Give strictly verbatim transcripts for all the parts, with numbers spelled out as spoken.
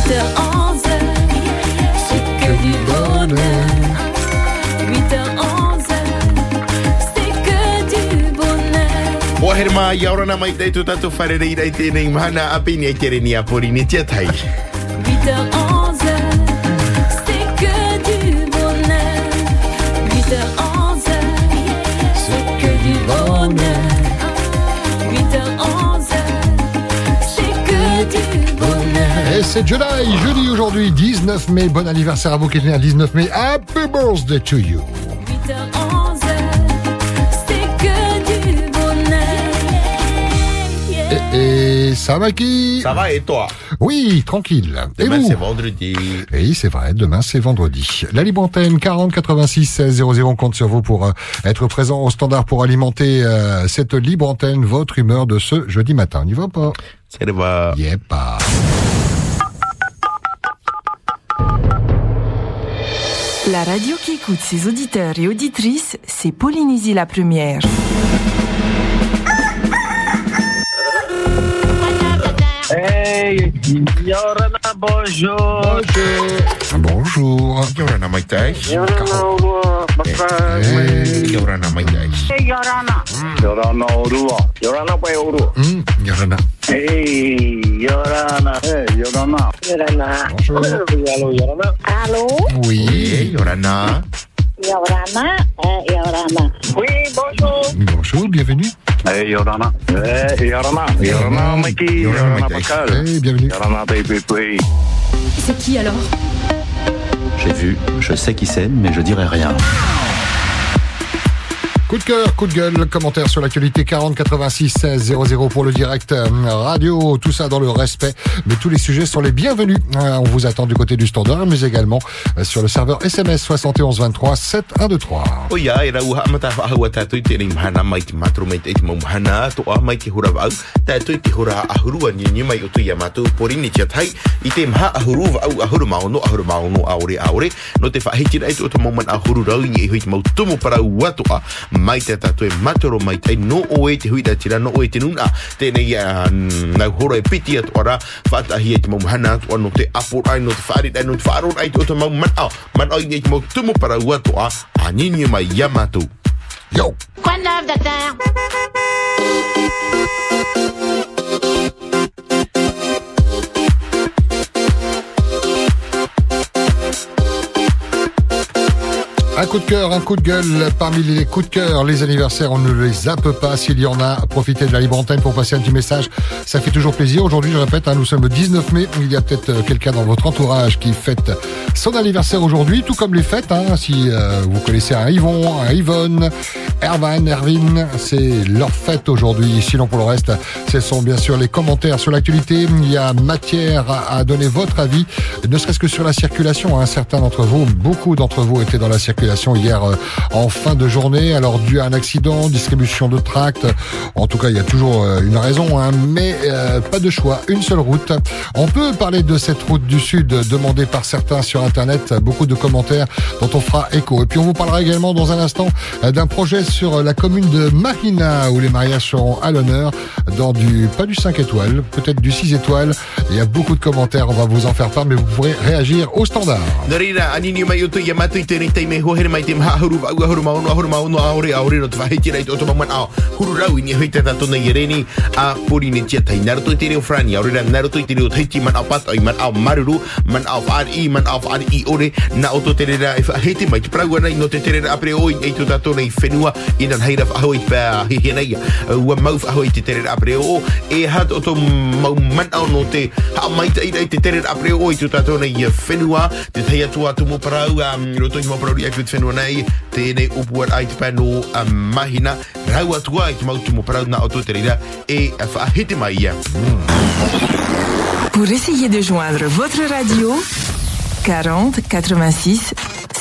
huit heures onze heures, c'est que du bonheur. huit heures onze heures, c'est que du bonheur. Waherma yaurana mai tai tu tatu farere i te nei mana apini ai tere ni apori ni tia tai. huit heures onze heures, c'est que du bonheur. huit heures onze heures, c'est que du bonheur. huit heures onze heures, c'est que du bonheur. Et c'est jeudi, jeudi aujourd'hui, dix-neuf mai. Bon anniversaire à vous qui êtes né à dix-neuf mai. Happy birthday to you. huit heures onze heures, c'est que du bonheur. Et, et ça va qui? Ça va et toi? Oui, tranquille. Demain et vous? c'est vendredi. Oui, c'est vrai, demain c'est vendredi. La libre antenne quarante quatre-vingt-six seize zéro zéro, on compte sur vous pour euh, être présent au standard pour alimenter euh, cette libre antenne, votre humeur de ce jeudi matin. On n'y va pas? Ça va. Y est pas. La radio qui écoute ses auditeurs et auditrices, c'est Polynésie la première. Hey, Yorana, bonjour. Bonjour. Yaurana mai tai. Yorana, Orua, Bakar. Hey. Yaurana mai tai. Hey, Yorana. Yorana, Orua. Yorana, Pai Orua. Hum, Yorana. Hey, Yorana. Hey, Yorana. Yorana. Bonjour. Allô, Yorana. Allô, Oui. Hey, Yaurana. Yorana, euh, Yorana. Oui, bonjour. Bonjour, bienvenue. Hey, Yorana. Hey, Yorana. Yorana, Mikey. Yorana, Yorana, Mikey. Bakar. Hey, bienvenue. Yorana, Baby, oui. C'est qui alors? J'ai vu, je sais qui c'est, mais je dirai rien. Coup de cœur, coup de gueule, commentaire sur l'actualité quarante quatre-vingt-six seize zéro zéro pour le direct euh, radio, tout ça dans le respect, mais tous les sujets sont les bienvenus. Euh, on vous attend du côté du standard, mais également euh, sur le serveur S M S soixante et onze vingt-trois sept un deux trois. Oia e rau ha mata fa hawa tatu i te nei mahana mai te matro mai te mau mahana to a mai te hura au tatu i te hura ahurua ni ni mai o tu yamato porini tia tai i te maha ahuru au ahuru mau no ahuru mau no aure aure no te fa hiti ai to mo man ahuru rau ni i hui mau tumu para watu a mai te tatu e matoro mai tai no o e te hui da tira no o e te nuna te nei na horo e piti at ora fa ta hi te mau mahana to no te apor ai no te fari ai no te faro ai to mau man au man ai ni mau tumu para watu a anini mai Yamato. Yo! Quoi de neuf, docteur? Un coup de cœur, un coup de gueule. Parmi les coups de cœur, les anniversaires, on ne les zappe pas. S'il y en a, profitez de la libre antenne pour passer un petit message. Ça fait toujours plaisir. Aujourd'hui, je répète, hein, nous sommes le dix-neuf mai. Il y a peut-être quelqu'un dans votre entourage qui fête son anniversaire aujourd'hui, tout comme les fêtes. Hein, si euh, vous connaissez un Yvon, un Yvonne, Ervan, Erwin, c'est leur fête aujourd'hui. Sinon, pour le reste, ce sont bien sûr les commentaires sur l'actualité. Il y a matière à donner votre avis, ne serait-ce que sur la circulation. Hein. Certains d'entre vous, beaucoup d'entre vous étaient dans la circulation hier euh, en fin de journée, alors dû à un accident, distribution de tracts. En tout cas, il y a toujours euh, une raison, hein, mais euh, pas de choix, une seule route. On peut parler de cette route du Sud demandée par certains sur Internet, beaucoup de commentaires dont on fera écho. Et puis on vous parlera également dans un instant euh, d'un projet sur la commune de Marina où les mariages seront à l'honneur dans du, pas du cinq étoiles, peut-être du six étoiles. Il y a beaucoup de commentaires, on va vous en faire part, mais vous pourrez réagir au standard. Narira anini mai o tu Yamato i te nei te me hohere mai te maha huru au ahuru mau no ahuru mau no aore aore no te whahiti rei te oto maman ao huru rau i ni hui te tato nei reni a pori ni tia tai naruto i te reo frani aore ra naruto i te reo teiti man au pato i man au maruru man au whaar i man au whaar i ore na oto te rera e whahiti mai te praua nei no te te rera apre oi e tu tato nei whenua i nan heira whahoi pā hihi nei ua mau whahoi te te rera apre o e hat oto mau man au no te ha mai te i te te rera apre oi tu tato nei whenua te teia tua tumu parau roto i mo parau i aku te whenua nei tēnei upuar ai te pēno a mahina rau atua i te mautu mo parau na auto te rira e whaahete mai ia. Pour essayer de joindre votre radio, quarante quatre-vingt-six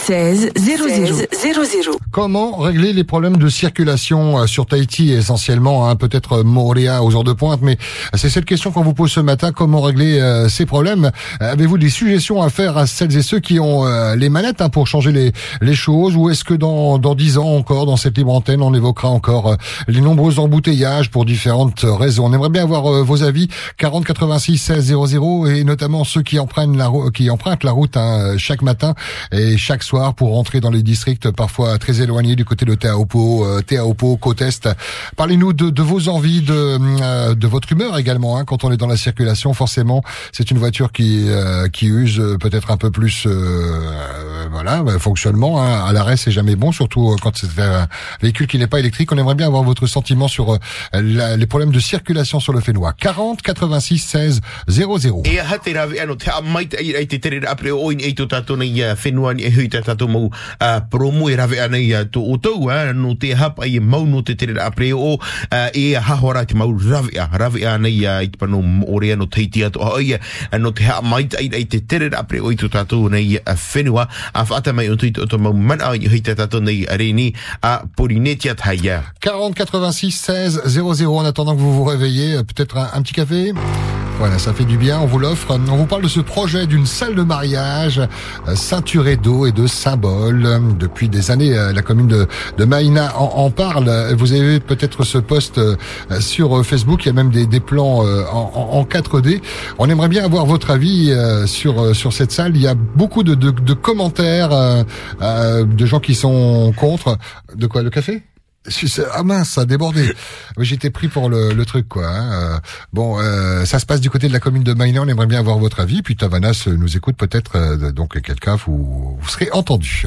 seize zéro zéro. Comment régler les problèmes de circulation sur Tahiti essentiellement, hein, peut-être Moorea aux heures de pointe, mais c'est cette question qu'on vous pose ce matin. Comment régler euh, ces problèmes? Avez-vous des suggestions à faire à celles et ceux qui ont euh, les manettes hein, pour changer les, les choses, ou est-ce que dans dans dix ans encore, dans cette libre antenne, on évoquera encore euh, les nombreux embouteillages pour différentes raisons? On aimerait bien avoir euh, vos avis. quarante quatre-vingt-six seize zéro zéro, et notamment ceux qui empruntent la route, qui empruntent la route hein, chaque matin et chaque soir pour rentrer dans les districts parfois très éloignés du côté de Teahupo'o, euh, Teahupo'o, côte est. Parlez-nous de, de vos envies, de euh, de votre humeur également. Hein, quand on est dans la circulation, forcément, c'est une voiture qui euh, qui use peut-être un peu plus, euh, euh, voilà, fonctionnement. Hein, à l'arrêt, c'est jamais bon, surtout quand c'est un véhicule qui n'est pas électrique. On aimerait bien avoir votre sentiment sur euh, la, les problèmes de circulation sur le Fénois. quarante quatre-vingt-six seize zéro zéro. E hate rawe ano te amaita i ai te tere apre o in eito tato nei whenua ni e hui tato mau promo e rawe anei to o tau no te hapa i mau no te tere apre o e hahora te mau rawe a rawe anei i te pano ore ano teiti ato ai no te amaita i ai te tere apre o i to tato nei whenua a whata mai o tuito to mau mana i hui tato nei areni a Polynesia Taia. quarante quatre-vingt-six seize zéro zéro. En attendant que vous vous réveillez, peut-être un, un petit café? Voilà, ça fait du bien, on vous l'offre. On vous parle de ce projet d'une salle de mariage euh, ceinturée d'eau et de symboles. Depuis des années, euh, la commune de, de Maïna en, en parle. Vous avez peut-être ce post euh, sur Facebook. Il y a même des, des plans euh, en, en quatre D. On aimerait bien avoir votre avis euh, sur euh, sur cette salle. Il y a beaucoup de, de, de commentaires euh, euh, de gens qui sont contre. De quoi, le café? Ah mince, ça a débordé. J'étais pris pour le, le truc, quoi. Hein. Bon, euh, ça se passe du côté de la commune de Maïna. On aimerait bien avoir votre avis. Puis Tavanas nous écoute peut-être. Euh, donc quelqu'un, vous, vous serez entendu.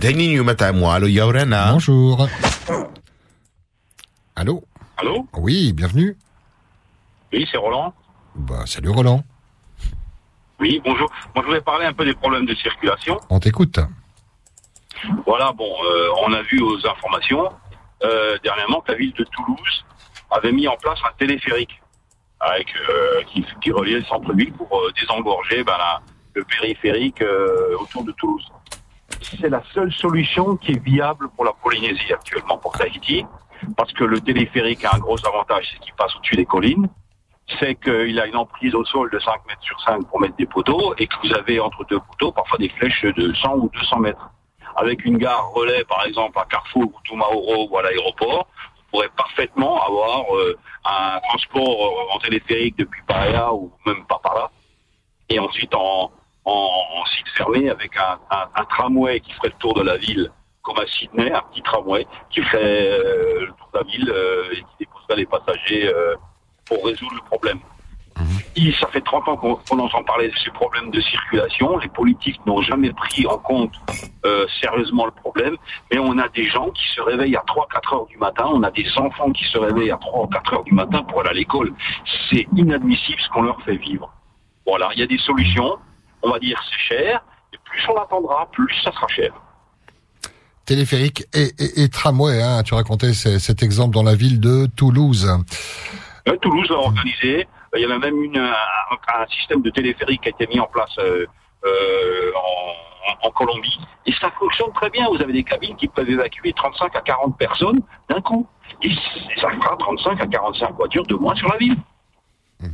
Bonjour. Allô. Allô? Oui, bienvenue. Oui, c'est Roland. Bah, salut Roland. Oui, bonjour. Moi, je voulais parler un peu des problèmes de circulation. On t'écoute. Voilà, bon, euh, on a vu aux informations euh, dernièrement que la ville de Toulouse avait mis en place un téléphérique avec euh, qui, qui reliait le centre-ville pour euh, désengorger ben, la, le périphérique euh, autour de Toulouse. C'est la seule solution qui est viable pour la Polynésie actuellement, pour Tahiti, parce que le téléphérique a un gros avantage, c'est qu'il passe au-dessus des collines, c'est qu'il a une emprise au sol de cinq mètres sur cinq pour mettre des poteaux, et que vous avez entre deux poteaux parfois des flèches de cent ou deux cents mètres. Avec une gare relais, par exemple, à Carrefour ou Tumaoro ou à l'aéroport, vous pourrez parfaitement avoir euh, un transport euh, en téléphérique depuis Paria ou même pas par là, et ensuite en, en, en site fermé avec un, un, un tramway qui ferait le tour de la ville, comme à Sydney, un petit tramway qui ferait euh, le tour de la ville euh, et qui déposerait les passagers euh, pour résoudre le problème. Et ça fait trente ans qu'on, qu'on entend parler de ces problèmes de circulation. Les politiques n'ont jamais pris en compte euh, sérieusement le problème. Mais on a des gens qui se réveillent à trois quatre heures du matin. On a des enfants qui se réveillent à trois ou quatre heures du matin pour aller à l'école. C'est inadmissible ce qu'on leur fait vivre. Voilà, il y a des solutions. On va dire c'est cher. Et plus on attendra, plus ça sera cher. Téléphérique et, et, et tramway, hein. Tu racontais c- cet exemple dans la ville de Toulouse. Euh, Toulouse l'a organisé. Il y avait même une, un, un système de téléphérique qui a été mis en place euh, euh, en, en Colombie. Et ça fonctionne très bien. Vous avez des cabines qui peuvent évacuer trente-cinq à quarante personnes d'un coup. Et ça fera trente-cinq à quarante-cinq voitures de moins sur la ville. Mmh.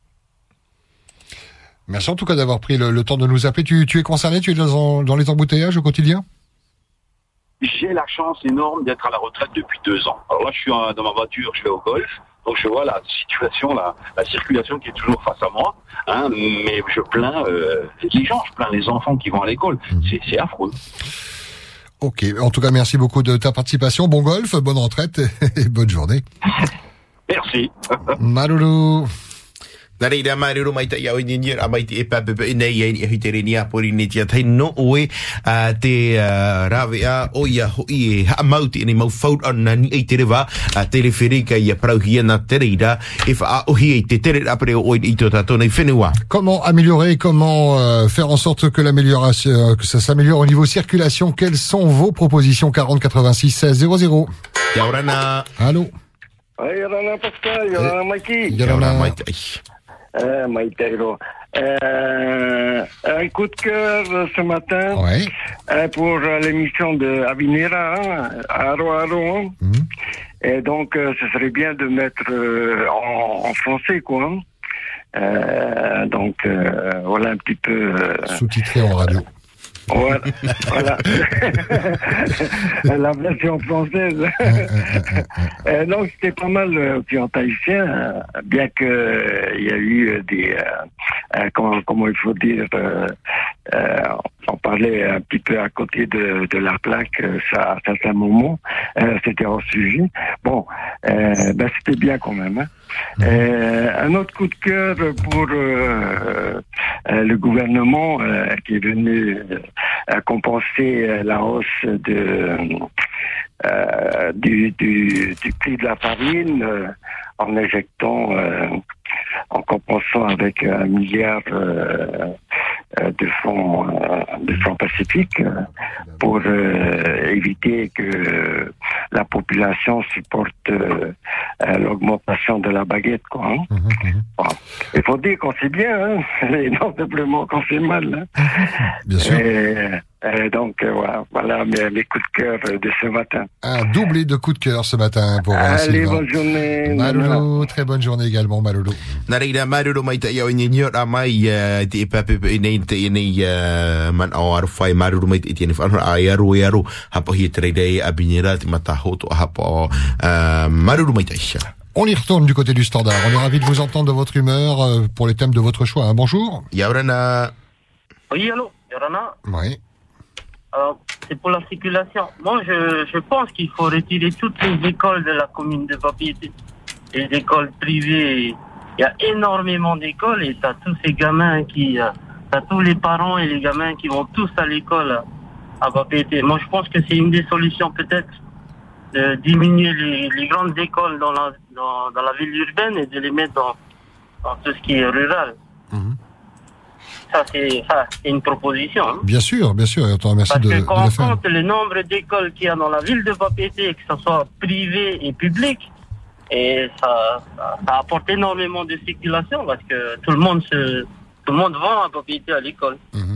Merci en tout cas d'avoir pris le, le temps de nous appeler. Tu, tu es concerné, tu es dans, dans les embouteillages au quotidien? J'ai la chance énorme d'être à la retraite depuis deux ans. Alors là, je suis dans ma voiture, je vais au golf. Donc je vois la situation, la, la circulation qui est toujours face à moi, hein, mais je plains euh, les gens, je plains les enfants qui vont à l'école. C'est, c'est affreux. Ok, en tout cas merci beaucoup de ta participation. Bon golf, bonne retraite et bonne journée. Merci. Maruru. Nareira maruru mai tai au engineer a mai te e papepe nei ai hi te renia Polynesia tai no oe te ravea o ia hoi e ha mauti ni mau faut ana ni e te rewa teleferika ia prauhia na tereira e fa o hi te tere apre o i to tato nei whenua. Comment améliorer, comment euh, faire en sorte que l'amélioration, que ça s'améliore au niveau circulation? Quelles sont vos propositions? Quarante quatre-vingt-six seize zéro zéro. Kia ora na. Allô. Ai rana Pascal, ia rana Maiki. Ia rana. Euh, Maïtairo. Euh, un coup de cœur euh, ce matin Ouais. euh, pour euh, l'émission de Avinera, hein, Aro Aro. Hein. Mhm. Et donc, euh, ce serait bien de mettre euh, en, en français, quoi. Hein. Euh, donc, euh, voilà un petit peu... Euh, Sous-titré en radio. Voilà, voilà. La version française. euh, donc c'était pas mal euh, aussi en tahitien, euh, bien que euh, il y a eu des, euh, euh, comment, comment il faut dire, euh, euh, on parlait un petit peu à côté de, de la plaque, euh, ça, à certains moments, euh, c'était hors sujet. Bon, euh, ben c'était bien quand même. Hein. Euh, un autre coup de cœur pour euh, euh, le gouvernement euh, qui est venu euh, compenser euh, la hausse de, euh, du, du, du prix de la farine euh, en injectant, euh, en compensant avec un milliard euh, de fonds, euh, de fonds pacifiques euh, pour euh, éviter que la population supporte euh, euh, l'augmentation de la baguette, quoi. Hein. Mmh, mmh. Bon. Il faut dire qu'on sait bien, hein, et non simplement qu'on sait mal. Hein. Bien sûr. Et, et donc euh, voilà, voilà mes, mes coups de cœur de ce matin. Un doublé de coups de cœur ce matin pour euh, Allez, Sylvain. bonne journée. Malolo, très bonne journée également, Malolo. Nā reira maruru mai ta iau ni nior a mai uh, te e pape pe nei te e nei uh, man au aru whai maruru mai te e tēne whanura a iaru e aru hapa hi e te reidei a binera te mata hoto a hapa o uh, maruru mai ta isha. On y retourne du côté du standard. On est ravis de vous entendre de votre humeur euh, pour les thèmes de votre choix. Hein. Bonjour. Yaurana. Oui, allô, Yorana. Oui. Alors, c'est pour la circulation. Moi, je, je pense qu'il faut retirer toutes les écoles de la commune de Papeete. Les écoles privées, il y a énormément d'écoles et t'as tous ces gamins qui... Euh, t'as tous les parents et les gamins qui vont tous à l'école à Papeete. Moi, je pense que c'est une des solutions peut-être de diminuer les, les grandes écoles dans la, dans, dans la ville urbaine et de les mettre dans, dans tout ce qui est rural. Mmh. Ça, c'est, ça, c'est une proposition. Hein. Bien sûr, bien sûr. Et on te remercie Parce de, que de quand le on faire. compte le nombre d'écoles qu'il y a dans la ville de Papeete, que ce soit privé et public, et ça, ça, ça apporte énormément de circulation parce que tout le monde se, tout le monde va à Papeete à l'école. Mmh.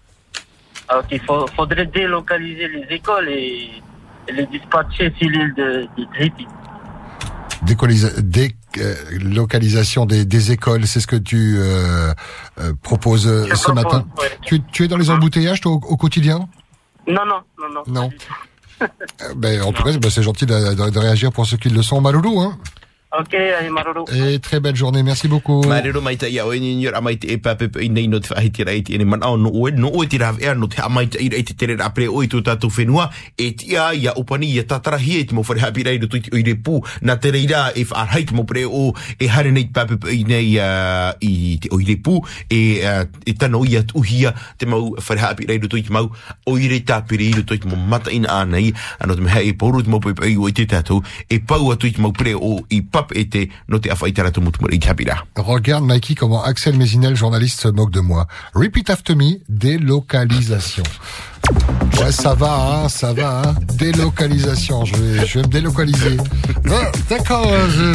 Alors qu'il faut, faudrait délocaliser les écoles et, et les dispatcher sur l'île de, de Tahiti. Décolisa- délocalisation des, des écoles, c'est ce que tu euh, euh, proposes euh, Je ce propose, matin. ouais. Tu, tu es dans les embouteillages toi, au, au quotidien? Non, non, non, non. Non. Euh, ben, en tout cas, ben, c'est gentil de, de, de réagir pour ceux qui le sont. Malolo, hein. Ok, allez, Maroro. Et très belle journée, merci beaucoup. Maruru mai ta iau ni nior a mai te e pape pe nei no te whahiti rai te ene man au no oe no oe te rav ea no te a mai ta ira i te tere apre oi tu tatu whenua e tia ia upani ia tatarahi e te mo whare hapi rai no tuiti oire pū na te reira e whaarhai te mo pre o e hare nei pape pe nei uh, i te oire pū e, uh, e tano ia tuhia te mau whare hapi rai no tuiti mau oire tāpiri i no tuiti mo mata ina anai ano te meha e poru te mo pe pe oi te tatu e pau a tuiti mo pre o i été no te afaitara tu mutu i tapira. Regarde, Mikey, comment Axel Mézinel, journaliste, se moque de moi. Repeat after me, délocalisation. Ouais, ça va, hein, ça va, hein. Délocalisation, je vais, je vais me délocaliser. Ah, d'accord,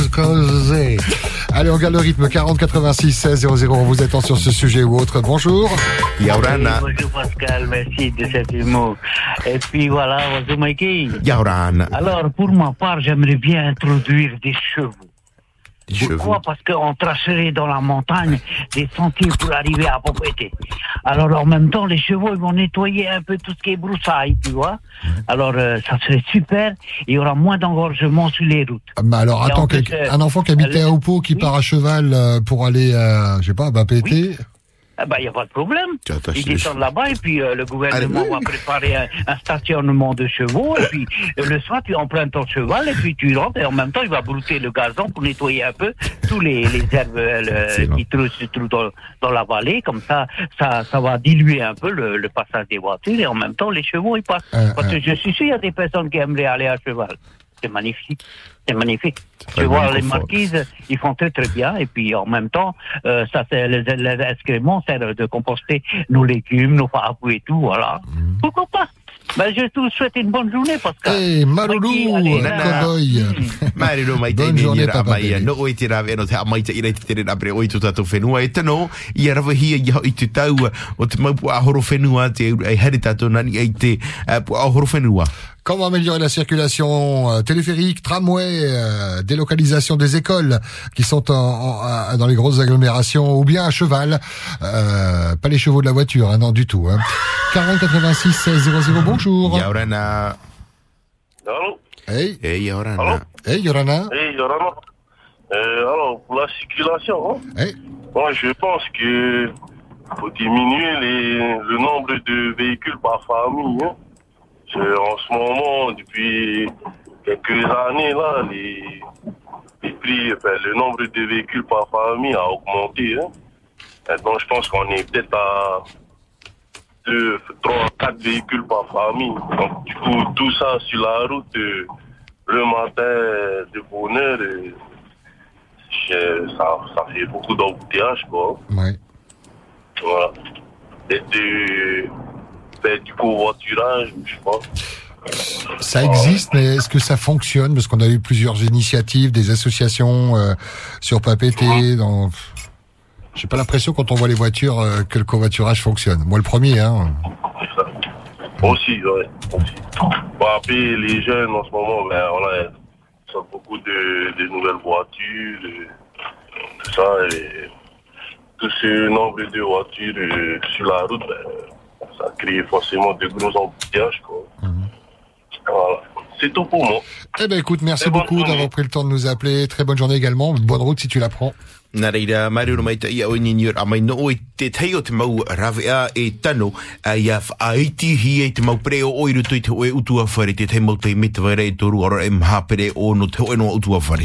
je vais. Allez, on garde le rythme, quarante quatre-vingt-six seize zéro zéro, vous êtes en sur ce sujet ou autre. Bonjour. Yaurana. Oui, bonjour Pascal, merci de cet humour. Et puis voilà, bonjour Mikey. Yaurana. Alors, pour ma part, j'aimerais bien introduire des chevaux. Des Pourquoi? Parce qu'on tracerait dans la montagne des sentiers pour arriver à Papeete. Alors, en même temps, les chevaux, ils vont nettoyer un peu tout ce qui est broussailles, tu vois. Alors, euh, ça serait super. Il y aura moins d'engorgement sur les routes. Mais alors, Et attends, en plus, quel- euh, un enfant qui habitait euh, à Oupo, qui oui. part à cheval euh, pour aller, euh, je sais pas, à Papeete. Oui. Ah ben, il n'y a pas de problème. Tu attaches Ils les descendent là-bas et puis euh, le gouvernement Allez, oui. va préparer un, un stationnement de chevaux et puis euh, le soir tu empruntes ton cheval et puis tu rentres et en même temps il va brouter le gazon pour nettoyer un peu tous les, les herbes euh, le- Excellent. qui trou- se trouvent dans, dans la vallée. Comme ça, ça, ça va diluer un peu le, le passage des voitures et en même temps les chevaux ils passent. Euh, Parce euh. que je suis sûr il y a des personnes qui aimeraient aller à cheval. C'est magnifique. C'est magnifique. Très Tu vois, bon les confort. marquises, ils font très très bien. Et puis en même temps, euh, ça c'est les, les excréments servent de composter nos légumes, nos farabous et tout. Voilà. Pourquoi pas? Ben, je te souhaite une bonne journée, Pascal. Hey, Marulu, cowboy. Marilo mai te Bonne ni journée, ra Papa mai Pele. no o te ra ve no te mai te ira te te ra pre o i tu tato whenua e tano i ara hia i i te tau o te mau pu ahoro whenua te ai hari tato nani ai te pu ahoro whenua. Comment améliorer la circulation euh, téléphérique, tramway, euh, délocalisation des écoles qui sont en, en, en, dans les grosses agglomérations ou bien à cheval, euh, pas les chevaux de la voiture, hein, non du tout. Hein. quarante quatre-vingt-six seize zéro zéro, bonjour. Yaurana. Allô? Hey. Hey, Yaurana. Hey, Yorana. Hey, Yorana. Euh, alors, pour la circulation, hein, hey. Moi, je pense que faut diminuer les, le nombre de véhicules par famille. Hein. En ce moment, depuis quelques années, là, les, les prix, enfin, le nombre de véhicules par famille a augmenté. Hein. Donc, je pense qu'on est peut-être à deux, trois, quatre véhicules par famille. Donc, du coup, tout ça sur la route, euh, le matin de bonne heure, euh, ça, ça fait beaucoup d'embouteillage, quoi. Ouais. Voilà. Et de faire du covoiturage, je sais pas. Ça existe, mais est-ce que ça fonctionne? Parce qu'on a eu plusieurs initiatives, des associations euh, sur Papeete. Dans... J'ai pas l'impression quand on voit les voitures euh, que le covoiturage fonctionne. Moi, le premier, hein. C'est ça. Aussi, ouais. Aussi. Bon, après, les jeunes, en ce moment, ben, on a, ça a beaucoup de, de nouvelles voitures, de, tout ça, et tout ce nombre de voitures euh, sur la route, ben, ça crée forcément de gros embouteillages, quoi. Mm-hmm. Voilà. C'est tout pour moi. Eh ben, écoute, merci Très beaucoup d'avoir pris le temps de nous appeler. Très bonne journée également. Bonne route si tu la prends. Nā reira, Mario mai te ia o ni a mai no o te tei o te mau rawea e tano a ia whaaiti hi e te mau pre o oiru tui te oe utua whare te te mau te mita vare e toru ora e mhapere o no te oe no utua whare.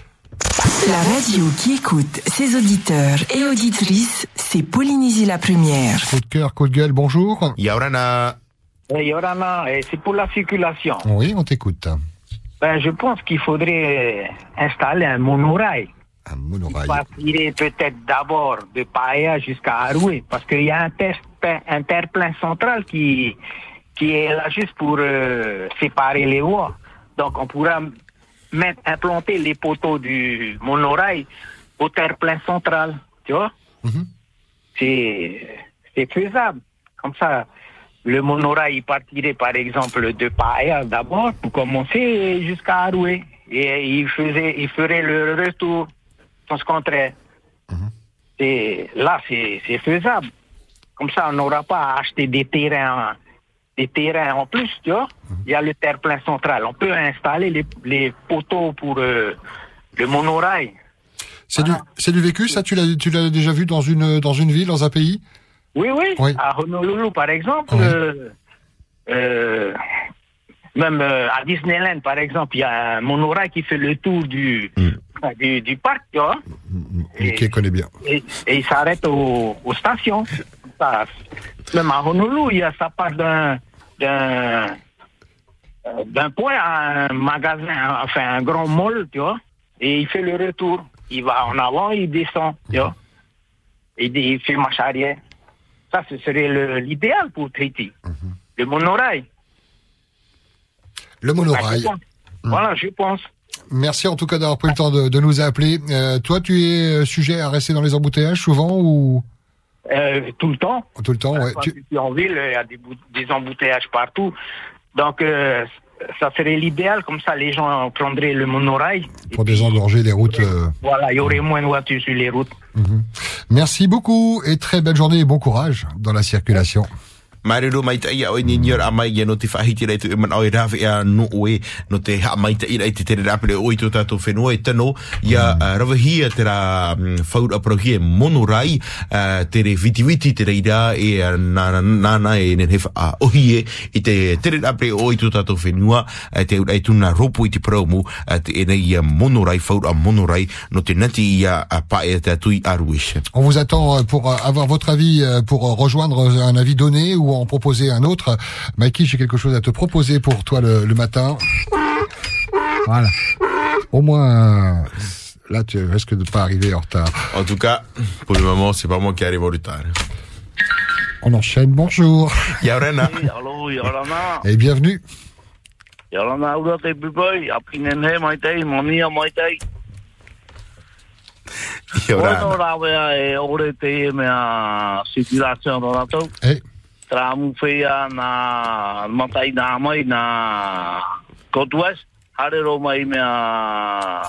La radio qui écoute ses auditeurs et auditrices, c'est Polynésie la première. Coup de cœur, coup de gueule, bonjour. Yaurana. Hey, Yorana, c'est pour la circulation. Oui, on t'écoute. Ben, je pense qu'il faudrait installer un monorail. Un monorail. Partirait peut-être d'abord de Paia jusqu'à Aroué, parce qu'il y a un, test, un terre-plein central qui, qui est là juste pour euh, séparer les voies. Donc on pourra mettre, implanter les poteaux du monorail au terre-plein central, tu vois. Mm-hmm. C'est, c'est faisable. Comme ça, le monorail il partirait par exemple de Paia d'abord pour commencer jusqu'à Aroué. Et il, faisait, il ferait le retour. Ce contraire. Mmh. Et là, c'est, c'est faisable. Comme ça, on n'aura pas à acheter des terrains, des terrains en plus, tu vois. Mmh. Il y a le terre-plein central. On peut installer les, les poteaux pour euh, le monorail. C'est, voilà. du, c'est du vécu, ça? Tu l'as, tu l'as déjà vu dans une, dans une ville, dans un pays? Oui, oui. oui. À Honolulu, par exemple. Oui. Euh, euh, même euh, à Disneyland, par exemple, il y a un monorail qui fait le tour du... Mmh. Du, du parc, tu vois. Et, qui connaît bien. Et, et il s'arrête au, aux stations. Ça, même à Honolulu, il y a, ça part d'un, d'un, d'un point à un magasin, enfin un grand mall, tu vois. Et il fait le retour. Il va en avant, il descend, tu vois. Et il fait marche arrière. Ça, ce serait le, l'idéal pour Tahiti. Mm-hmm. Le monorail. Le monorail. Voilà, je, voilà, je pense. Merci en tout cas d'avoir pris le temps de, de nous appeler. Euh, toi, tu es sujet à rester dans les embouteillages souvent ou euh, tout le temps. Tout le temps, ouais. Quand tu... je suis en ville, il y a des, des embouteillages partout. Donc, euh, ça serait l'idéal. Comme ça, les gens prendraient le monorail. Pour désengorger les routes. Euh... Voilà, il y aurait moins de voitures sur les routes. Mm-hmm. Merci beaucoup et très belle journée et bon courage dans la circulation. Mariro mai te ia o ni nior a mai ia no te whahiti rei tu e man oi rawe ea no oe no te ha mai te ira i te tere rapere oi tu tātou whenua e tano ia uh, rawahia te ra um, whaura prohie monorai uh, tere viti-viti tere ira e uh, nana, nana e nen hefa a uh, ohie i te tere rapere oi tu tātou whenua uh, te ura i tuna ropo i te promu uh, te ene ia monorai whaura monorai no te nati ia uh, pae te atui aruish. On vous attend pour uh, avoir votre avis, uh, pour uh, rejoindre un avis donné ou en proposer un autre. Mikey, j'ai quelque chose à te proposer pour toi le, le matin. Voilà. Au moins, là, tu risques de ne pas arriver en retard. En tout cas, pour le moment, c'est pas moi qui arrive en retard. On enchaîne, bonjour. Yaurana. Allô, Yaurana. Et bienvenue. Yaurana, où est-ce que tu peux? Après, Néné, Maïté, Monia, Maïté. Yaurana. On a eu une circulation dans la tour. Tramufea na Matai na Mai na Côte-Ouest. Harero mai mea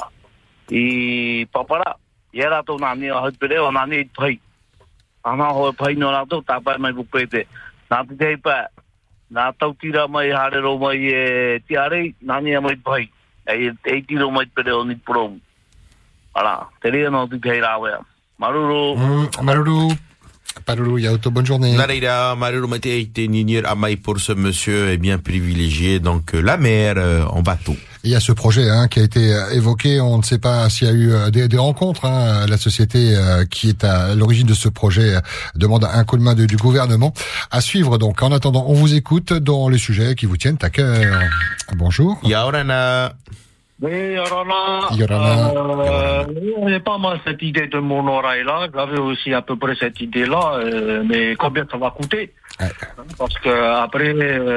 I Papara. Yera to nani a hotpere o nani pai. Ana ho pai no la to tapai mai bupete. Na te pa. Na tau tira mai harero mai e tiare nani mai pai. E e tiro mai pere o ni prom. Ala, teria no te teira wa. Maruru. Maruru. Parulu Yaoto, bonne journée. Nareira, Maruru mate été ninir amai pour ce monsieur est bien privilégié, donc euh, la mer euh, en bateau. Il y a ce projet hein, qui a été euh, évoqué. On ne sait pas s'il y a eu euh, des, des rencontres. Hein. La société euh, qui est à l'origine de ce projet euh, demande un coup de main de, du gouvernement. À suivre donc. En attendant, on vous écoute dans les sujets qui vous tiennent à cœur. Bonjour. Yaorana. Oui, Yorana. Yorana. Euh, il y a pas mal cette idée de monorail là. J'avais aussi à peu près cette idée là, euh, mais combien ça va coûter? Ouais. Parce que après,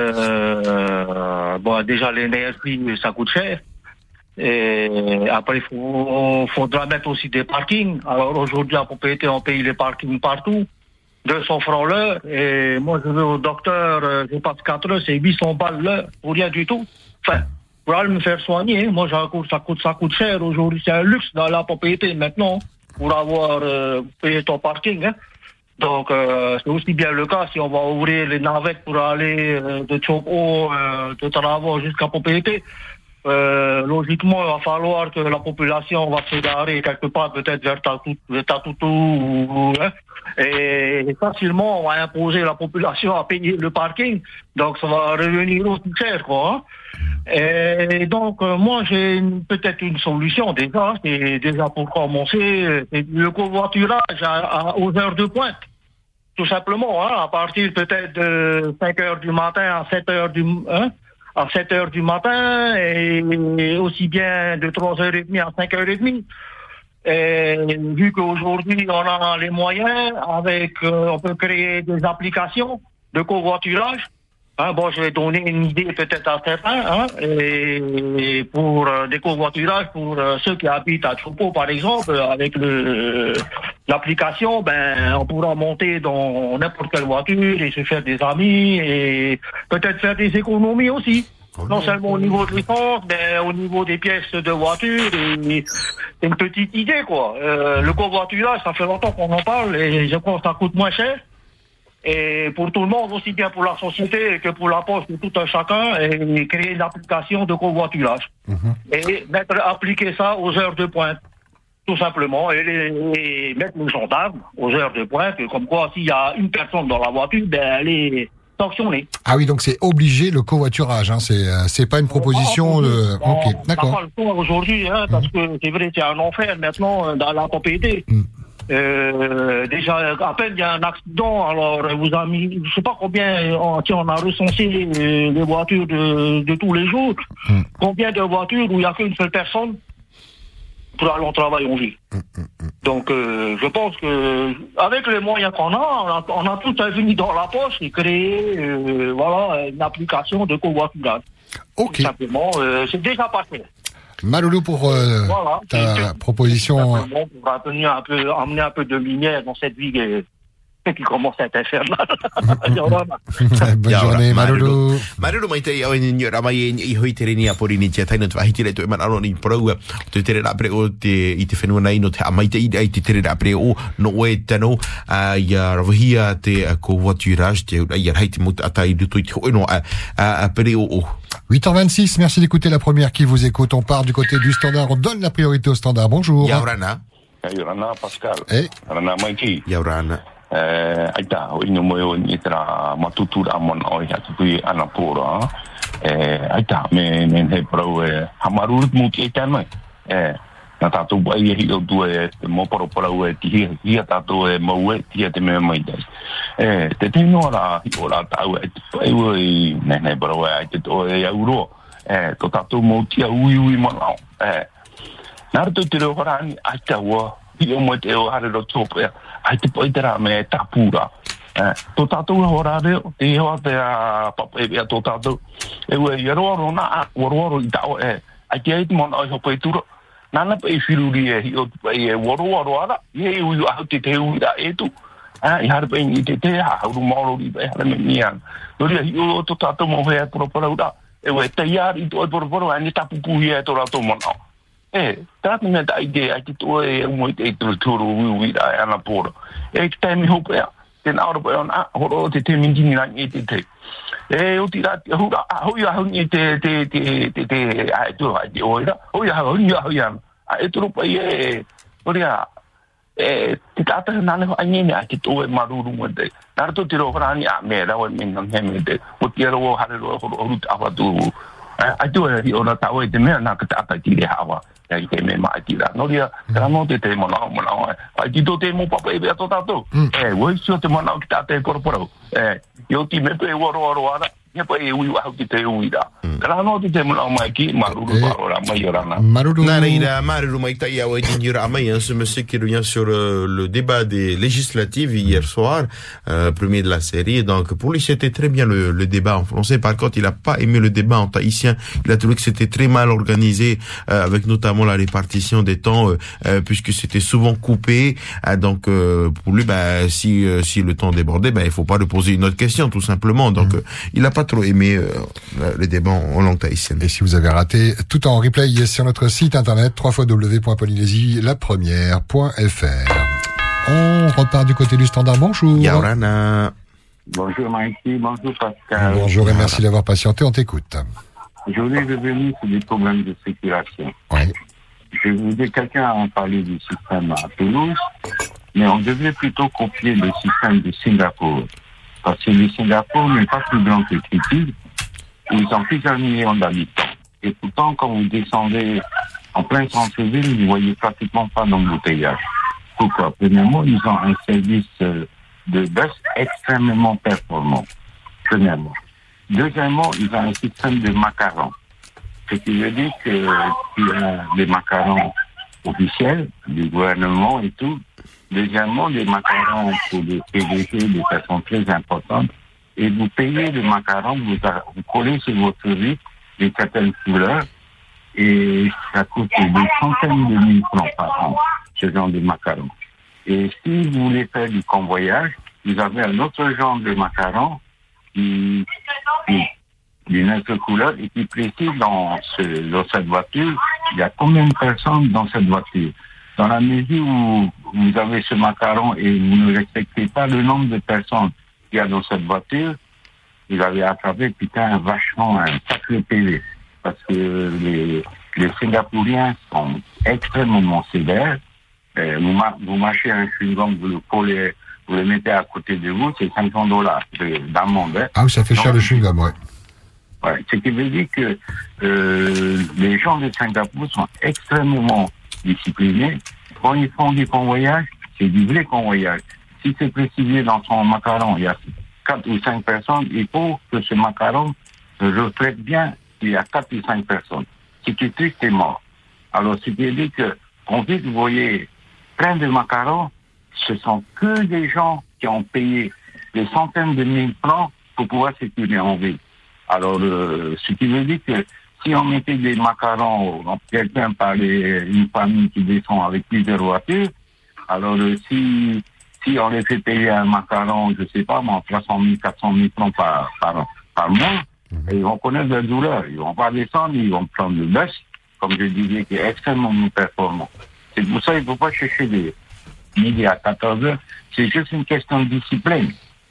euh, bon, déjà l'énergie ça coûte cher. Et après, il faut, faudra mettre aussi des parkings. Alors aujourd'hui, à propriété, on paye les parkings partout. deux cents francs l'heure. Et moi, je vais au docteur, je passe quatre heures, c'est huit cents balles l'heure. Pour rien du tout. Enfin, pour aller me faire soigner, moi, ça coûte, ça coûte, ça coûte cher aujourd'hui. C'est un luxe dans la propriété maintenant pour avoir euh, payé ton parking. Hein. Donc, euh, c'est aussi bien le cas si on va ouvrir les navettes pour aller euh, de Chopo, euh, de Taravo jusqu'à propriété. Euh, logiquement, il va falloir que la population va se garer quelque part, peut-être vers Tatoutou, ou, hein, et facilement, on va imposer la population à payer le parking. Donc, ça va revenir aussi cher, quoi. Hein. Et donc, euh, moi, j'ai une, peut-être une solution déjà. C'est déjà pour commencer, c'est le covoiturage à, à, aux heures de pointe. Tout simplement, hein, à partir peut-être de cinq heures du matin à sept heures du hein, à sept heures du matin et aussi bien de trois heures trente à cinq heures trente. Et vu qu'aujourd'hui on a les moyens, avec euh, on peut créer des applications de covoiturage. Hein, bon, je vais donner une idée peut-être à certains, hein, et pour euh, des covoiturages pour euh, ceux qui habitent à Chopo par exemple, avec le l'application, ben on pourra monter dans n'importe quelle voiture et se faire des amis et peut-être faire des économies aussi. Non seulement au niveau de l'essence, mais au niveau des pièces de voiture. Et c'est une petite idée, quoi. Euh, le covoiturage, ça fait longtemps qu'on en parle et je crois que ça coûte moins cher. Et pour tout le monde, aussi bien pour la société que pour la poste, tout un chacun, et créer une application de covoiturage. Mm-hmm. Et mettre, appliquer ça aux heures de pointe. Tout simplement, et, les, et mettre les gendarmes aux heures de pointe, comme quoi s'il y a une personne dans la voiture, ben elle est sanctionnée. Ah oui, donc c'est obligé le covoiturage, hein, c'est c'est pas une proposition de... Bon, ok, d'accord. On n'a pas le choix aujourd'hui, hein, parce que c'est vrai, c'est un enfer maintenant dans la propriété. Mm. Euh, déjà, à peine il y a un accident, alors vous avez mis, je sais pas combien, on, on a recensé les, les voitures de, de tous les jours, mm. combien de voitures où il n'y a qu'une seule personne pour aller au travail en ville. Mm, mm, mm. Donc, euh, je pense que avec les moyens qu'on a, on a, on a tout investi dans la poche et créé, euh, voilà, une application de covoiturage. Ok. Tout simplement, euh, c'est déjà passé. Maloulou pour euh, voilà, ta proposition. Bon, pour amener un peu, amener un peu de lumière dans cette vie qui commence à être infernale. Bonne journée, Maloulou. Maloulou mai te au ni ra mai I hoi te reni a pori ni te taina te wahiti le to man alo ni proua te tere ra pre o te I te whenua nei no te amai te I te tere ra pre o no e tano a ia ravahia te covoiturage te ia hei te muta atai duto I te hoi no a a pre o o. huit heures vingt-six, merci d'écouter la première qui vous écoute. On part du côté du standard, on donne la priorité au standard. Bonjour. Yaurana. Yaurana Pascal. Eh. Yaurana Maiki. Yaurana. Eh, aita, o ino moe o ni tra matutura mona o ia tui ana pora. Eh, aita, me me he pro e hamarurut muti e tan mai. Eh, na tatu bai hi o due mo poro poro e ti hi tatu e mo e ti te me mai dai. Eh, te te no ra hi ora tau e pai o ne ne poro e te to e euro. Eh, to tatu mo ti ui ui mo. Eh, na to te ro rani aita wo hi o mo te o hare ro topo e ai te poitera me tapura tō tātou e hora reo, te hoa te papa e bea tō tātou. E ue, i aroaro nā, waroaro i tao e, ai te aiti mona ai hopo e tura. Nāna pa e whiruri e hi o tu pa e waroaro ara, i e ui ahau te te ui ra e tu. I hara pa i te te ha, hauru maoro i pa e hara me nian. Nori a hi o tō tātou mo hea poropora ura. E ue, te iari i tō e poropora, ane tapu puhi e tō rātou mona. E, tātou mea ta i te, ai te tō e umoi te e tūru tūru ui ui ra e ana pōra. E te taimi hopo ea. Tēnā ora pa eon, ah, horo te te mingini rangi e te te. E, o ti rati, hura, ah, hui a huni e te, te, te, te, te, ah, e tu hai te oira, hui a huni a hui an. Ah, e turu pa i e, ori a, e, te tātaha nāne ho aingene a te tō e maruru mo te. Nāra tō te rohara ani a me rau e menang he me te, o te aro o hare roa horo horu te awa tū. Ai tu e hi ora tau e te mea nā ka tātai tire hawa. Ya i te me mai tira. Noria, tera no te te mona mona. Ai ti to te mo papa e bea to tato. Eh, woi sio te mona ki ta te korporo. Eh, yo ti me pe woro woro ara. Ya pa e ui wa ki te ui da. Tera no te te mona mai ki maruru ba ora mai ora na. Maruru. Nara ira maruru mai ta ya wa dinira mai ce monsieur qui revient sur euh, le débat des législatives hier soir, euh, premier de la série. Donc pour lui c'était très bien le, le débat en français. Par contre, il a pas aimé le débat en tahitien. Il a trouvé que c'était très mal organisé euh, avec notamment la répartition des temps euh, euh, puisque c'était souvent coupé. Euh, donc euh, pour lui bah si euh, si le temps débordait, bah il faut pas lui poser une autre question tout simplement. Donc mmh. euh, il a pas trop aimé euh, le débat en langue tahitienne. Et si vous avez raté, tout en replay sur notre site internet w w w point polynésie la première point f r. On repart du côté du standard. Bonjour. Yaurana. Bonjour Mikey, bonjour Pascal. Bonjour et merci d'avoir patienté, on t'écoute. Je voulais revenir sur les problèmes de circulation. Oui. Je voulais, quelqu'un a parlé du système à Toulouse, mais on devrait plutôt copier le système de Singapour. Parce que le Singapour n'est pas plus grand que Tahiti. Ils ont plusieurs millions d'habitants. Et pourtant, quand vous descendez en plein centre-ville, vous ne voyez pratiquement pas d'embouteillage. Pourquoi? Premièrement, ils ont un service de bus extrêmement performant. Premièrement. Deuxièmement, ils ont un système de macarons. Ce qui veut dire qu'il y a des macarons officiels du gouvernement et tout. Deuxièmement, des macarons pour les P V G, des personnes très importantes. Et vous payez le macaron, vous, vous collez sur votre vie une certaine couleur et ça coûte des centaines de mille francs par an, ce genre de macaron. Et si vous voulez faire du convoyage, vous avez un autre genre de macaron qui, qui d'une autre couleur et qui précise dans, ce, dans cette voiture, il y a combien de personnes dans cette voiture. Dans la mesure où vous avez ce macaron et vous ne respectez pas le nombre de personnes qu'il y a dans cette voiture, vous avez attrapé putain vachement un sacré P V. Parce que les, les Singapouriens sont extrêmement sévères. Euh, vous, vous mâchez un chewing-gum, vous le collez, vous le mettez à côté de vous, c'est cinq cents dollars d'amende. Hein. Ah oui, ça fait cher le chewing-gum, ouais. Ouais, ce qui veut dire que euh, les gens de Singapour sont extrêmement disciplinés. Quand ils font du convoyage, c'est du vrai convoyage. Si c'est précisé dans son macaron, il y a quatre ou cinq personnes, il faut que ce macaron reflète bien qu'il y a quatre ou cinq personnes. Si tu tristes, t'es mort. Alors, ce qui veut dire que, quand vous voyez plein de macarons, ce sont que des gens qui ont payé des centaines de mille francs pour pouvoir circuler en ville. Alors, euh, ce qui veut dire que si on mettait des macarons, quelqu'un parlait, une famille qui descend avec plusieurs voitures, alors euh, si si on les fait payer un macaron, je sais pas, trois cent mille, quatre cent mille francs par, par, par mois, et ils vont connaître leur douleur. Ils vont pas descendre, ils vont prendre le bus, comme je disais, qui est extrêmement performant. C'est pour ça qu'il ne faut pas chercher des midi à quatorze heures. C'est juste une question de discipline.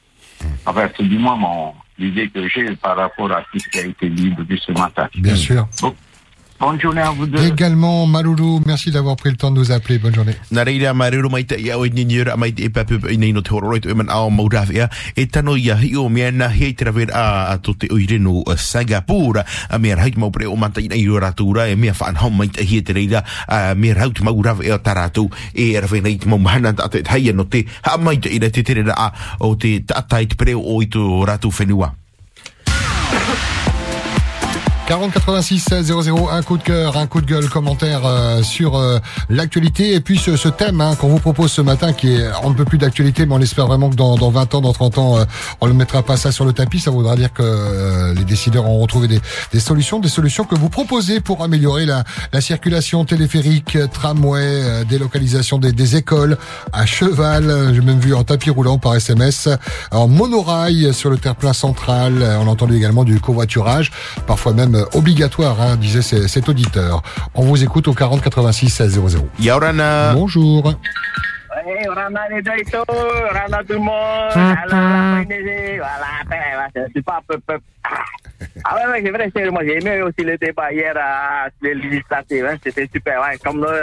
Enfin, c'est du moins mon l'idée que j'ai par rapport à tout ce qui a été dit depuis ce matin. Bien sûr. Donc, bonne journée à vous deux. Également, Malulu, merci d'avoir pris le temps de nous appeler. Bonne journée. Nareira Maruru mai te ia o ni nira mai te papu ina ino te horoi to man ao mauraf ia e tano ia hi o mea na hei traver a to te oireno Singapura a mea hait mau pre o manta ina i ratura e mea fan hom mai te hi te reira a mea haut mauraf e taratu e rawe nei te mau mahana ta te hai no te ha mai te ina te tere a o te tatai te pre o i to ratu whenua. quarante quatre-vingt-six zéro zéro, un coup de cœur, un coup de gueule, commentaire euh, sur euh, l'actualité et puis ce, ce thème hein, qu'on vous propose ce matin qui est on ne peut plus d'actualité, mais on espère vraiment que dans, dans vingt ans, dans trente ans, euh, on ne mettra pas ça sur le tapis. Ça voudra dire que euh, les décideurs ont retrouvé des, des solutions, des solutions que vous proposez pour améliorer la, la circulation téléphérique, tramway, euh, délocalisation des, des écoles à cheval. J'ai même vu en tapis roulant par S M S, en monorail sur le terre-plein central. On a entendu également du covoiturage, parfois même obligatoire, hein, disait c- cet auditeur. On vous écoute au quarante quatre-vingt-six zéro zéro. Yaurana. Bonjour. Hey, Rana les deux et tout, Rana tout le monde, Rana la fin des voilà, je suis pas peu peu. Ah ouais, ouais, c'est vrai, c'est, moi j'ai aimé aussi le débat hier à les législatives, hein, c'était super, ouais, comme le,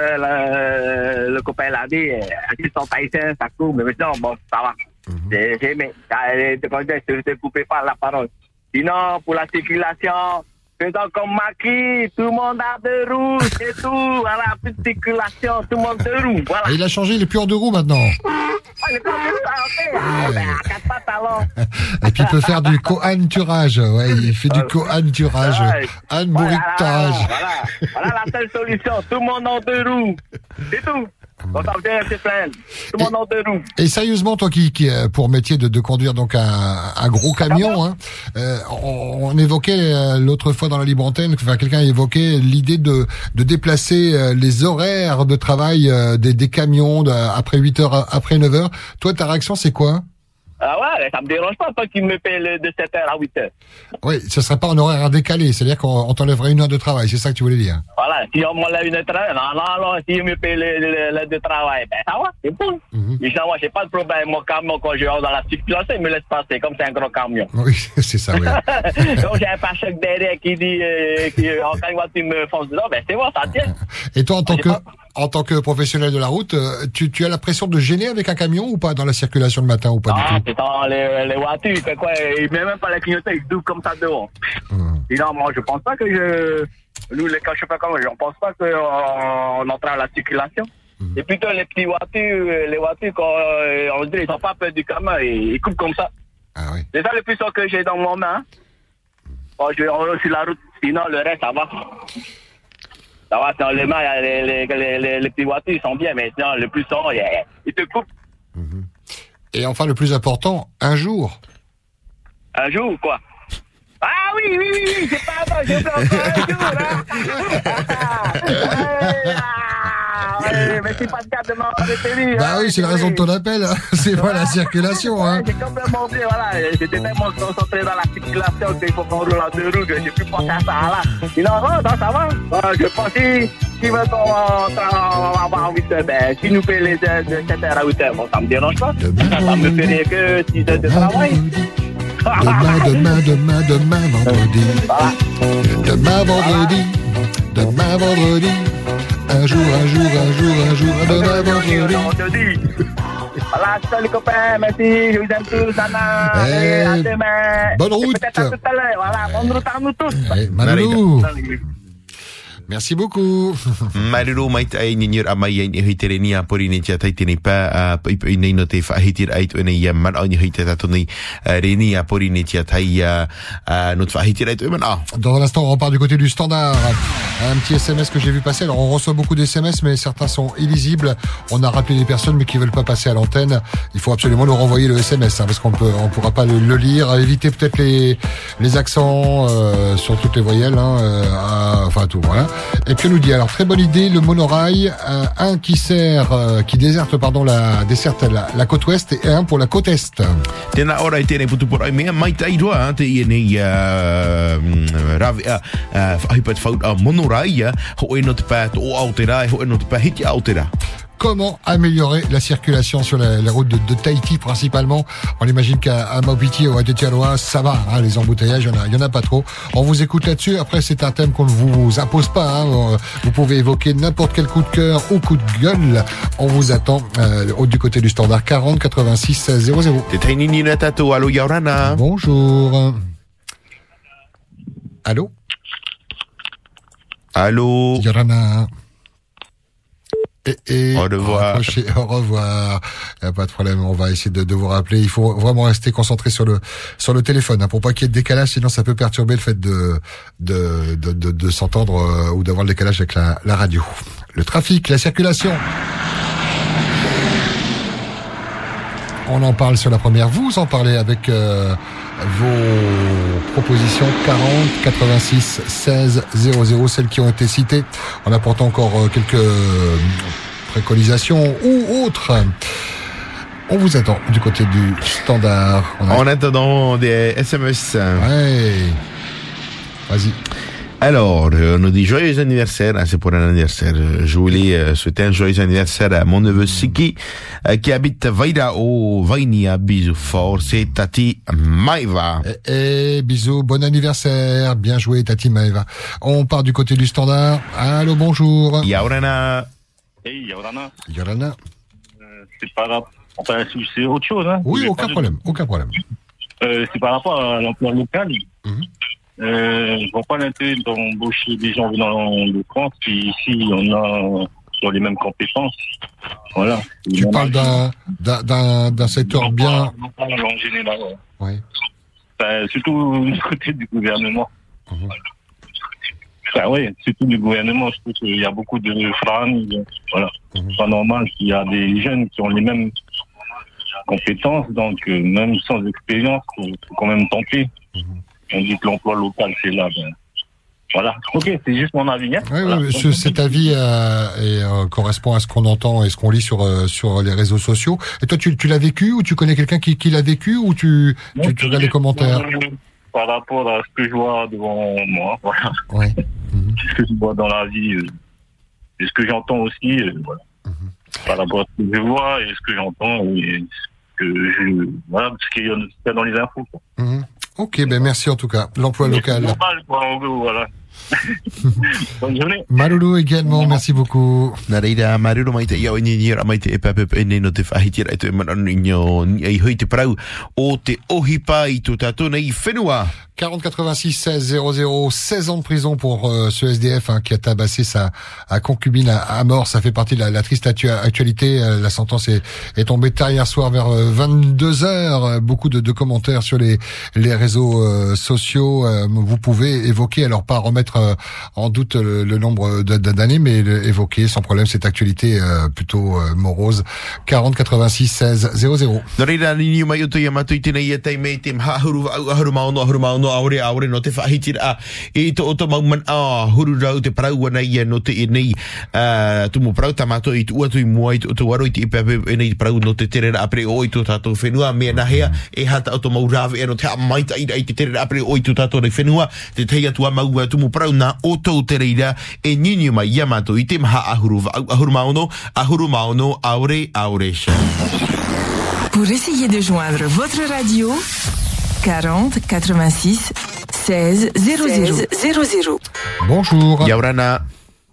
le, le copain l'a dit, ils sont haïtiens, ça coupe, mais maintenant, bon, ça va. Mm-hmm. J'ai, j'ai aimé, je ne te coupais pas la parole. Sinon, pour la circulation, faisons comme Macky, tout le monde a deux roues, c'est tout. Voilà, plus de circulation, tout le monde deux roues. Voilà. Et il a changé, il est plus en deux roues maintenant. Ah, il est plus en deux roues, ok. Ah, ben, à quatre pattes alors. Et puis il peut faire du co-anturage. Ouais, il fait du co-anturage. Un bourritage. Voilà, voilà, voilà la seule solution. Tout le monde en deux roues. C'est tout. On s'en vient, c'est plein. Tout le monde en deux roues. Et sérieusement, toi qui, qui pour métier de, de conduire donc un, un gros camion, hein, euh, on, on évoquait euh, l'autre fois dans la libre antenne, enfin quelqu'un évoquait l'idée de, de déplacer euh, les horaires de travail euh, des, des camions de, après huit heures, après neuf heures. Toi, ta réaction, c'est quoi? Ah ouais, ça me dérange pas, toi qui me paye de sept heures à huit heures. Oui, ce serait pas en horaire décalé, c'est-à-dire qu'on on t'enlèverait une heure de travail, c'est ça que tu voulais dire? Voilà, si on m'enlève une heure de travail, non, non, non, si on me paye l'heure de travail, ben ça va, c'est bon. Mm-hmm. Et ça, moi, j'ai pas de problème, mon camion, quand je rentre dans la circulation, il me laisse passer, comme c'est un gros camion. Oui, c'est ça, oui. Donc j'ai un pare-choc derrière qui dit, euh, qui, en cas où tu me fonces dedans, ben c'est bon, ça tient. Et toi, en tant que... En tant que professionnel de la route, tu, tu as la pression de gêner avec un camion ou pas dans la circulation le matin ou pas ah, du tout? C'est dans les, les voitures, c'est quoi, il met même pas la clignoter, il double comme ça devant. Mmh. Sinon, moi, je pense pas que je, nous, les cas, je sais pas comment, je pense pas qu'on on entrave la circulation. Mmh. Et plutôt les petites voitures, les voitures, quand on dit, ils sont pas peur du camion, ils, ils coupent comme ça. Ah oui. C'est ça le plus sûr que j'ai dans mon main. Quand je roule sur la route, sinon, le reste, ça va. Ça va, dans les mains, les, les, les, les, les petites voitures, ils sont bien, mais sinon, le plus souvent, ils te coupent. Mmh. Et enfin, le plus important, un jour. Un jour, quoi? Ah oui, oui, oui, oui, c'est pas bon, j'ai pas encore un jour, hein. Ouais, mais c'est pas le cas de m'avoir retenu. Bah hein, oui, c'est la raison de ton appel. C'est pas la circulation, hein. J'ai complètement oublié, voilà. J'étais tellement concentré dans la circulation qu'il faut qu'on roule en deux roues que j'ai plus pensé à ça, là. Sinon, non, non, ça va. Euh, je pense que si veut qu'on va avoir huit heures, ben, si nous paye les heures de sept heures à huit heures, bon, ça me dérange pas. Ça, ça me fait rien que six heures de travail. Demain, demain, demain, demain, vendredi. Voilà. Demain, vendredi. Demain, vendredi. Un jour, un jour, un jour, un jour, demain, vendredi. Voilà, salut les copains, merci, je vous aime tous, Anna. Allez, à demain. Bonne route. Peut-être à tout à l'heure, voilà, bonne route à nous tous. Hey, Malou. Merci beaucoup. Mariro mai tai ni nyur amai ni hitere ni apori ni tia tai tini pa pa i nei no te fa hitir ait ene ya man au ni hite ta toni reni apori ni tia tai no te fa hitir ait man ah. Dans l'instant, on repart du côté du standard. Un petit S M S que j'ai vu passer. Alors, on reçoit beaucoup d'S M S, mais certains sont illisibles. On a rappelé des personnes, mais qui veulent pas passer à l'antenne. Il faut absolument leur renvoyer le S M S, hein, parce qu'on peut, on pourra pas le, le lire. Éviter peut-être les, les accents, euh, sur toutes les voyelles, hein, euh, à, enfin, tout, voilà. Et puis on nous dit, alors très bonne idée, le monorail, euh, un qui sert, euh, qui déserte, pardon, la desserte la, la côte ouest et un pour la côte est. Tēnā ora i tēnei putu pora i mea, mai tai roa, te i nei rawe a whahipat whaut a monorail, ho e no te pā o Aotearoa, ho e no te pā hiti Aotearoa. Comment améliorer la circulation sur la, la route de, de Tahiti principalement? On imagine qu'à Maupiti ou à Aotearoa, ça va, hein, les embouteillages, il y en a, il y en a pas trop. On vous écoute là-dessus. Après, c'est un thème qu'on ne vous impose pas. Hein. Vous pouvez évoquer n'importe quel coup de cœur ou coup de gueule. On vous attend euh, du côté du standard quarante quatre-vingt-six zéro zéro. Bonjour. Allô? Allô? Yorana. Et, et au revoir. Au revoir. Y a pas de problème. On va essayer de, de vous rappeler. Il faut vraiment rester concentré sur le sur le téléphone, hein, pour pas qu'il y ait de décalage. Sinon, ça peut perturber le fait de de de de, de s'entendre euh, ou d'avoir le décalage avec la, la radio. Le trafic, la circulation. On en parle sur la première. Vous en parlez avec euh, vos propositions quarante, quatre-vingt-six, seize, zéro zéro, celles qui ont été citées, en apportant encore euh, quelques euh, préconisations ou autres. On vous attend du côté du standard. On a... En attendant des S M S. Ouais. Vas-y. Alors, on nous dit joyeux anniversaire, c'est pour un anniversaire. Je voulais souhaiter un joyeux anniversaire à mon neveu Siki, qui habite Vaira au Vainia. Bisous fort, c'est Tati Maeva. Et, et bisous, bon anniversaire, bien joué Tati Maeva. On part du côté du standard. Allô, bonjour. Yaurana. Hey, Yaurana. Yaurana. Euh, c'est pas grave. Enfin, c'est autre chose, hein. Oui, aucun problème, de... aucun problème. Euh, c'est par rapport à l'emploi local. Mm-hmm. Euh, je vois pas l'intérêt d'embaucher des gens venant de France, puis ici, on a sur les mêmes compétences. Voilà. Tu parles d'un, d'un, d'un, d'un secteur non, bien... Non, pas en général, ouais. Oui. Enfin, surtout du côté du gouvernement. Mmh. Enfin, oui, surtout du gouvernement, je trouve qu'il y a beaucoup de fraudes. Voilà. Mmh. C'est pas normal qu'il y a des jeunes qui ont les mêmes compétences, donc euh, même sans expérience, il faut quand même tenter. Mmh. On dit que l'emploi local, c'est là. Ben, voilà. Ok, c'est juste mon avis. Hein. Oui, voilà. oui, ce, cet avis euh, et, euh, correspond à ce qu'on entend et ce qu'on lit sur euh, sur les réseaux sociaux. Et toi, tu, tu l'as vécu ou tu connais quelqu'un qui, qui l'a vécu ou tu, non, tu, tu regardes les commentaires? Par rapport à ce que je vois devant moi, voilà. Oui. Mm-hmm. Ce que je vois dans la vie euh, et ce que j'entends aussi, euh, voilà. Mm-hmm. Par rapport à ce que je vois et ce que j'entends et ce que je, voilà, ce qu'il y a dans les infos. Quoi. Mm-hmm. Ok, ben merci en tout cas. L'emploi mais local. C'est normal, quoi, en gros, voilà. Bonne journée. Malulu également, merci beaucoup. Nareira Malulu mai te ia ni ni ra mai te epape ene no te whahiti ra te mana nyo ai hui te prau o te ohipa i tu tato nei whenua. quarante, quatre-vingt-six, seize, zéro zéro, seize ans de prison pour euh, ce S D F hein, qui a tabassé sa à concubine à, à mort. Ça fait partie de la, la triste actualité. La sentence est, est tombée tard hier soir vers vingt-deux heures. Beaucoup de, de commentaires sur les, les réseaux euh, sociaux. Euh, vous pouvez évoquer, alors pas remettre euh, en doute le, le nombre d'années, mais le, évoquer sans problème cette actualité euh, plutôt euh, morose. quarante, quatre-vingt-six, seize, zéro zéro. Aure aure no te whahiti a e to o to mauman a huru rau te parau wana ia no te e nei uh, tumu parau tamato i tu ua tui mua i tu o tu waro i te ipepe e nei parau no te tere apre o i tu tato whenua mea na hea e hata o to maurawe e no te amaita i i te tere apre o i tu tato rei whenua te teia tua maua tumu parau na o tau te reira e nini mai ia mato i te maha ahuru ahuru maono ahuru maono aure aure sha. Pour essayer de joindre votre radio quarante, quatre-vingt-six, seize, zéro zéro. Bonjour. Yaurana.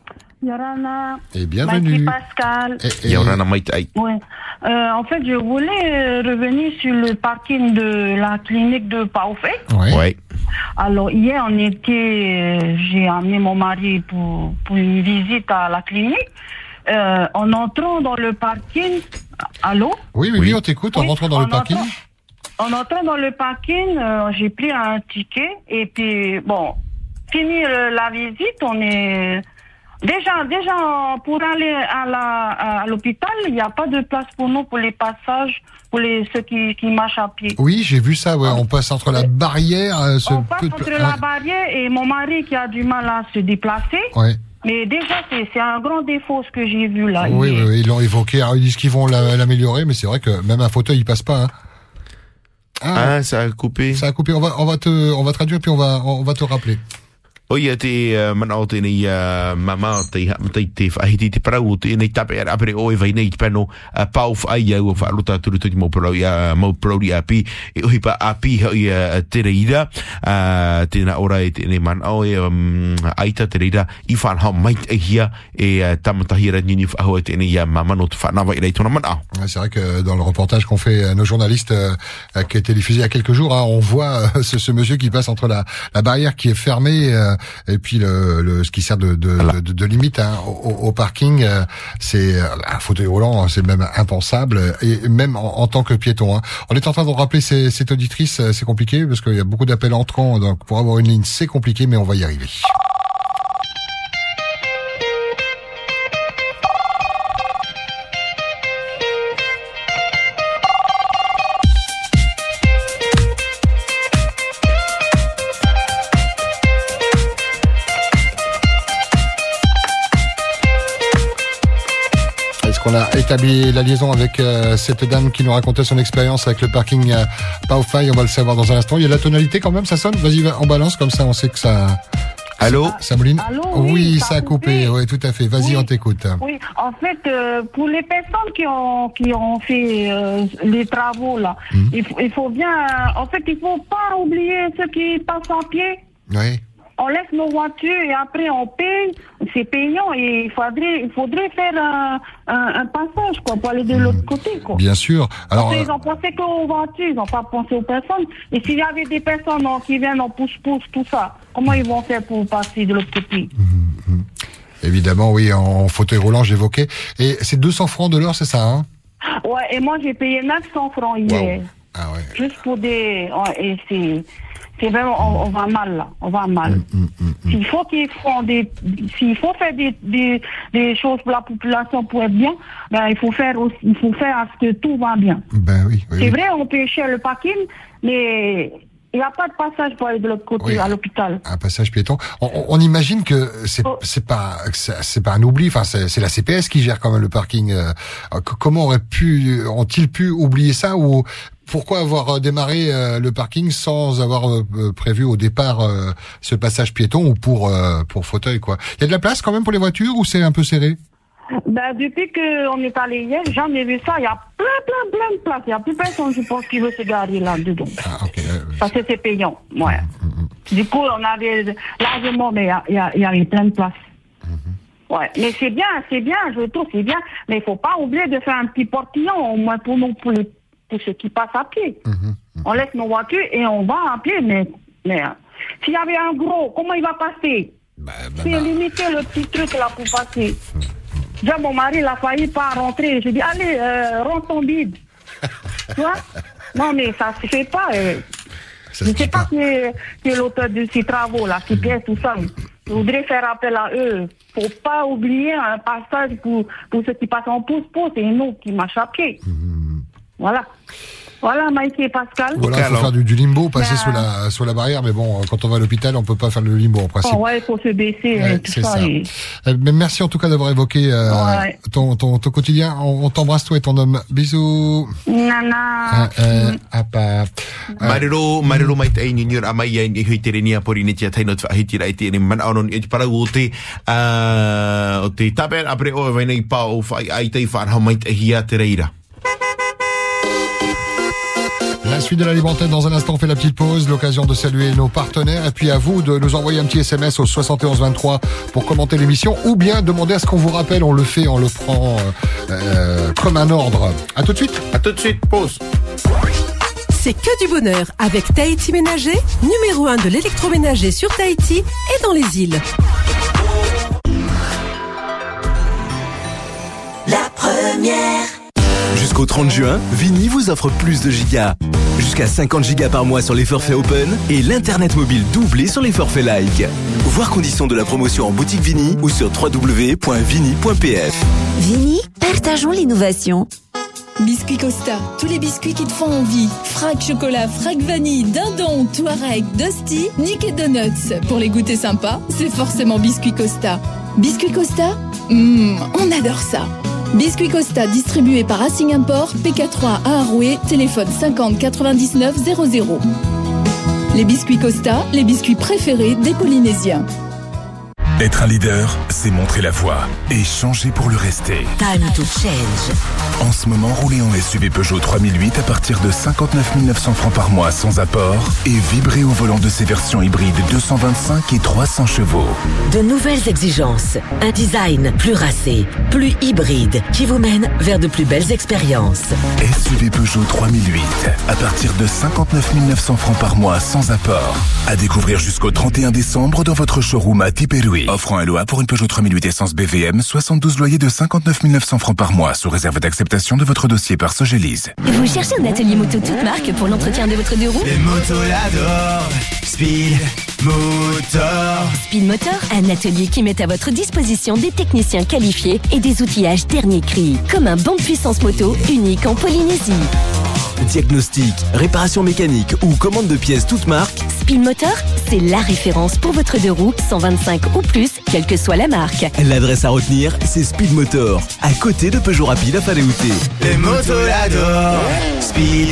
Yorana. Et bienvenue. Pascal. Et, et... Yorana Maïtaï. Oui. Euh, en fait, je voulais revenir sur le parking de la clinique de Paufé. Oui. Ouais. Alors, hier, on était, j'ai amené mon mari pour, pour une visite à la clinique. Euh, en entrant dans le parking, allô? Oui, oui, oui, on t'écoute, en oui, rentrant dans en le parking. Entrant... En entrant dans le parking, euh, j'ai pris un ticket et puis bon, fini euh, la visite, on est déjà déjà pour aller à la à l'hôpital, il n'y a pas de place pour nous pour les passages pour les ceux qui qui marchent à pied. Oui, j'ai vu ça. Ouais, on passe entre la barrière. Euh, ce on passe entre de... la barrière et mon mari qui a du mal à se déplacer. Ouais. Mais déjà, c'est, c'est un grand défaut ce que j'ai vu là. Oui, oui, oui, ils l'ont évoqué. Alors, ils disent qu'ils vont l'améliorer, mais c'est vrai que même un fauteuil, il passe pas. Hein. Ah, ah, ça a coupé. Ça a coupé. On va, on va te, on va traduire puis on va, on va te rappeler. Oia te mana o te nei mama te te te whahiti te parau te nei tape ara apere o e vai nei pano pau whai au whaaluta turu tuki mo parau ia mo parau ia api e ohi pa api ia te reira tēnā ora e te nei mana o e aita te reira i whanhau mai e hia e tamatahira nini whahau te nei mama no te whanawa i rei tona mana. C'est vrai que dans le reportage qu'ont fait nos journalistes qui a été diffusé il y a quelques jours, hein, on voit ce, ce monsieur qui passe entre la, la barrière qui est fermée et puis le, le ce qui sert de de, voilà. de, de, de limite hein, au, au parking, euh, c'est un fauteuil roulant, c'est même impensable, et même en, en tant que piéton. Hein. On est en train de rappeler ces, cette auditrice, c'est compliqué parce qu'il y a beaucoup d'appels entrants, donc pour avoir une ligne, c'est compliqué, mais on va y arriver. On a établi la liaison avec euh, cette dame qui nous racontait son expérience avec le parking euh, Paufai. On va le savoir dans un instant. Il y a la tonalité quand même, ça sonne. Vas-y, on balance comme ça, on sait que ça. Allô, ça, ça mouline. Allô, oui, oui, ça ça a coupé. coupé. Oui, tout à fait. Vas-y, oui. on t'écoute. Oui, en fait, euh, pour les personnes qui ont qui ont fait euh, les travaux là, mmh. il, faut, il faut bien. En fait, il faut pas oublier ceux qui passent en pied. Oui. On laisse nos voitures et après on paye, c'est payant et il faudrait, il faudrait faire un, un, un passage quoi pour aller de l'autre côté quoi. Bien sûr. Alors ils ont pensé qu'aux voitures, ils n'ont pas pensé aux personnes. Et s'il y avait des personnes non, qui viennent en pousse-pousse, tout ça, comment ils vont faire pour passer de l'autre côté? mmh, mmh. Évidemment, oui, en fauteuil roulant, j'évoquais. Et c'est deux cents francs de l'heure, c'est ça, hein? Ouais, et moi j'ai payé neuf cents francs hier. Wow. Ah ouais. Juste pour des, ouais, et c'est. C'est vraiment, on, on va mal là, on va mal. Mmh, mmh, mmh. S'il faut qu'ils font des, s'il faut faire des, des, des choses pour la population pour être bien, ben il faut faire aussi, il faut faire à ce que tout va bien. Ben oui. oui c'est oui. vrai, on paye cher le parking, mais il n'y a pas de passage pour aller de l'autre côté oui. à l'hôpital. Un passage piéton. On, on imagine que c'est, oh. c'est pas, c'est pas un oubli. Enfin, c'est, c'est la C P S qui gère quand même le parking. Comment aurait pu, ont-ils pu oublier ça ou pourquoi avoir démarré euh, le parking sans avoir euh, prévu au départ euh, ce passage piéton ou pour euh, pour fauteuil quoi? Il y a de la place quand même pour les voitures ou c'est un peu serré? Ben depuis qu'on est allé hier, j'en ai vu ça. Il y a plein plein plein de places. Il y a plus personne, je pense, qui veut se garer là dedans. Ah, okay. Parce que c'est payant. Ouais. Mm-hmm. Du coup, on avait largement, mais il y, y, y avait plein de places. Mm-hmm. Ouais. Mais c'est bien, c'est bien. Je trouve c'est bien. Mais il faut pas oublier de faire un petit portillon au moins pour nous pour les pour ceux qui passent à pied. Mmh, mmh. On laisse nos voitures et on va à pied, mais, mais s'il y avait un gros, comment il va passer? bah, bah, C'est bah. limiter le petit truc là pour passer. Mmh. Déjà, mon mari, il a failli pas rentrer. J'ai dit, allez, euh, rentre ton bide. Tu vois? Non, mais ça se fait pas. Euh. Je ne sais pas, pas. Qui, est, qui est l'auteur de ces travaux là, qui pièce tout ça. Je voudrais faire appel à eux. Faut pas oublier un passage pour, pour ceux qui passent en pouce-pouce et nous qui marchent à pied. Mmh. Voilà. Voilà, Maïté et Pascal. Voilà, il faut faire du, du limbo, passer ben... sous la sous la barrière, mais bon, quand on va à l'hôpital, on peut pas faire le limbo en principe. Oh ouais, il faut se baisser, ouais, tout c'est ça. ça. Et... Mais merci en tout cas d'avoir évoqué euh, ouais. ton, ton ton quotidien. On, on t'embrasse toi et ton homme. Bisous. Nana. Euh, apa. Marilo marilo mai te ni ni amai ai ni hui tere ni apori ni tia taino tfa hiti rai te ni man anon e para o te a o te tape apre o vai nei pa o fai ai te fa ha mai te hia te reira. La suite de la libre antenne dans un instant, on fait la petite pause, l'occasion de saluer nos partenaires et puis à vous de nous envoyer un petit S M S au soixante et onze vingt-trois pour commenter l'émission ou bien demander à ce qu'on vous rappelle, on le fait, on le prend euh, comme un ordre. À tout de suite. À tout de suite, pause. C'est que du bonheur avec Tahiti Ménager, numéro un de l'électroménager sur Tahiti et dans les îles. La première. Jusqu'au trente juin, Vini vous offre plus de gigas. Jusqu'à cinquante gigas par mois sur les forfaits Open et l'internet mobile doublé sur les forfaits Like. Voir conditions de la promotion en boutique Vini ou sur w w w point vini point p f. Vini, partageons l'innovation. Biscuit Costa, tous les biscuits qui te font envie. Frac chocolat, frac vanille, dindon, Touareg, Dusty, Nick et Donuts. Pour les goûter sympas, c'est forcément Biscuit Costa. Biscuit Costa, mmh, on adore ça. Biscuit Costa distribué par Racing Import, P K trois à Arouet, téléphone cinquante quatre-vingt-dix-neuf zéro zéro. Les biscuits Costa, les biscuits préférés des Polynésiens. Être un leader, c'est montrer la voie et changer pour le rester. Time to change. En ce moment, roulez en S U V Peugeot trois mille huit à partir de cinquante-neuf mille neuf cents francs par mois sans apport et vibrez au volant de ces versions hybrides deux cent vingt-cinq et trois cents chevaux. De nouvelles exigences, un design plus racé, plus hybride, qui vous mène vers de plus belles expériences. S U V Peugeot trois mille huit à partir de cinquante-neuf mille neuf cents francs par mois sans apport. À découvrir jusqu'au trente et un décembre dans votre showroom à Tiperui. Offrant un L O A pour une Peugeot trois mille huit essence B V M, soixante-douze loyers de cinquanteneuf mille neuf cents francs par mois sous réserve d'acceptation de votre dossier par Sogélise. Vous cherchez un atelier moto toute marque pour l'entretien de votre deux roues? Les motos l'adorent. Speed Motor. Speed Motor, un atelier qui met à votre disposition des techniciens qualifiés et des outillages dernier cri, comme un banc de puissance moto unique en Polynésie. Diagnostic, réparation mécanique ou commande de pièces toute marque, Speed Motor, c'est la référence pour votre deux roues cent vingt-cinq ou plus, quelle que soit la marque. L'adresse à retenir, c'est Speed Motor, à côté de Peugeot Rapide à Faleouté. Les motos l'adorent. Speed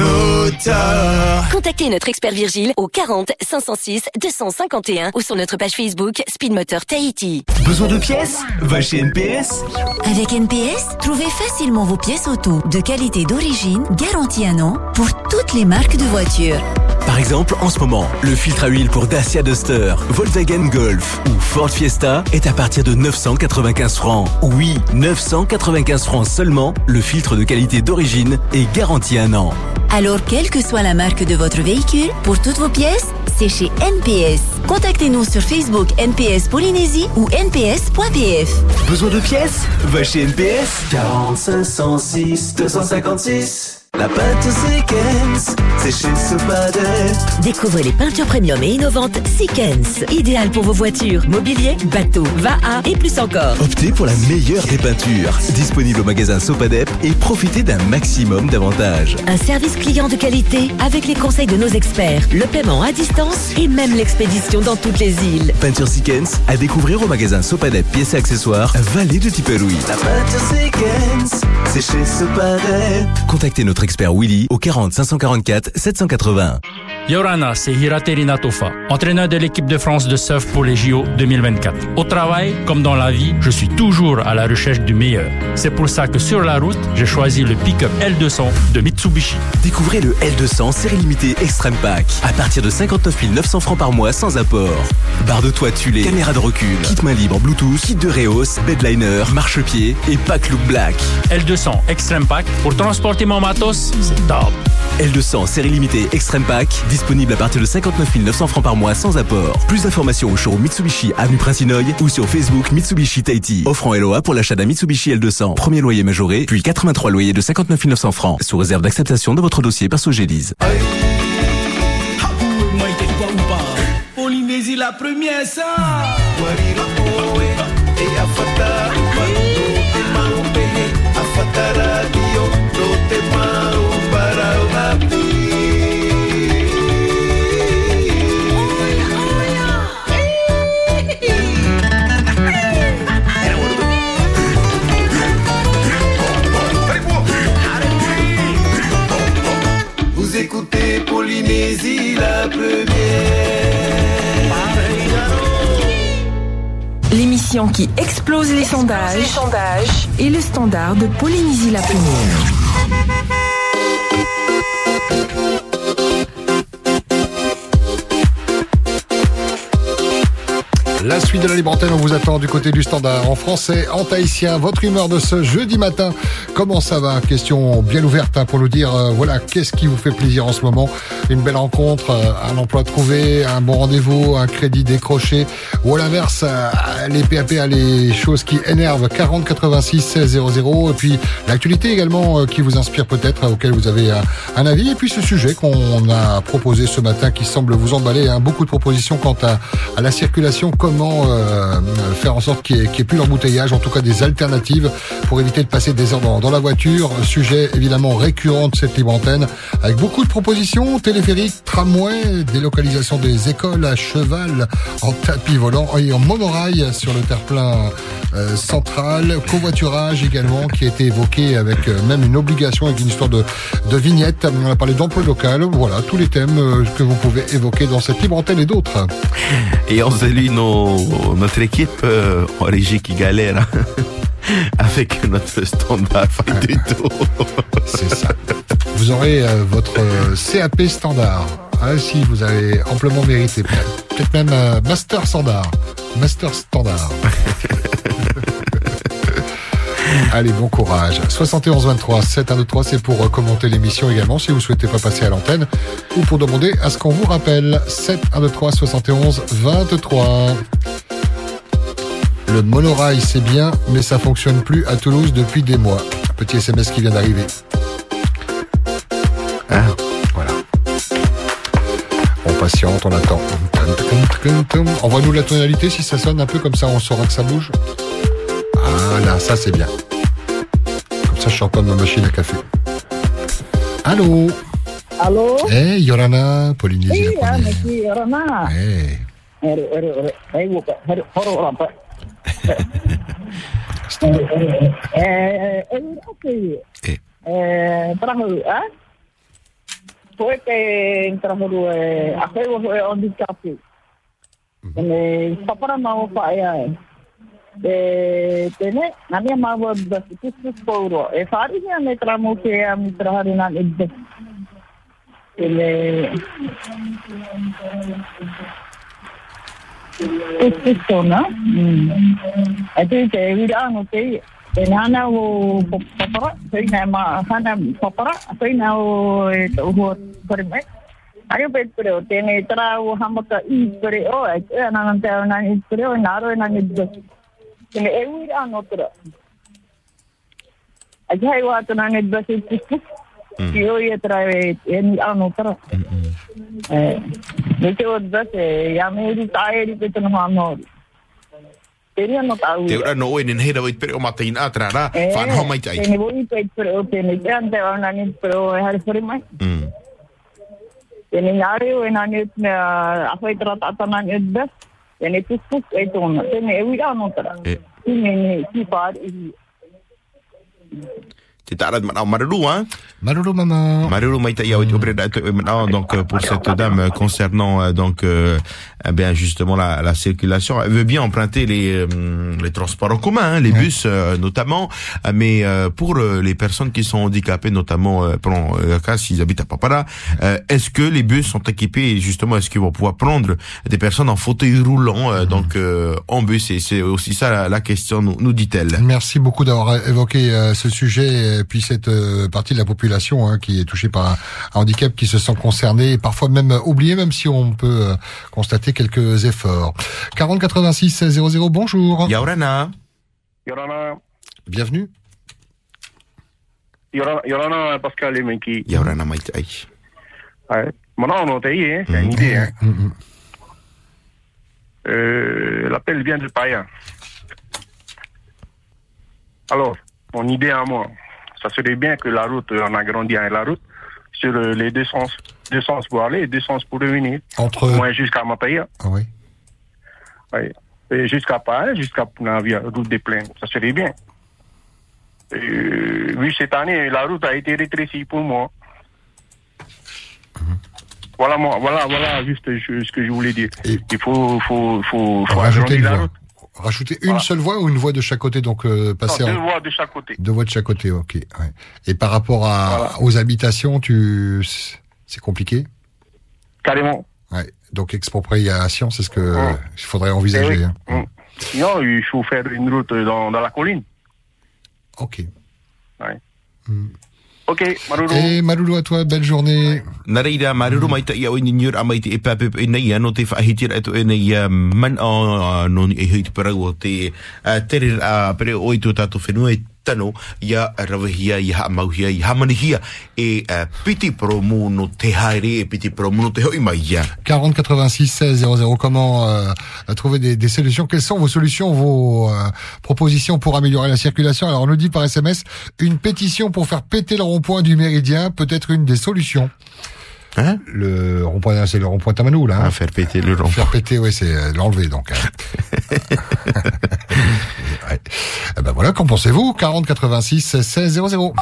Motor. Contactez notre expert Virgile au quarante cinq cent six deux cent cinquante et un ou sur notre page Facebook Speed Motor Tahiti. Besoin de pièces? Va chez N P S. Avec N P S, trouvez facilement vos pièces auto de qualité d'origine, garantie un an, pour toutes les marques de voitures. Par exemple, en ce moment, le filtre à huile pour Dacia Duster, Volkswagen Golf ou Ford Fiesta est à partir de neuf cent quatre-vingt-quinze francs. Oui, neuf cent quatre-vingt-quinze francs seulement, le filtre de qualité d'origine est garanti un an. Alors, quelle que soit la marque de votre véhicule, pour toutes vos pièces, c'est chez N P S. Contactez-nous sur Facebook N P S Polynésie ou n p s point p f. Besoin de pièces? Va chez N P S. quarante cinq cent six deux cent cinquante-six. La peinture Seekens, c'est chez Sopadep. Découvrez les peintures premium et innovantes Seekens, idéales pour vos voitures, mobilier, bateaux, V A A et plus encore. Optez pour la meilleure des peintures, disponible au magasin Sopadep et profitez d'un maximum d'avantages. Un service client de qualité avec les conseils de nos experts, le paiement à distance et même l'expédition dans toutes les îles. Peinture Seekens à découvrir au magasin Sopadep pièces et accessoires, Vallée de Tiperui. La peinture Seekens, c'est chez Sopadep. Contactez notre expert Willy au quarante cinq cent quarante-quatre sept cent quatre-vingts. Yorana, c'est Hiraterina Tofa, entraîneur de l'équipe de France de surf pour les J O deux mille vingt-quatre. Au travail, comme dans la vie, je suis toujours à la recherche du meilleur. C'est pour ça que sur la route, j'ai choisi le pick-up L deux cents de Mitsubishi. Découvrez le L deux cents série limitée Extreme Pack à partir de cinquante-neuf mille neuf cents francs par mois sans apport. Barre de toit tuilé, caméra de recul, kit main libre Bluetooth, kit de Reos, bedliner, marchepied et pack look black. L deux cents Extreme Pack, pour transporter mon matos, c'est top. L deux cents série limitée Extreme Pack, disponible à partir de cinquante-neuf mille neuf cents francs par mois sans apport. Plus d'informations au showroom Mitsubishi avenue Prince-Inoy ou sur Facebook Mitsubishi Tahiti. Offrant L O A pour l'achat d'un Mitsubishi L deux cents. Premier loyer majoré, puis quatre-vingt-trois loyers de cinquante-neuf mille neuf cents francs. Sous réserve d'acceptation de votre dossier par Sogélise. Polynésie la première ça. Vous écoutez Polynésie la première. L'émission qui explose les sondages, les sondages et le standard de Polynésie la première. La suite de la Libre Antenne, on vous attend du côté du standard en français, en tahitien. Votre humeur de ce jeudi matin, comment ça va? Question bien ouverte hein, pour nous dire, euh, voilà, qu'est-ce qui vous fait plaisir en ce moment? Une belle rencontre, euh, un emploi trouvé, un bon rendez-vous, un crédit décroché, ou à l'inverse, euh, les P A P, les choses qui énervent. Quarante quatre-vingt-six seize zéro zéro. Et puis l'actualité également euh, qui vous inspire peut-être, euh, auquel vous avez euh, un avis. Et puis ce sujet qu'on a proposé ce matin qui semble vous emballer. Hein, beaucoup de propositions quant à, à la circulation. Comment euh, faire en sorte qu'il n'y ait, qu'il y ait plus d'embouteillage, en tout cas des alternatives pour éviter de passer des heures dans, dans la voiture. Sujet évidemment récurrent de cette Libre Antenne, avec beaucoup de propositions, téléphérique, tramway, délocalisation des écoles à cheval, en tapis volant et en monorail sur le terre-plein euh, central, covoiturage également qui a été évoqué avec euh, même une obligation, avec une histoire de, de vignette. On a parlé d'emploi local, voilà tous les thèmes euh, que vous pouvez évoquer dans cette Libre Antenne et d'autres. Et on salue nos nos, notre équipe euh, en régie qui galère hein, avec notre standard Faiteto. C'est ça. Vous aurez euh, votre euh, C A P standard. Ah si, vous avez amplement mérité. Peut-être même euh, Master Standard. Master Standard. Allez, bon courage. soixante et onze vingt-trois, sept un deux trois, c'est pour commenter l'émission également si vous souhaitez pas passer à l'antenne ou pour demander à ce qu'on vous rappelle. sept un deux trois, soixante et onze vingt-trois. Le monorail, c'est bien, mais ça fonctionne plus à Toulouse depuis des mois. Petit S M S qui vient d'arriver. Hein, voilà. On patiente, on attend. Envoie-nous la tonalité si ça sonne un peu comme ça, on saura que ça bouge. Voilà, ça c'est bien. Comme ça, je sors pas de ma machine à café. Allô? Allô? Hey, Yorana, Polynésie hey, la première. Hey, Yorana. Hey. Hey, Eh, eh, trabajo, ¿ah? Fue que trabajo, eh, hago handicapé. Me papara mau faia. Eh, tene, nami mau berpikir sepuluh. Eh, hari ni me tramu ke am terhari nan ide. Ele Itu na. Hmm. Itu ke wira no ke. Nana o papara, sei na ma hana papara, sei na o o perme. Ayo petro, tene tra o hamaka I pere o, e na na te na I pere o na ro na ni do. Tene e wira no tra. Ajai wa to na ni do se tiku. Io ia tra e ni ano tra. Eh, ne te o do se ya me ri tai ri petro no ano. Te ora no en hera wait pero matin atra ra fan ho mai tai. Te voi pe pero te ne ante ana ni pero har for mai. Mm. Te ne ngare o na ni a foi trata ta na ni bes. Te ne tu tu e ton. Te ne e wira no tra. Te ne ki par i C'est à Marulou, hein? Marulou, maman. Marulou, donc, pour cette dame concernant, donc, euh, eh bien, justement, la, la circulation, elle veut bien emprunter les, euh, les transports en commun, hein, les ouais. bus, euh, notamment, mais, euh, pour euh, les personnes qui sont handicapées, notamment, euh, pendant le cas, s'ils habitent à Papara, euh, est-ce que les bus sont équipés, et justement, est-ce qu'ils vont pouvoir prendre des personnes en fauteuil roulant, euh, mmh. donc, euh, en bus? Et c'est aussi ça la, la question, nous, nous dit-elle. Merci beaucoup d'avoir évoqué euh, ce sujet. Et puis cette euh, partie de la population hein, qui est touchée par un, un handicap, qui se sent concernée, et parfois même oubliée, même si on peut euh, constater quelques efforts. quarante quatre-vingt-six zéro zéro, bonjour. Yorana. Yorana. Bienvenue. Yorana, Yorana Pascal et Menki. Yorana Maïtaï. Ouais. Maintenant, on a taillé, hein, c'est une idée. Hein. Mm-hmm. Euh, l'appel vient de Païen. Alors, mon idée à moi, ça serait bien que la route, on agrandit la route sur les deux sens, deux sens pour aller et deux sens pour revenir. Entre... Moi, jusqu'à Mataïa. Ah oui. Oui. Et jusqu'à Païen, jusqu'à la route des plaines. Ça serait bien. Euh, oui, cette année, la route a été rétrécie pour moi. Mm-hmm. Voilà, moi, voilà, voilà, juste ce que je voulais dire. Et il faut, faut, faut, faut rajouter agrandir la voie. route. Rajouter une voilà. seule voie ou une voie de chaque côté, donc euh, passer non, deux en... voies de chaque côté. Deux voies de chaque côté, ok. Ouais. Et par rapport à, voilà. aux habitations, tu, c'est compliqué. Carrément. Ouais. Donc expropriation, c'est ce que ouais. il faudrait envisager. Oui. Hein. Mmh. Non, il faut faire une route dans, dans la colline. Ok. Ouais. Mmh. Ok, Marulu. Et Marulu, à toi, belle journée. Nareira Marulu mai ta ia o ninur amai te epape e nei ano te whahitir ato e nei man o no e hui te parau o te tere a pere o i tu tato whenua e tano ia rawahia i ha mauhia i ha manihia e piti promu no te haere e piti promu no te hoi mai ia. quarante quatre-vingt-six seize zéro zéro, comment euh, trouver des, des solutions? Quelles sont vos solutions, vos euh, propositions pour améliorer la circulation? Alors on nous dit par S M S, une pétition pour faire péter le rond-point du Méridien, peut-être une des solutions. Hein? Le rond-point, c'est le rond-point Tamanou, là. Hein? Ah, faire péter le rond-point. Faire péter, oui, c'est euh, l'enlever, donc. Hein. Ouais. Eh ben voilà, qu'en pensez-vous? quarante quatre-vingt-six seize zéro zéro.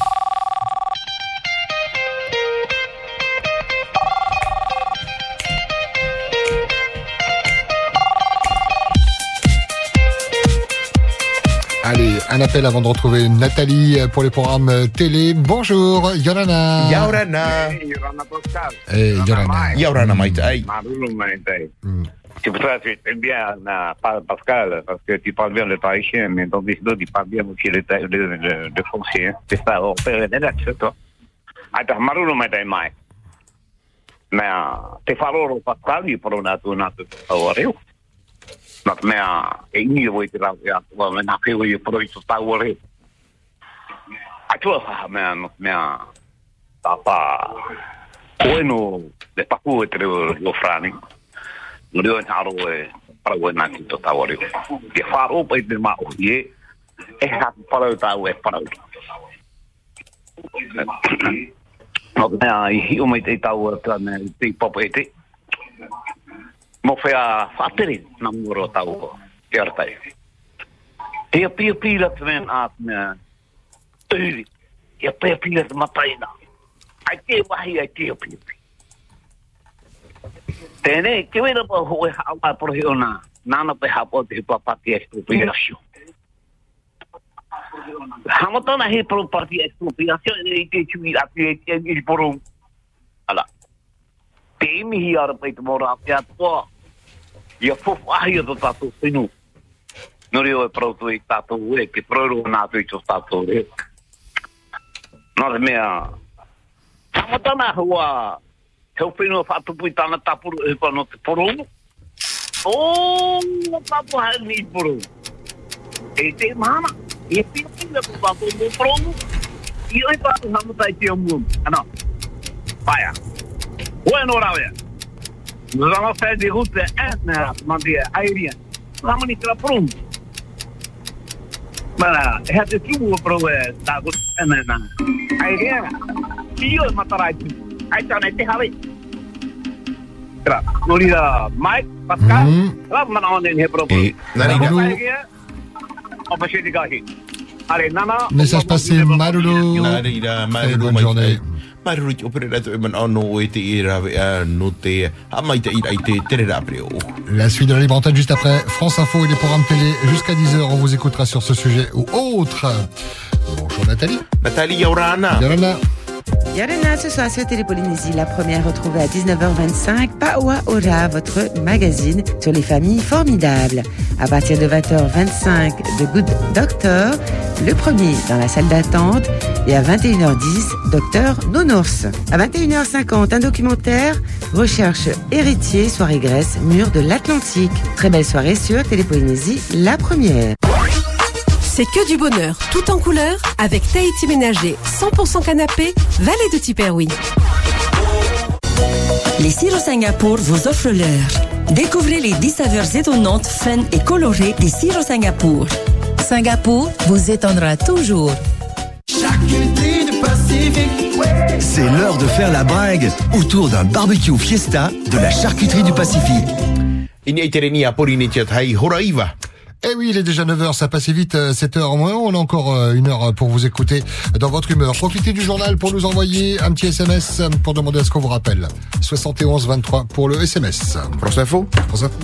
Un appel avant de retrouver Nathalie pour les programmes télé. Bonjour, Yorana. Yorana. Yorana Pascal. Eh, Yorana. Yorana Maïtaï. Marulu Maïtaï. C'est pour ça que j'aime bien Pascal, parce que tu parles bien le tahitien, mais dans des autres, tu parles bien aussi le, le, le, le français. C'est ça, on fait le net, toi. Attends, Marulu Maïtaï Maï. Mais, te farò Pascal, il parle un peu de Tawareo. Mais, il n'y a pas de la vie, mais n'a pas eu de Tawareo. Attends, mais, mais, papa, bueno, de Pacu, entre los franes. Ndio haro e para o nati to tawari ke faro pa de ma o ye e ha para o tawo e para no na i o mai te tawo tana te pop e te mo fe a fateri na muro tawo ke artai e pi pi la tven at na e e pi pi la mataina ai ke wahi ai ke pi Tene, que vera pa ho ha por hiona, nana pe ha po te papa ti expropiación. Hamotona he pro parti expropiación e te chui a ti e por un ala. Te mi hi ar pe te mora ya to. Ia fo ai do tato sinu. No rio e pro tu e tato e que pro na tu e tato e. No me a Hamotona ho eu pino fato puitana tá por para não por um oh papo ali por um e tem mama e tem filha por papo por um e eu papo vamos tá aqui um não vai bueno ahora nós vamos fazer de route na mandia aérea vamos ir para por um mas é de tudo para o da na aérea e eu matar aqui aí tá na terra aí Tra, Florida, Mike, Pascal, lah mana on ini berapa? Nari apa sih dikasih? Allez, Nana. Message passé, Marulu. Nari da Marulu, bonne journée. Marulu, operateur, man ono ete ira noté, amaita ira ite terera apreo. La suite de la libre antenne juste après France Info et les programmes télé jusqu'à dix heures. On vous écoutera sur ce sujet ou autre. Bonjour Nathalie. Nathalie Yorana. Yorana. Yorana, ce soir sur Télé Polynésie, la première retrouvée à dix-neuf heures vingt-cinq, Paoa Ora, votre magazine sur les familles formidables. À partir de vingt heures vingt-cinq, The Good Doctor, le premier dans la salle d'attente, et à vingt et une heures dix, Docteur Nounours. À vingt et une heures cinquante, un documentaire, Recherche héritier, soirée Grèce, mur de l'Atlantique. Très belle soirée sur Télé Polynésie, la première. C'est que du bonheur, tout en couleur, avec Tahiti Ménager, cent pour cent canapé, vallée de Tiperoui. Les sirops Singapour vous offrent l'heure. Découvrez les dix saveurs étonnantes, fun et colorées des sirops Singapour. Singapour vous étonnera toujours. C'est l'heure de faire la bringue autour d'un barbecue fiesta de la charcuterie du Pacifique. Eh oui, il est déjà neuf heures, ça passait vite, sept heures en moins. On a encore une heure pour vous écouter dans votre humeur. Profitez du journal pour nous envoyer un petit S M S pour demander à ce qu'on vous rappelle. soixante et onze vingt-trois pour le S M S. France Info. France Info.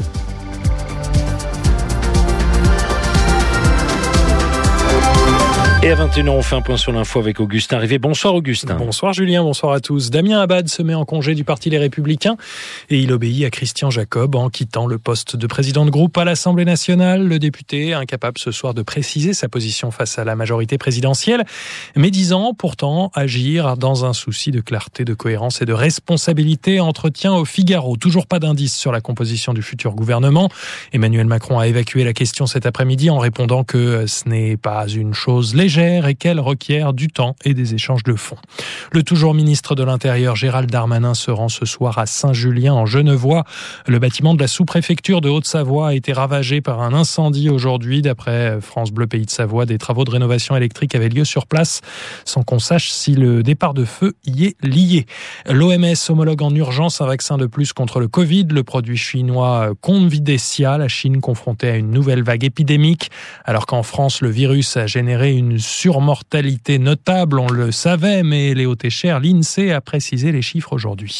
Et à vingt et une heures, on fait un point sur l'info avec Augustin Rivet. Bonsoir Augustin. Bonsoir Julien, bonsoir à tous. Damien Abad se met en congé du Parti Les Républicains et il obéit à Christian Jacob en quittant le poste de président de groupe à l'Assemblée nationale. Le député, incapable ce soir de préciser sa position face à la majorité présidentielle, mais disant pourtant agir dans un souci de clarté, de cohérence et de responsabilité. Entretien au Figaro. Toujours pas d'indice sur la composition du futur gouvernement. Emmanuel Macron a évacué la question cet après-midi en répondant que ce n'est pas une chose légère et qu'elle requiert du temps et des échanges de fonds. Le toujours ministre de l'Intérieur Gérald Darmanin se rend ce soir à Saint-Julien en Genevois. Le bâtiment de la sous-préfecture de Haute-Savoie a été ravagé par un incendie aujourd'hui. D'après France Bleu Pays de Savoie, des travaux de rénovation électrique avaient lieu sur place sans qu'on sache si le départ de feu y est lié. L'O M S homologue en urgence un vaccin de plus contre le Covid. Le produit chinois Convidecia, la Chine confrontée à une nouvelle vague épidémique. Alors qu'en France, le virus a généré une surmortalité notable, on le savait, mais Léo Técher, l'INSEE a précisé les chiffres aujourd'hui.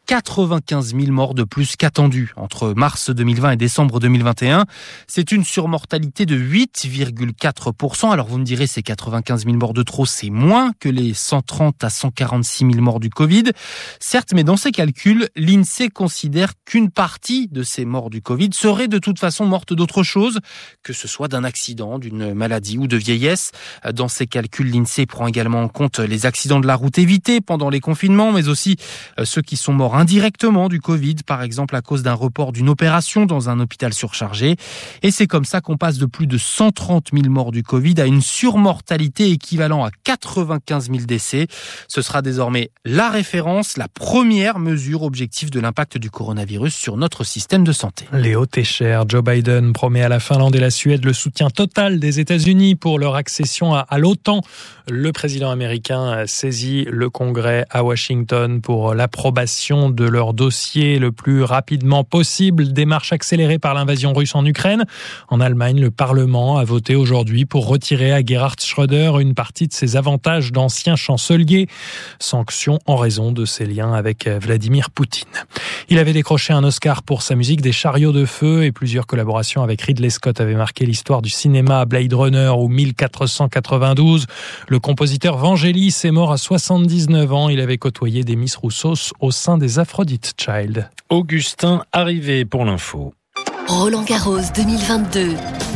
quatre-vingt-quinze mille morts de plus qu'attendu entre mars deux mille vingt et décembre deux mille vingt et un. C'est une surmortalité de huit virgule quatre pour cent. Alors vous me direz, ces quatre-vingt-quinze mille morts de trop, c'est moins que les cent trente à cent quarante-six mille morts du Covid. Certes, mais dans ces calculs, l'INSEE considère qu'une partie de ces morts du Covid seraient de toute façon mortes d'autre chose, que ce soit d'un accident, d'une maladie ou de vieillesse. Dans ces calculs, l'INSEE prend également en compte les accidents de la route évités pendant les confinements, mais aussi ceux qui sont morts indirectement du Covid, par exemple à cause d'un report d'une opération dans un hôpital surchargé. Et c'est comme ça qu'on passe de plus de cent trente mille morts du Covid à une surmortalité équivalent à quatre-vingt-quinze mille décès. Ce sera désormais la référence, la première mesure objective de l'impact du coronavirus sur notre système de santé. Léo Técher, Joe Biden promet à la Finlande et la Suède le soutien total des États-Unis pour leur accession à, à l'OTAN. Le président américain saisit le Congrès à Washington pour l'approbation de leur dossier le plus rapidement possible. Démarche accélérée par l'invasion russe en Ukraine. En Allemagne, le Parlement a voté aujourd'hui pour retirer à Gerhard Schröder une partie de ses avantages d'ancien chancelier. Sanction en raison de ses liens avec Vladimir Poutine. Il avait décroché un Oscar pour sa musique des Chariots de feu et plusieurs collaborations avec Ridley Scott avaient marqué l'histoire du cinéma. Blade Runner ou mille quatre cent quatre-vingt-douze. Le compositeur Vangelis est mort à soixante-dix-neuf ans. Il avait côtoyé Demis Roussos au sein des Aphrodite Child. Augustin, arrivé pour l'info. Roland Garros deux mille vingt-deux.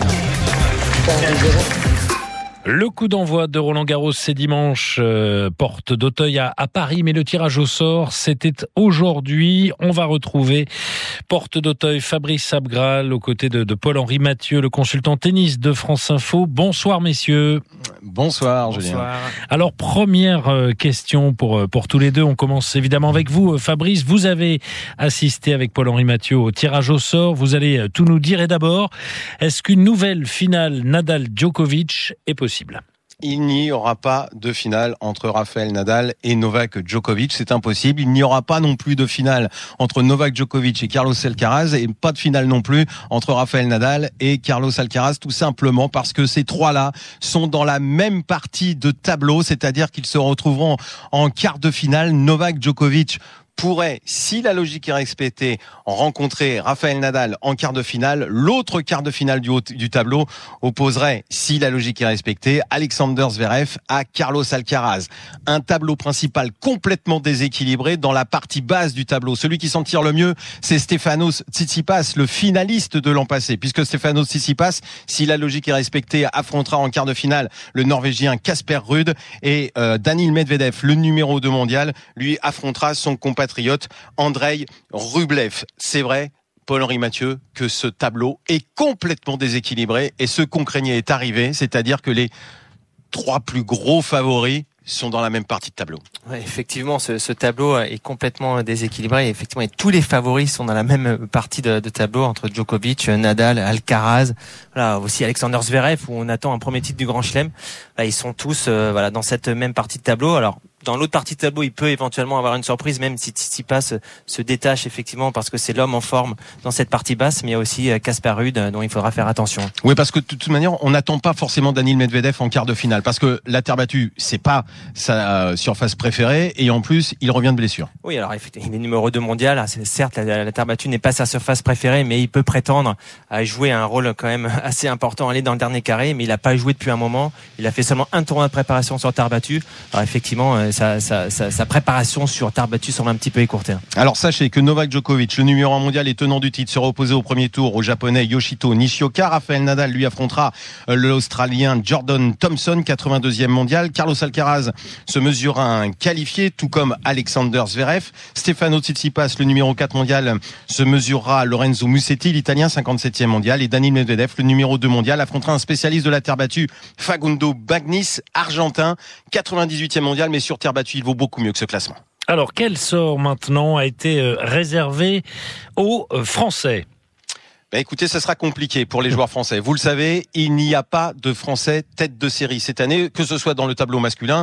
Le coup d'envoi de Roland Garros, c'est dimanche, euh, porte d'Auteuil à, à Paris, mais le tirage au sort, c'était aujourd'hui. On va retrouver porte d'Auteuil, Fabrice Abgral, aux côtés de, de Paul-Henri Mathieu, le consultant tennis de France Info. Bonsoir messieurs. Bonsoir, Julien. Bonsoir. Alors première euh, question pour pour tous les deux. On commence évidemment avec vous, Fabrice. Vous avez assisté avec Paul-Henri Mathieu au tirage au sort. Vous allez euh, tout nous dire. Et d'abord, est-ce qu'une nouvelle finale Nadal-Djokovic est possible ? Il n'y aura pas de finale entre Rafael Nadal et Novak Djokovic, c'est impossible. Il n'y aura pas non plus de finale entre Novak Djokovic et Carlos Alcaraz, et pas de finale non plus entre Rafael Nadal et Carlos Alcaraz, tout simplement parce que ces trois-là sont dans la même partie de tableau, c'est-à-dire qu'ils se retrouveront en quart de finale. Novak Djokovic pourrait, si la logique est respectée, rencontrer Rafael Nadal en quart de finale. L'autre quart de finale du haut du tableau opposerait, si la logique est respectée, Alexander Zverev à Carlos Alcaraz. Un tableau principal complètement déséquilibré dans la partie basse du tableau. Celui qui s'en tire le mieux, c'est Stefanos Tsitsipas, le finaliste de l'an passé, puisque Stefanos Tsitsipas, si la logique est respectée, affrontera en quart de finale le Norvégien Casper Ruud, et euh, Daniil Medvedev, le numéro deux mondial, lui affrontera son compatriote patriote Andrei Rublev. C'est vrai, Paul-Henri Mathieu, que ce tableau est complètement déséquilibré et ce qu'on craignait est arrivé, c'est-à-dire que les trois plus gros favoris sont dans la même partie de tableau. Ouais, effectivement, ce, ce tableau est complètement déséquilibré. Et effectivement, et tous les favoris sont dans la même partie de, de tableau entre Djokovic, Nadal, Alcaraz, voilà, aussi Alexander Zverev où on attend un premier titre du Grand Chelem. Là, ils sont tous euh, voilà dans cette même partie de tableau. Alors dans l'autre partie de tableau, il peut éventuellement avoir une surprise, même si Tsitsipas se, se détache effectivement parce que c'est l'homme en forme dans cette partie basse, mais il y a aussi Casper Ruud dont il faudra faire attention. Oui, parce que de toute manière, on n'attend pas forcément Daniil Medvedev en quart de finale, parce que la terre battue, c'est pas sa euh, surface préférée, et en plus, il revient de blessure. Oui, alors effectivement, il est numéro deux mondial. Certes, la, la terre battue n'est pas sa surface préférée, mais il peut prétendre à jouer un rôle quand même assez important, aller dans le dernier carré, mais il n'a pas joué depuis un moment. Il a fait seulement un tournoi de préparation sur terre battue. Alors effectivement, Sa, sa, sa, sa préparation sur terre battue semble un petit peu écourtée. Alors sachez que Novak Djokovic, le numéro un mondial et tenant du titre, sera opposé au premier tour au japonais Yoshito Nishioka. Rafael Nadal lui affrontera l'Australien Jordan Thompson, quatre-vingt-deuxième mondial. Carlos Alcaraz se mesurera un qualifié, tout comme Alexander Zverev. Stefano Tsitsipas, le numéro quatre mondial, se mesurera à Lorenzo Musetti, l'Italien, cinquante-septième mondial. Et Daniil Medvedev, le numéro deux mondial, affrontera un spécialiste de la terre battue, Facundo Bagnis, argentin, quatre-vingt-dix-huitième mondial, mais sur terre battue, il vaut beaucoup mieux que ce classement. Alors, quel sort maintenant a été réservé aux Français ? Bah écoutez, ça sera compliqué pour les joueurs français. Vous le savez, il n'y a pas de Français tête de série cette année, que ce soit dans le tableau masculin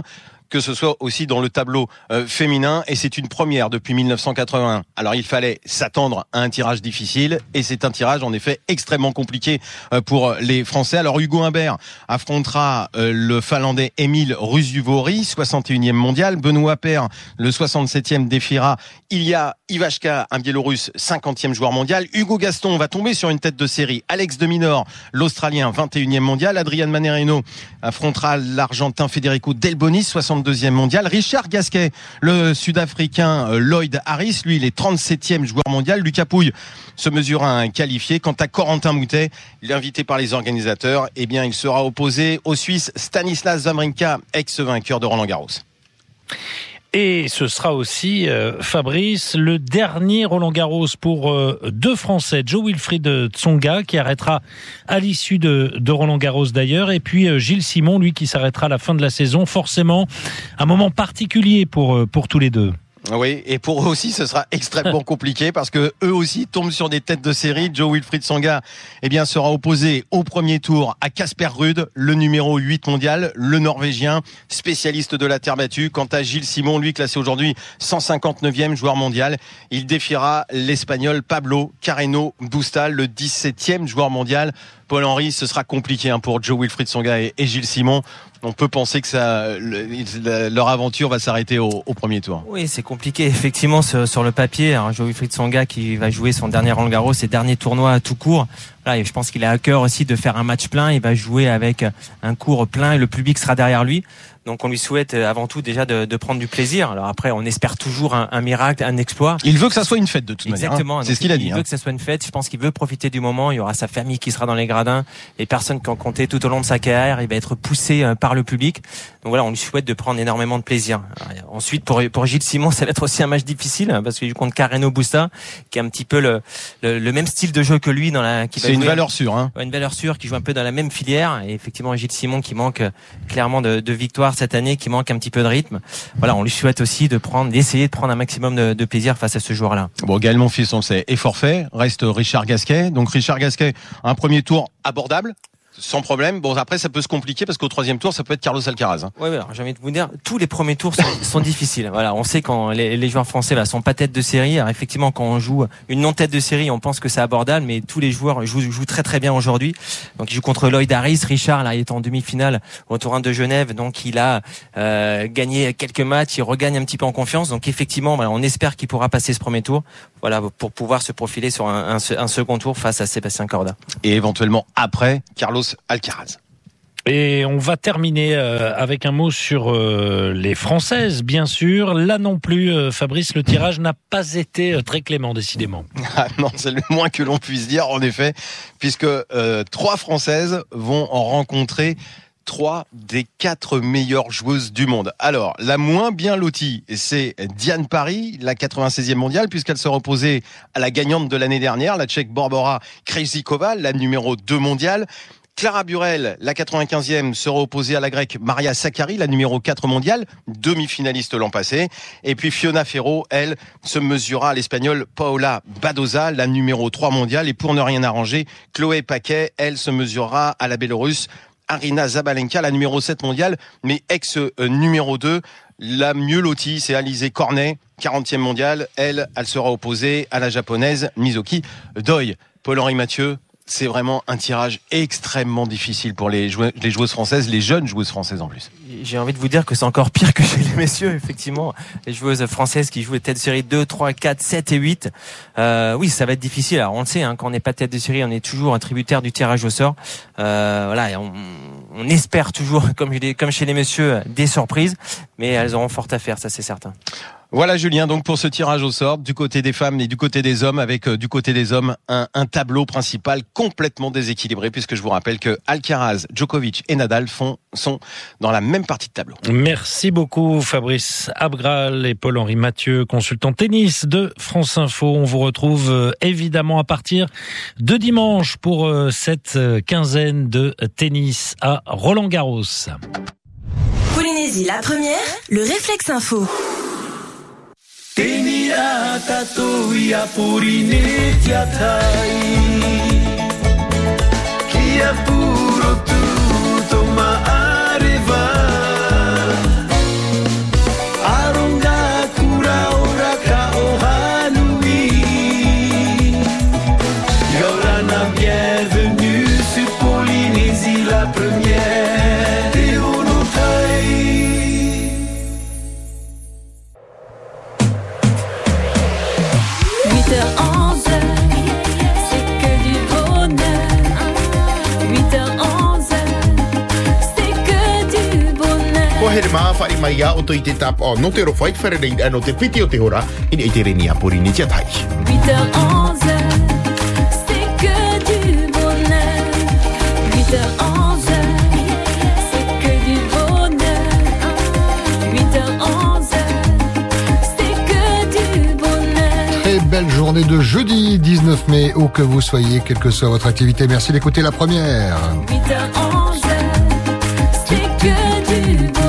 que ce soit aussi dans le tableau euh, féminin, et c'est une première depuis mille neuf cent quatre-vingt-un. Alors il fallait s'attendre à un tirage difficile, et c'est un tirage en effet extrêmement compliqué euh, pour les Français. Alors Hugo Humbert affrontera euh, le Finlandais Emil Rusuvori, soixante et unième mondial. Benoît Paire, le soixante-septième, défiera Ilya Ivashka, un Biélorusse, cinquantième joueur mondial. Hugo Gaston va tomber sur une tête de série. Alex de Minaur, l'Australien, vingt et unième mondial. Adrian Manarino affrontera l'Argentin Federico Delbonis, soixante-deuxième mondial. Richard Gasquet, le Sud-Africain Lloyd Harris, lui il est trente-septième joueur mondial. Lucas Pouille se mesure à un qualifié. Quant à Corentin Moutet, l'invité par les organisateurs, eh bien il sera opposé au Suisse Stanislas Wawrinka, ex-vainqueur de Roland-Garros. Et ce sera aussi, euh, Fabrice, le dernier Roland-Garros pour euh, deux Français, Jo-Wilfried Tsonga qui arrêtera à l'issue de, de Roland-Garros d'ailleurs, et puis euh, Gilles Simon, lui qui s'arrêtera à la fin de la saison. Forcément, un moment particulier pour, euh, pour tous les deux. Oui, et pour eux aussi, ce sera extrêmement compliqué parce que eux aussi tombent sur des têtes de série. Jo-Wilfried Tsonga, eh bien, sera opposé au premier tour à Casper Ruud, le numéro huit mondial, le Norvégien, spécialiste de la terre battue. Quant à Gilles Simon, lui classé aujourd'hui cent cinquante-neuvième joueur mondial, il défiera l'Espagnol Pablo Carreno Busta, le dix-septième joueur mondial. Paul-Henri, ce sera compliqué hein, pour Jo-Wilfried Tsonga et, et Gilles Simon. On peut penser que ça, le, leur aventure va s'arrêter au, au premier tour. Oui, c'est compliqué. Effectivement, sur, sur le papier, hein, Jo-Wilfried Tsonga qui va jouer son dernier Roland-Garros, ses derniers tournois à tout court. Voilà, et je pense qu'il a à cœur aussi de faire un match plein. Il va jouer avec un court plein et le public sera derrière lui. Donc on lui souhaite avant tout déjà de, de prendre du plaisir. Alors après, on espère toujours un, un miracle, un exploit. Il veut que ça soit une fête de toute Exactement. manière. Hein. C'est ce qu'il a dit. Il hein. veut que ça soit une fête. Je pense qu'il veut profiter du moment. Il y aura sa famille qui sera dans les gradins. Les personnes qui ont compté tout au long de sa carrière, il va être poussé par le public. Donc voilà, on lui souhaite de prendre énormément de plaisir. Alors, ensuite, pour, pour Gilles Simon, ça va être aussi un match difficile parce qu'il joue contre Carreno Busta, qui est un petit peu le, le, le même style de jeu que lui. Dans la, qui C'est une valeur sûre. Hein. Une valeur sûre qui joue un peu dans la même filière. Et effectivement, Gilles Simon qui manque clairement de, de victoire cette année, qui manque un petit peu de rythme. Voilà, on lui souhaite aussi de prendre, d'essayer de prendre un maximum de, de plaisir face à ce joueur-là. Bon, Gaël Monfils, on le sait, est forfait. Reste Richard Gasquet. Donc Richard Gasquet, un premier tour abordable. Sans problème. Bon, après, ça peut se compliquer parce qu'au troisième tour, ça peut être Carlos Alcaraz. Hein. Ouais, alors j'ai envie de vous dire, tous les premiers tours sont, sont difficiles. Voilà, on sait quand les, les joueurs français là sont pas tête de série. Alors effectivement, quand on joue une non tête de série, on pense que c'est abordable, mais tous les joueurs jouent, jouent très très bien aujourd'hui. Donc, il joue contre Lloyd Harris. Richard, là, il est en demi-finale au Tour un de Genève, donc il a euh, gagné quelques matchs, il regagne un petit peu en confiance. Donc effectivement, voilà, on espère qu'il pourra passer ce premier tour, voilà, pour pouvoir se profiler sur un, un, un second tour face à Sébastien Corda. Et éventuellement après Carlos Alcaraz. Et on va terminer euh, avec un mot sur euh, les Françaises, bien sûr. Là non plus, euh, Fabrice, le tirage n'a pas été euh, très clément, décidément. Ah non, c'est le moins que l'on puisse dire, en effet, puisque euh, trois Françaises vont en rencontrer trois des quatre meilleures joueuses du monde. Alors, la moins bien lotie, c'est Diane Parry, la quatre-vingt-seizième mondiale, puisqu'elle sera opposée à la gagnante de l'année dernière, la Tchèque Barbora Krejcikova, la numéro deux mondiale. Clara Burel, la quatre-vingt-quinzième, sera opposée à la Grecque Maria Sakkari, la numéro quatre mondiale, demi-finaliste l'an passé. Et puis Fiona Ferro, elle, se mesurera à l'Espagnole Paola Badoza, la numéro trois mondiale. Et pour ne rien arranger, Chloé Paquet, elle, se mesurera à la Biélorusse Arina Zabalenka, la numéro sept mondiale, mais ex-numéro deux. La mieux lotie, c'est Alizé Cornet, quarantième mondiale. Elle, elle sera opposée à la japonaise Mizuki Doi. Paul-Henri Mathieu, c'est vraiment un tirage extrêmement difficile pour les joueuses, les joueuses françaises, les jeunes joueuses françaises en plus. J'ai envie de vous dire que c'est encore pire que chez les messieurs, effectivement. Les joueuses françaises qui jouent les têtes de série deux, trois, quatre, sept et huit. Euh, oui, ça va être difficile. Alors, on le sait, hein, quand on n'est pas tête de série, on est toujours un tributaire du tirage au sort. Euh, voilà, et on, on espère toujours, comme, comme chez les messieurs, des surprises, mais elles auront fort à faire, ça c'est certain. Voilà Julien, donc pour ce tirage au sort, du côté des femmes et du côté des hommes, avec euh, du côté des hommes, un, un tableau principal complètement déséquilibré, puisque je vous rappelle que Alcaraz, Djokovic et Nadal font, sont dans la même partie de tableau. Merci beaucoup Fabrice Abgral et Paul-Henri Mathieu, consultant tennis de France Info. On vous retrouve euh, évidemment à partir de dimanche pour euh, cette euh, quinzaine de tennis à Roland-Garros. Polynésie la première, le réflexe info. Tenia tatuia purinetia tai Kia puro tutto ma arriva heures, onze heures, c'est que du bonheur. huit heures, onze heures, c'est que du bonheur. Ko he maa whai mai a o toi i te tap o no te ro whai whare nei ano te piti o te hora ini i te reni a pori ni tia tai. huit heures, onze heures, c'est que du bonheur. huit heures, onze heures, c'est que du bonheur. huit heures, onze heures, c'est que du bonheur. Très belle journée de jeudi dix-neuf mai, où que vous soyez, quelle que soit votre activité. Merci d'écouter la première. huit heures, onze heures, c'est que du bonheur.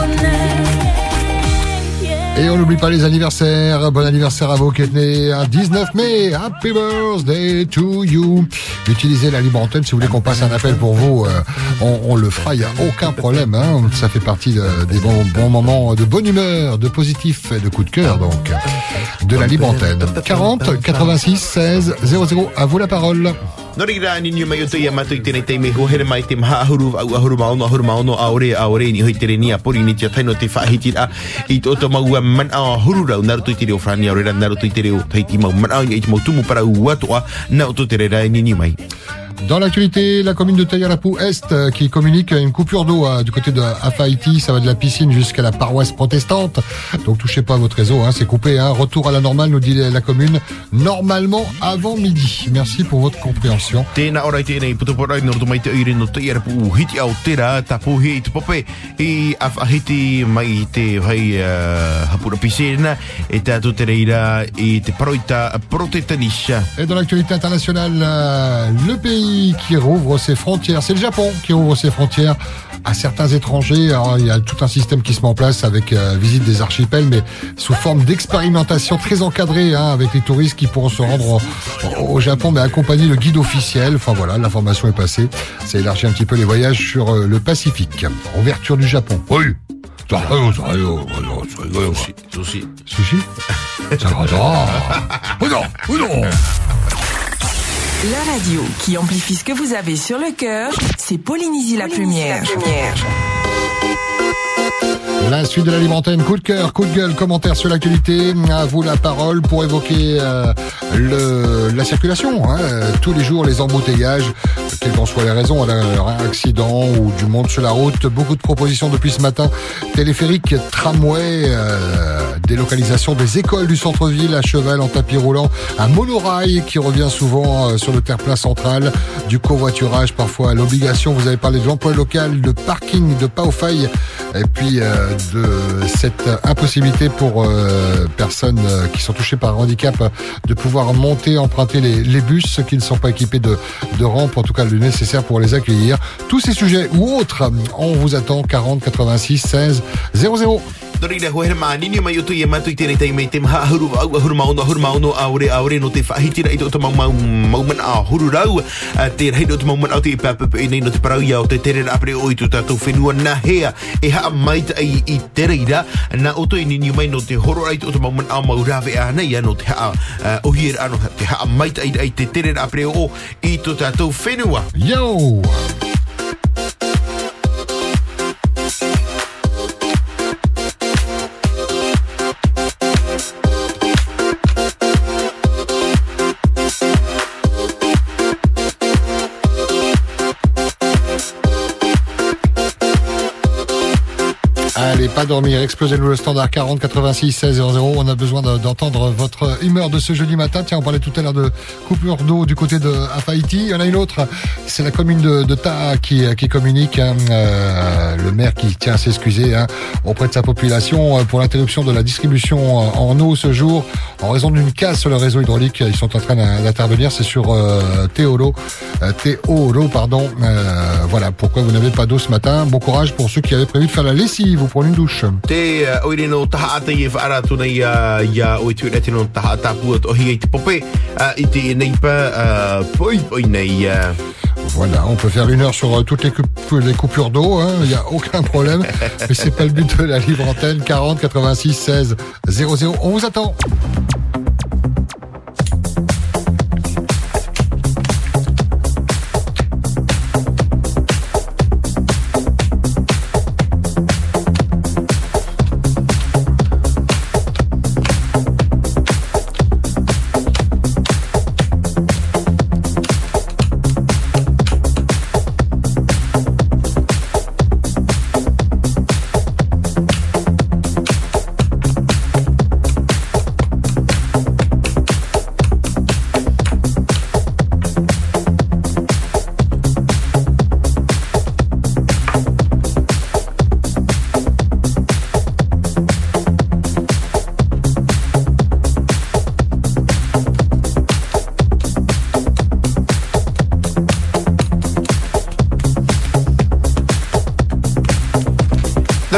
Et on n'oublie pas les anniversaires. Bon anniversaire à vous qui êtes nés un dix-neuf mai. Happy birthday to you. Utilisez la libre antenne si vous voulez qu'on passe un appel pour vous. Euh, on, on le fera, il n'y a aucun problème. Hein. Ça fait partie de, des bons, bons moments de bonne humeur, de positif et de coup de cœur. Donc, de la libre antenne. quarante, quatre-vingt-six, seize, zéro zéro. À vous la parole. Norira ni ni mai o te ia mato i tēnei teime ho here mai te maha ahuru au ahuru maono ahuru maono aore aore ni hoi tere ni a pori ni tia taino te whahiti a i to to maua man a ahuru rau naruto i te reo frani aore naruto i te reo taiti mau man a i te mau tumu para ua toa na o to te rera ni ni mai. Dans l'actualité, la commune de Tayarapou Est euh, qui communique une coupure d'eau euh, du côté de Afaïti, ça va de la piscine jusqu'à la paroisse protestante. Donc touchez pas à votre réseau, hein, c'est coupé. Hein. Retour à la normale, nous dit la commune, normalement avant midi. Merci pour votre compréhension. Tēnā ora i tēnei putupora i norto mai te oire no Tayarapou hiti au tera tapu he i te pope i Afahiti mai te vai hapura piscine et tātou te reira i te paroita protetanisha. Et dans l'actualité internationale, euh, le pays qui rouvre ses frontières, c'est le Japon qui rouvre ses frontières à certains étrangers. Alors, il y a tout un système qui se met en place avec euh, visite des archipels, mais sous forme d'expérimentation très encadrée, hein, avec les touristes qui pourront se rendre au, au Japon, mais accompagner le guide officiel. Enfin voilà, l'information est passée. Ça élargit un petit peu les voyages sur euh, le Pacifique. Ouverture du Japon. Oui. Sushi. Sushi. Sushi. Oh non, oh non. La radio qui amplifie ce que vous avez sur le cœur, c'est Polynésie la Plumière. La suite de la libre antenne, coup de cœur, coup de gueule, commentaire sur l'actualité. À vous la parole pour évoquer euh, le, la circulation. Hein. Tous les jours, les embouteillages, quelles qu'en soient les raisons, un accident ou du monde sur la route. Beaucoup de propositions depuis ce matin. Téléphérique, tramway, euh, délocalisation des écoles du centre-ville à cheval en tapis roulant. Un monorail qui revient souvent euh, sur le terre-plein central. Du covoiturage, parfois l'obligation. Vous avez parlé de l'emploi local, de parking, de pas aux failles. Et puis euh, de cette impossibilité pour euh, personnes euh, qui sont touchées par un handicap euh, de pouvoir monter, emprunter les, les bus qui ne sont pas équipés de, de rampes, en tout cas le nécessaire pour les accueillir. Tous ces sujets ou autres, on vous attend quarante, quatre-vingt-six, seize, zéro zéro. Dorina ho he manini mai o tu e matu i tēnei teime te maha ahuru au ahuru maono ahuru maono aore aore no te whahitira i te o te mau mau mauman a ahuru rau te rei no te mauman au te ipapapu i nei no te parau ia o te tere apre o i tu tātou whenua na hea e haa maita i i te reira na o to i nini mai no te horo ai te o te mauman a mau rawe a nei no te haa ohir ano te haa maita i te tere apre o i tu tātou whenua. Yo! Allez, pas dormir, explosez-nous le standard quarante, quatre-vingt-six, seize, zéro zéro. On a besoin de, d'entendre votre humeur de ce jeudi matin. Tiens, on parlait tout à l'heure de coupure d'eau du côté de Afaïti. Il y en a une autre, c'est la commune de, de Taha qui, qui communique. Hein, euh, le maire qui tient à s'excuser hein, auprès de sa population pour l'interruption de la distribution en eau ce jour en raison d'une casse sur le réseau hydraulique. Ils sont en train d'intervenir. C'est sur euh, Teoro, euh, Teoro, pardon. Euh, voilà pourquoi vous n'avez pas d'eau ce matin. Bon courage pour ceux qui avaient prévu de faire la lessive ou prendre une douche. Te oire no taha ata i whaaratu nei ia o i tuira te no taha ata pua o hi i te pope i te nei pa poi poi nei. Voilà, on peut faire une heure sur toutes les, coup- les coupures d'eau, il hein, n'y a aucun problème. Mais c'est pas le but de la libre antenne. quarante, quatre-vingt-six, seize, zéro zéro. On vous attend.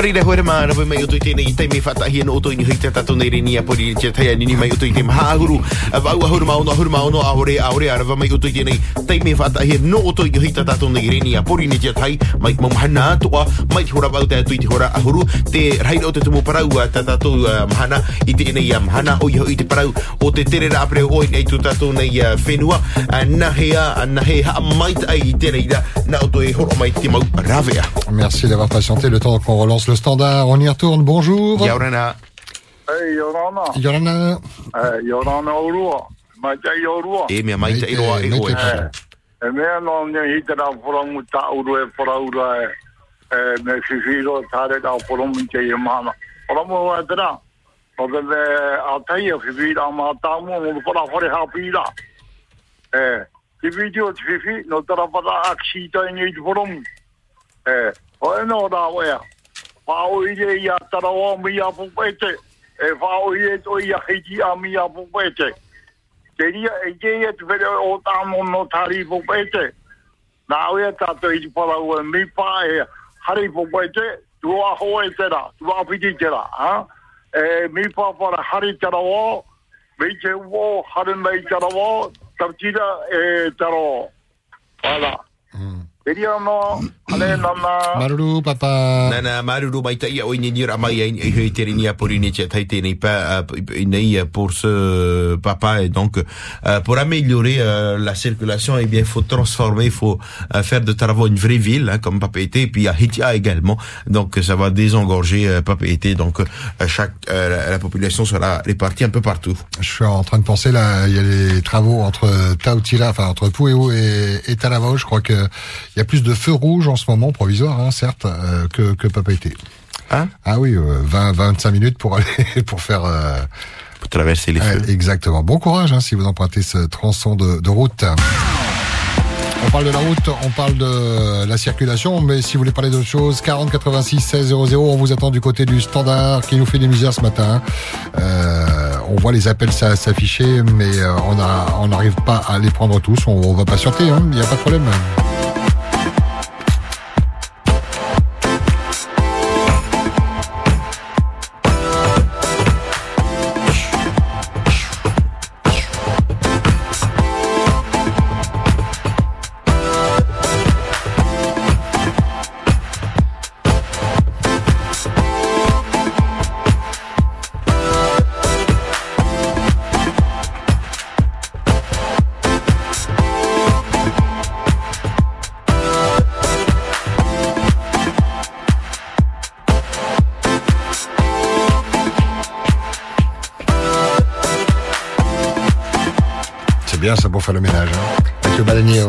Hari dah hore ma rabai mai utu tene i taimi fata hi no utu ni hita tatu nei ni a pori te tai ni mai utu te maha huru va wa huru ma no huru ma no a hore a hore a mai utu tene taimi fata hi no utu ni hita tatu nei ni a pori ni te tai mai mo hana to mai hura ba te tu hura a huru te rai o te tumu parau ta tatu mahana i te nei mahana o i te parau o te tere ra pre o nei tu tatu nei whenua na hea na hea mai ai te nei da na utu e horo mai te mau ravea. Merci d'avoir patienté le temps qu'on relance le standard. On y retourne. Bonjour. Yorana. Hey, Yorana. Yorana. Eh, Yorana urua. Mai tai urua. E mea mai tai roa e o e. E mea no ne hitera porangu ta uru e poraura e. E me fifiro tare da porangu te i mana. Porangu e tera. O te me a tai e fifira ma tamu mo pora hore hapira. E, fifiro te fifi no tera pata aksi tai ni te porangu. E, o e no da wea. Pao ile ia tarawa mi a pupete. E pao ile to ia hiti a mi a pupete. Teria e je e te vere o tamo no tari pupete. Na oia tato i pala ua mi pa e hari pupete. Tu a hoa e tera. Tu a piti tera. Ha? E mi pa para hari tarawa. Mi te uo hari mei tarawa. Taptira e tarawa. Voilà. Teria no, ale nana. Maruru, papa. Nana, maruru, mai tai o ni ra mai ai hei te rini a porini che tai te nei pa nei pour ce papa et donc euh, pour améliorer euh, la circulation et eh bien il faut transformer, il faut euh, faire de Taravao une vraie ville hein, comme Papeete, puis à Hitia également. Donc ça va désengorger euh, Papeete, donc euh, chaque euh, la, la population sera répartie un peu partout. Je suis en train de penser là, il y a les travaux entre Tautira, enfin entre Pueo et, et Taravao, je crois que il y a plus de feux rouges en ce moment, provisoire, hein, certes, euh, que, que Papeete. Hein? Ah oui, euh, vingt à vingt-cinq minutes pour aller, pour faire, euh, pour traverser les feux. Euh, exactement. Bon courage, hein, si vous empruntez ce tronçon de, de route. On parle de la route, on parle de la circulation, mais si vous voulez parler d'autre chose, quarante quatre-vingt-six seize zéro zéro, on vous attend du côté du standard qui nous fait des misères ce matin. Euh, on voit les appels s'afficher, mais on a, on n'arrive pas à les prendre tous. On, on va patienter, hein, il n'y a pas de problème. Bien ça pour faire le ménage, hein. Avec le baleinier.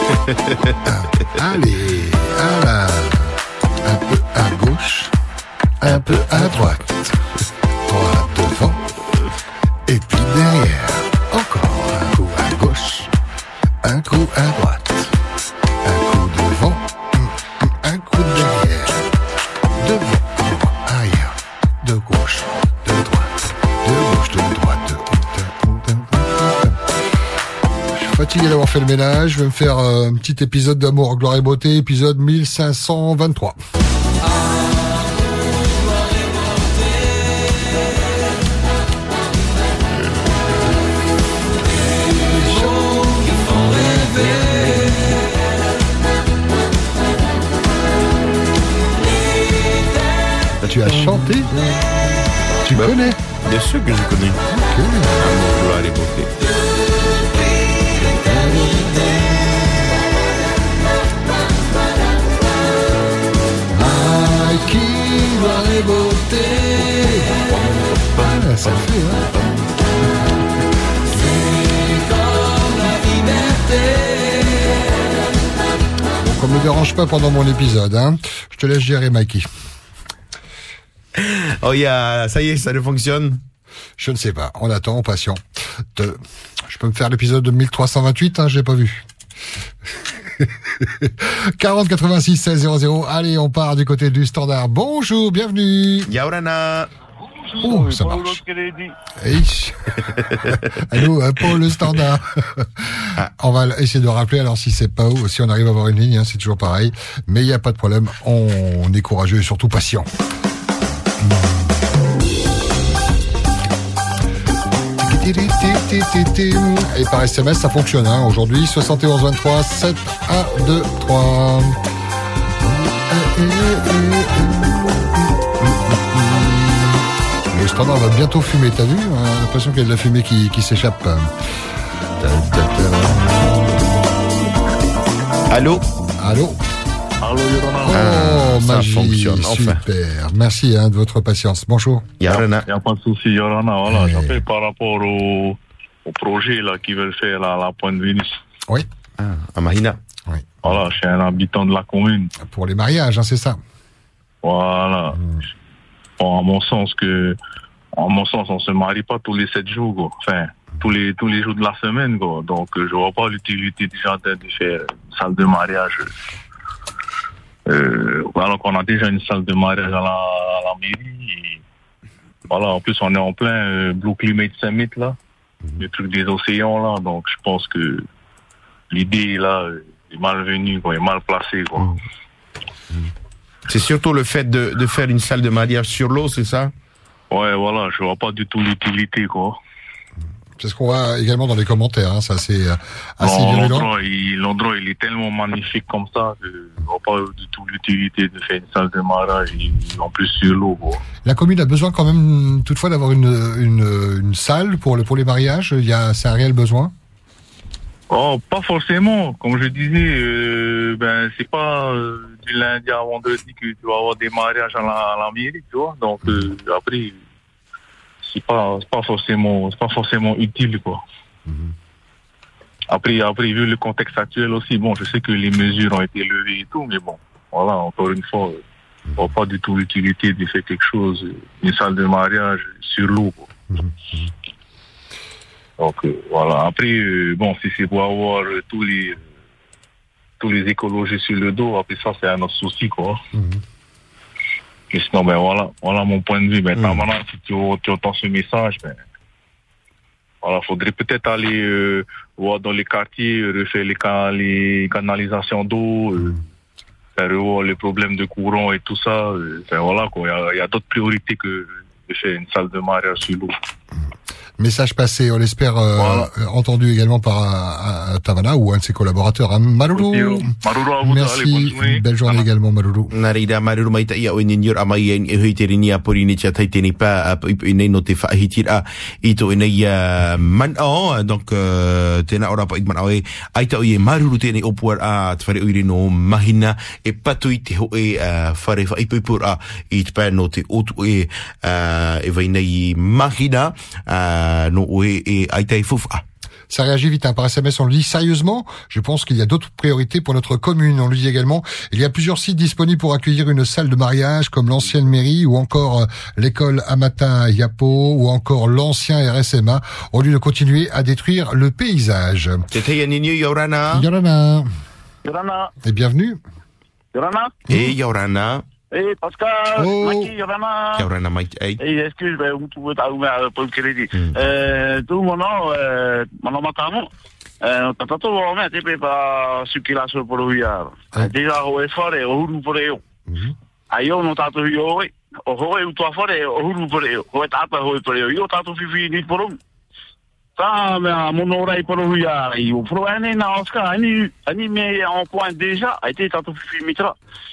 Allez, voilà. Un peu à gauche, un peu à droite. Droite devant, et puis derrière. Encore un coup à gauche, un coup à droite. Un coup devant, un coup derrière. Devant, arrière, de gauche, de droite, de gauche, de droite. Fatigué d'avoir fait le ménage, je vais me faire un petit épisode d'amour, gloire et beauté, épisode mille cinq cent vingt-trois. Tu as chanté? Tu bah, connais? Bien sûr que je connais. Okay. Amour, gloire et beauté. Qui gloire et beauté. Ah, ça le fait, hein. C'est comme la liberté. Bon, qu'on me dérange pas pendant mon épisode, hein. Je te laisse gérer, Mikey. Oh, yeah, ça y est, ça ne fonctionne. Je ne sais pas. On attend, on patient. De... Je peux me faire l'épisode de mille trois cent vingt-huit, hein, je l'ai pas vu. quarante quatre-vingt-six seize zéro zéro. Allez, on part du côté du standard. Bonjour, bienvenue. Yaurana. Oh, ça marche. Hey. Allô, hein, Paul, le standard. On va essayer de rappeler, alors si c'est pas où, si on arrive à avoir une ligne, hein, c'est toujours pareil. Mais il n'y a pas de problème, on, on est courageux et surtout patient. Et par S M S, ça fonctionne, hein. Aujourd'hui, soixante et onze vingt-trois, sept un deux trois. Le standard va bientôt fumer, t'as vu? On a l'impression qu'il y a de la fumée qui, qui s'échappe. Allô? Allô? Allô, Yorana. Oh, ça magie, fonctionne, enfin. super. Merci hein, de votre patience. Bonjour. Yorana. Il n'y a pas de souci, Yorana. Voilà, ouais. J'appelle par rapport au, au projet là qu'ils veulent faire à la Pointe Vénus. Oui. Ah, à Mahina. Oui. Voilà, je suis un habitant de la commune. Pour les mariages, hein, c'est ça. Voilà. Mmh. Bon, à mon sens que, en mon sens, on se marie pas tous les sept jours, quoi. Enfin, tous les tous les jours de la semaine, quoi. Donc, je vois pas l'utilité du jardin de faire une salle de mariage. Euh, alors qu'on a déjà une salle de mariage à la, à la mairie. Et voilà, en plus, on est en plein euh, Blue Climate Summit, là. Mmh. Le truc des océans, là. Donc, je pense que l'idée, là, est malvenue, quoi, est mal placée, quoi. Mmh. Mmh. C'est surtout le fait de, de faire une salle de mariage sur l'eau, c'est ça? Ouais, voilà, je vois pas du tout l'utilité, quoi. C'est ce qu'on voit également dans les commentaires, hein, ça c'est assez non, violent. L'endroit il, l'endroit, il est tellement magnifique comme ça que je vois pas du tout l'utilité de faire une salle de mariage, et en plus sur l'eau, quoi. La commune a besoin quand même, toutefois, d'avoir une, une, une salle pour, le, pour les mariages. Il y a, c'est un réel besoin? Oh, pas forcément. Comme je disais, euh, ben c'est pas euh, du lundi à vendredi que tu vas avoir des mariages à la, à la mairie, tu vois. Donc euh, après, c'est pas c'est pas forcément c'est pas forcément utile, quoi. Mm-hmm. Après après vu le contexte actuel aussi, bon, je sais que les mesures ont été levées et tout, mais bon, voilà, encore une fois, euh, on voit pas du tout l'utilité de faire quelque chose, une salle de mariage sur l'eau, quoi. Mm-hmm. Donc euh, voilà. Après, euh, bon, si c'est pour avoir euh, tous les euh, tous les écologistes sur le dos, après ça c'est un autre souci, quoi. Mmh. Et sinon, ben voilà, voilà mon point de vue. Ben, mmh. Maintenant, si tu, tu entends ce message, ben voilà, faudrait peut-être aller euh, voir dans les quartiers, refaire les, can- les canalisations d'eau, euh, mmh. faire revoir les problèmes de courant et tout ça. Euh, ben voilà, quoi. Il y a, y a d'autres priorités que de faire une salle de mariage sur l'eau. Message passé, on l'espère, euh, voilà. Entendu également par euh, euh, Tavana ou un de ses collaborateurs. Hein. Maruru. Merci. Belle journée également, Maruru. Narida Maruru mai tai o ninyor amai en ehiterini a porini cha tai teni pa ine no te fa hitira ito ine ya man oh donc tena ora pa man ai ai ta o Maruru teni opor a tfare o no Mahina e patui te ho e fare fa ipur a it pa no te otu e e vai nei Mahina no e e ai tai fufa. Ça réagit vite, hein. Par S M S, on le dit sérieusement. Je pense qu'il y a d'autres priorités pour notre commune. On le dit également. Il y a plusieurs sites disponibles pour accueillir une salle de mariage, comme l'ancienne mairie, ou encore euh, l'école Amata Yapo, ou encore l'ancien R S M A, au lieu de continuer à détruire le paysage. Yorana. Yorana. Yorana. Et bienvenue. Yorana. Et Yorana. Eh, Pascal, oh. Maki, Yorana. Yorana, Mike. Eh, excuse, ben, vous pouvez t'allumer pour le crédit. Euh, tout mon nom, euh, mon nom Matamo. Euh, t'as tout le monde, t'es pas circulation pour le yard. Déjà, au effort, au huru pour le Ayo, non, t'as tout yo, oui. Au huru, ou toi, fort, au huru pour le Au t'as huru pour le Yo, t'as tout fifi, ni pour le Ça, mais à mon oreille pour le yard. Au pro, année, non, Oscar, année, année, mais en point déjà, a été t'as tout fifi, mitra.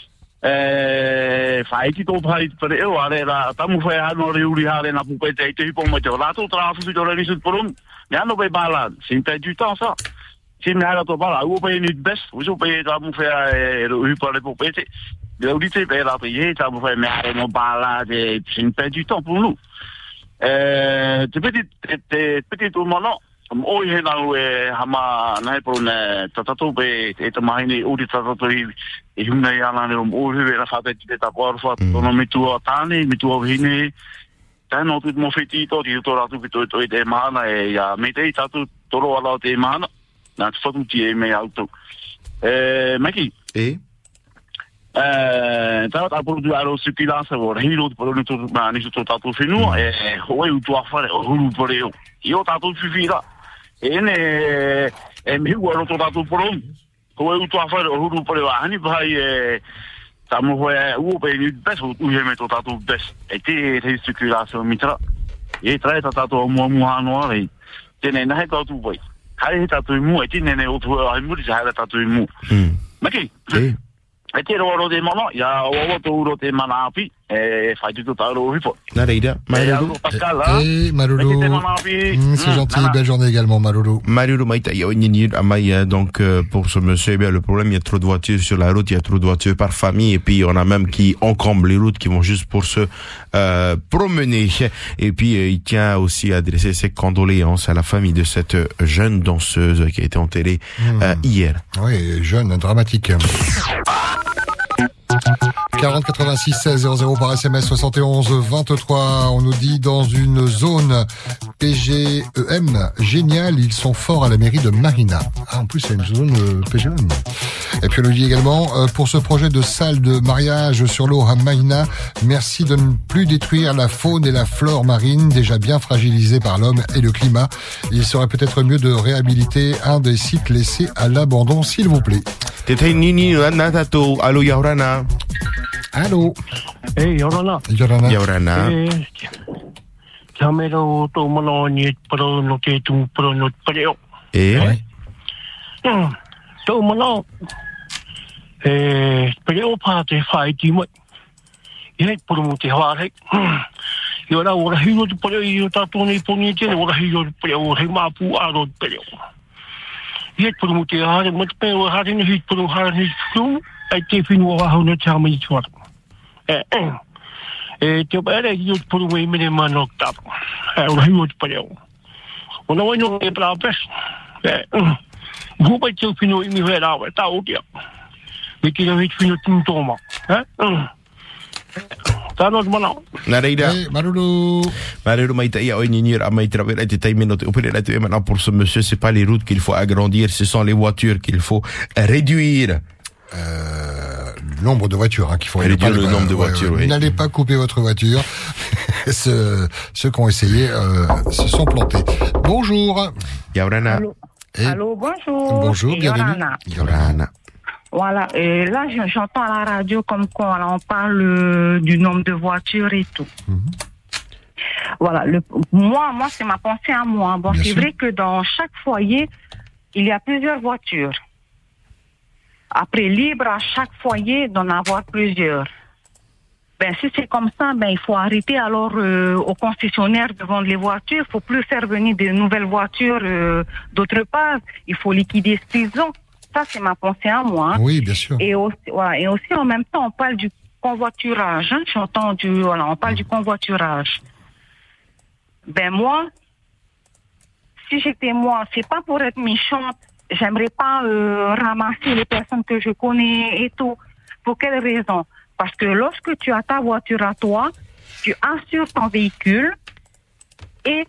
Eh, fai ki tō pai pare eo, are la, tamu whai ano reuri hare na pupe te te hipo mo te o lato tra fusi tō reni sut porum. Me ano pe bala, sin te du temps ça. Sin me hara tō bala, uo pe ni best, uso pe tamu whai e ui pare pupe te. Le uri te pe la pe ye, tamu whai me hare no bala, te sin te du temps pour nous. Eh, te petit, te petit tō mono, oi he nau e hama nai pro ne tatatou pe e te mahine uri tatatou i e huna i ala ne o oi he na whate te tapuaru wha tono mitua tāne, mitua wahine tēnā tūt mo whiti tō ti tō rātu ki tō i te mahana e ia me te i tatu toro ala o te mahana nā te whatuti e me auto. E, Maki? E? Eh, tau ta puru tu aro circulation o hiro puru tu ma ni tu ta tu finu e hoi u tu afare o huru pore o. Io ta tu fifira. E ne e mi u aro tu ta tu puru. Hoi u tu afare o huru pore wa ani bai e ta mo hoi u pe ni bes u ye me tu ta tu bes. E te te circulation mitra. E tra ta ta tu mo mo ano ai. Te ne na he ta tu bai. Hai ta tu mu e te ne ne o tu ai mu ri ha ta tu mu. Maki. Eh. E te roro de mama, ia o o to uro te mana api, e fai tutto taro hipo. Nareida, Maruru. Et Maruru. Mmh, c'est gentil, belle journée également, Maruru. Maruru, Maïta, il y a une minute, Amaï, donc, euh, pour ce monsieur, eh bien, le problème, il y a trop de voitures sur la route, il y a trop de voitures par famille, et puis, on a même qui encombrent les routes, qui vont juste pour se, euh, promener. Et puis, euh, il tient aussi à adresser ses condoléances à la famille de cette jeune danseuse qui a été enterrée, mmh. euh, hier. Oui, jeune, dramatique. quarante quatre-vingt-six seize zéro zéro par S M S soixante et onze vingt-trois. On nous dit dans une zone P G E M génial, ils sont forts à la mairie de Marina. Ah, en plus c'est une zone euh, P G E M. Et puis on nous dit également euh, pour ce projet de salle de mariage sur l'eau à Marina, merci de ne plus détruire la faune et la flore marine déjà bien fragilisée par l'homme et le climat. Il serait peut-être mieux de réhabiliter un des sites laissés à l'abandon, s'il vous plaît. Allô, Yaurana. Allô. Eh, Yaurana. Yaurana. Yaurana. Eh, Kamero to maloni pro no ke tu pro no preo. Eh. To malo. Eh, preo pa te fai ti mo. Ye pro mo te hare. Yo ra ora hiro te preo yo ta to ni poni te ora hiro preo he ma pu aro preo. Ye pro mo te hare mo te preo hare ni hit pro hare ni tu. Ai te finu wa ho no chama i tswa. Eh eh. Eh te pare io puru me me mano tap. Eh o hiu te pare. O no no e pra pes. Eh. Gu pa te finu i mi vera wa ta o dia. Me ki no finu tin toma. Eh. Ta no mana. Nareida. Hey, Marulu. Marulu Maïta, il y a une minute à Maïta, il a été taillé, mais maintenant pour ce monsieur, c'est pas les routes qu'il faut agrandir, ce sont les voitures qu'il faut réduire. Euh, le nombre de voitures hein, qu'il faut réduire le pas, nombre de ouais, voitures. Ouais, oui. N'allez pas couper votre voiture. Ce, ceux qui ont essayé euh, se sont plantés. Bonjour. Yaurana. Allô, Et Allô bonjour. Bonjour, bienvenue. Yorana. Yorana. Voilà, et là j'entends à la radio comme quoi on parle euh, du nombre de voitures et tout. Mm-hmm. Voilà, le, moi, moi c'est ma pensée à moi. Bon, Bien c'est sûr. Vrai que dans chaque foyer, il y a plusieurs voitures. Après, libre à chaque foyer d'en avoir plusieurs. Ben, si c'est comme ça, ben, il faut arrêter alors euh, aux concessionnaires de vendre les voitures. Il faut plus faire venir de nouvelles voitures euh, d'autre part. Il faut liquider ce qu'ils ont. Ça, c'est ma pensée à moi. Hein. Oui, bien sûr. Et aussi, voilà, et aussi, en même temps, on parle du convoiturage. Hein. J'entends du, voilà, on parle du convoiturage. Ben, moi, si j'étais moi, c'est pas pour être méchante. J'aimerais pas euh, ramasser les personnes que je connais et tout. Pour quelle raison? Parce que lorsque tu as ta voiture à toi, tu assures ton véhicule et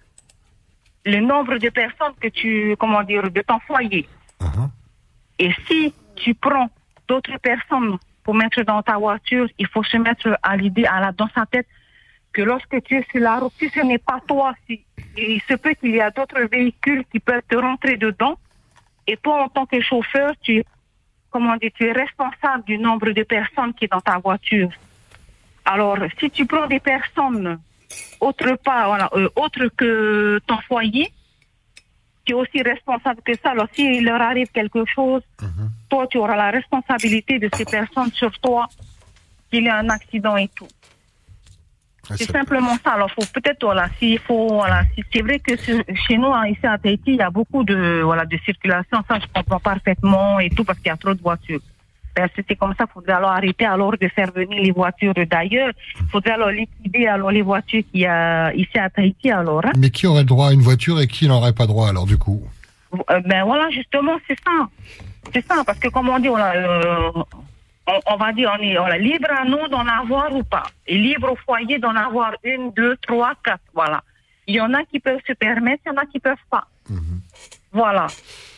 le nombre de personnes que tu, comment dire, de ton foyer. Uh-huh. Et si tu prends d'autres personnes pour mettre dans ta voiture, il faut se mettre à l'idée, à la, dans sa tête, que lorsque tu es sur la route, si ce n'est pas toi, si, il se peut qu'il y a d'autres véhicules qui peuvent te rentrer dedans. Et toi, en tant que chauffeur, tu, comment dire, tu es responsable du nombre de personnes qui est dans ta voiture. Alors, si tu prends des personnes autre part, voilà, euh, autre que ton foyer, tu es aussi responsable que ça. Alors, s'il leur arrive quelque chose, mm-hmm. toi, tu auras la responsabilité de ces personnes sur toi, qu'il y a un accident et tout. C'est, c'est simplement ça. Alors, faut peut-être, voilà, s'il faut, voilà, si c'est vrai que chez nous, ici à Tahiti, il y a beaucoup de, voilà, de circulation. Ça, je comprends parfaitement et tout parce qu'il y a trop de voitures. Ben, si c'est comme ça, il faudrait alors arrêter alors de faire venir les voitures d'ailleurs. Il faudrait alors liquider alors les voitures qu'il y a ici à Tahiti alors. Hein. Mais qui aurait le droit à une voiture et qui n'aurait pas droit alors du coup? Euh, ben voilà, justement, c'est ça. C'est ça, parce que comme on dit, on a, euh, On, on va dire, on est, on est libre à nous d'en avoir ou pas. Et libre au foyer d'en avoir une, deux, trois, quatre. Voilà. Il y en a qui peuvent se permettre, il y en a qui peuvent pas. Mm-hmm. Voilà.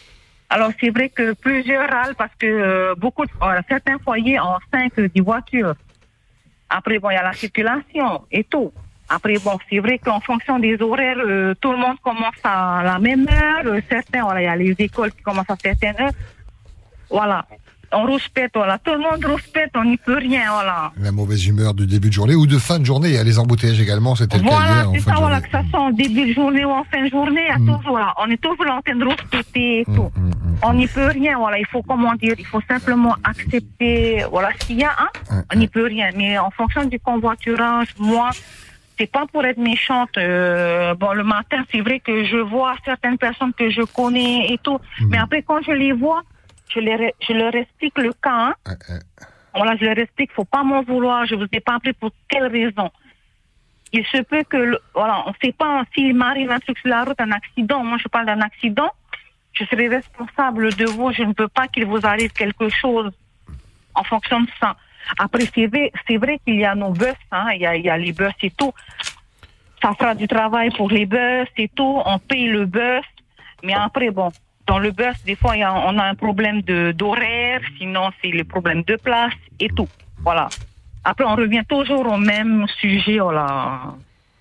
Alors, c'est vrai que plusieurs râlent parce que euh, beaucoup, de, euh, certains foyers ont cinq dix voitures. Après, bon, il y a la circulation et tout. Après, bon, c'est vrai qu'en fonction des horaires, euh, tout le monde commence à la même heure. Euh, certains, voilà, il y a les écoles qui commencent à certaines heures. Voilà. On rouspète, voilà. Tout le monde rouspète, on n'y peut rien, voilà. La mauvaise humeur du début de journée ou de fin de journée. Il y a les embouteillages également, c'était le cas Voilà, hier en c'est fin ça, de voilà, journée. que ça soit en début de journée ou en fin de journée, il y a Mm. toujours, là, on est toujours en train de rouspéter et tout. On n'y peut rien, voilà. Il faut, comment dire, il faut simplement accepter, voilà, ce qu'il y a, hein. On n'y peut rien. Mais en fonction du convoiturage, moi, c'est pas pour être méchante. Euh, bon, le matin, c'est vrai que je vois certaines personnes que je connais et tout. Mais après, quand je les vois, je, les, je leur explique le cas. Hein. Voilà, je leur explique, faut pas m'en vouloir. Je vous ai pas appris pour quelle raison. Il se peut que, le, voilà, on sait pas s'il m'arrive un truc sur la route, un accident. Moi, je parle d'un accident. Je serai responsable de vous. Je ne peux pas qu'il vous arrive quelque chose en fonction de ça. Après, c'est vrai, c'est vrai qu'il y a nos bus, hein, il y a, il y a les bus et tout. Ça fera du travail pour les bus et tout. On paye le bus. Mais après, bon, dans le bus, des fois, il y a, on a un problème de, d'horaire. Sinon, c'est le problème de place et tout. Voilà. Après, on revient toujours au même sujet, voilà.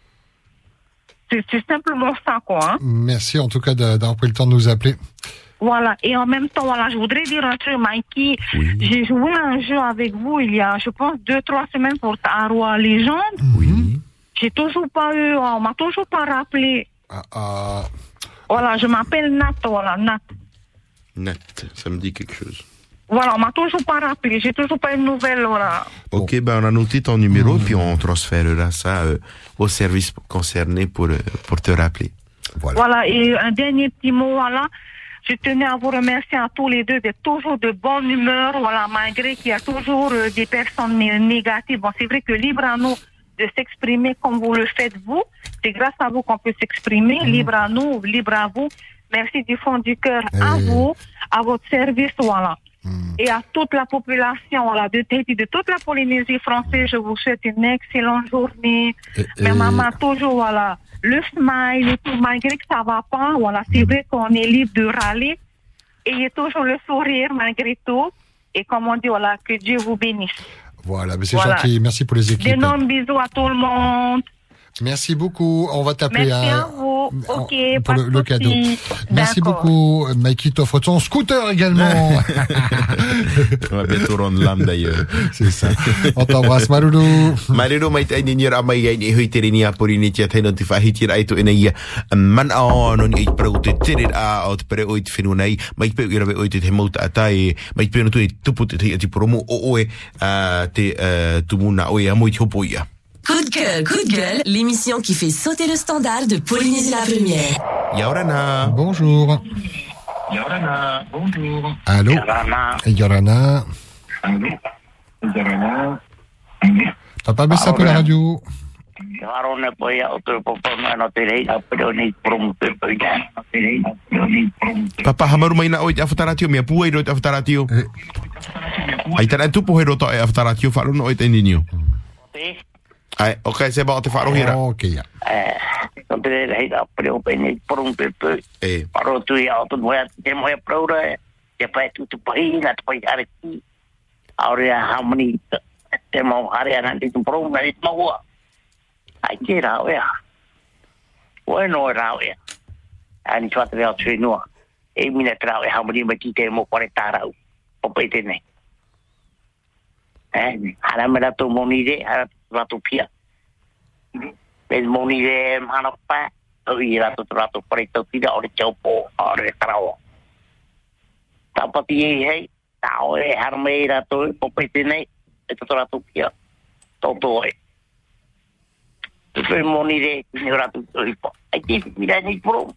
C'est, c'est simplement ça, quoi. Hein. Merci en tout cas d'a- d'avoir pris le temps de nous appeler. Voilà, et en même temps, voilà, je voudrais dire un truc, Mikey. J'ai joué à un jeu avec vous il y a, je pense, deux, trois semaines pour Aroa Légende. Oui. J'ai toujours pas eu, on m'a toujours pas rappelé. Ah, ah. Voilà, je m'appelle Nat, voilà, Nat. Nat, ça me dit quelque chose. Voilà, on m'a toujours pas rappelé, j'ai toujours pas eu de nouvelles, voilà. Ok, ben on a noté ton numéro, puis on transférera ça euh, au service concerné pour, euh, pour te rappeler. Voilà, et un dernier petit mot, voilà. Je tenais à vous remercier à tous les deux d'être toujours de bonne humeur, voilà, malgré qu'il y a toujours euh, des personnes né- négatives. Bon, c'est vrai que libre à nous de s'exprimer comme vous le faites vous. C'est grâce à vous qu'on peut s'exprimer. Libre à nous, libre à vous. Merci du fond du cœur à vous, à votre service, voilà. Et à toute la population, voilà, de Tahiti, de toute la Polynésie française, je vous souhaite une excellente journée. Mais maman, toujours, voilà, le smile et tout, malgré que ça va pas, voilà, c'est vrai qu'on est libre de râler. Ayez toujours le sourire, malgré tout. Et comme on dit, voilà, que Dieu vous bénisse. Voilà, mais c'est Voilà. gentil. Merci pour les équipes. D'énormes bisous à tout le monde. Merci beaucoup. On va t'appeler Merci hein, à vous. Ok, pour pas le, de le cadeau. soucis. Merci D'accord. beaucoup. Mikey t'offre ton scooter également. On va bientôt rendre l'âme d'ailleurs. C'est ça. On t'embrasse, Maroulou. Maroulou, mai tai ni ra mai ai ni hui tere ni a pori ni tia taino te whahiti rai to ena ia. Man a ono ni i prau te tere a o te pere oi te whenua nei. Mai peu i rawe oi te te mauta atai. Mai peu no tu i tupu te te ati poromu o oe uh, te uh, tumuna oe amo i te hopo ia. Coup de cœur, coup de gueule, l'émission qui fait sauter le standard de Polynésie la Première. Yaurana. Bonjour. Yorana, bonjour. Allô. Yorana. Yorana. Yorana. T'as pas baissé un peu la radio? Yorana, poi auto popono no te rei a pedoni prom te poi no te rei a pedoni prom. Papa hamaru mai na oi te awhataratio, mea pua i roi te awhataratio. Ai tana tupu he roto e awhataratio, wharono oi te ninio. Ai, ok, se ba o te wharohi ra. Ok, ja. Eh, no te rei a pedoni prom te poi. Eh. Paro tu ia auto moia te moia proura e te pai tu tu pai na te pai areki. Aurea hamani te mau hare ana te prom na te maua. Ai ke rao ea. Bueno rao ea. Ani tuata reo tui noa. E mina te rao e hamani ma ki te mo kore tarau. Popai tene. Eh, hara me rato moni re, hara rato pia. Pes moni re mana pa. Oi rato rato kore tau tira ore chaupo, ore tarao. Tapati e hei. Tao e hara me rato popai tene. E tato rato pia. Toto e. Tupe moni re, ni rato ripo. Ai te mira ni pro.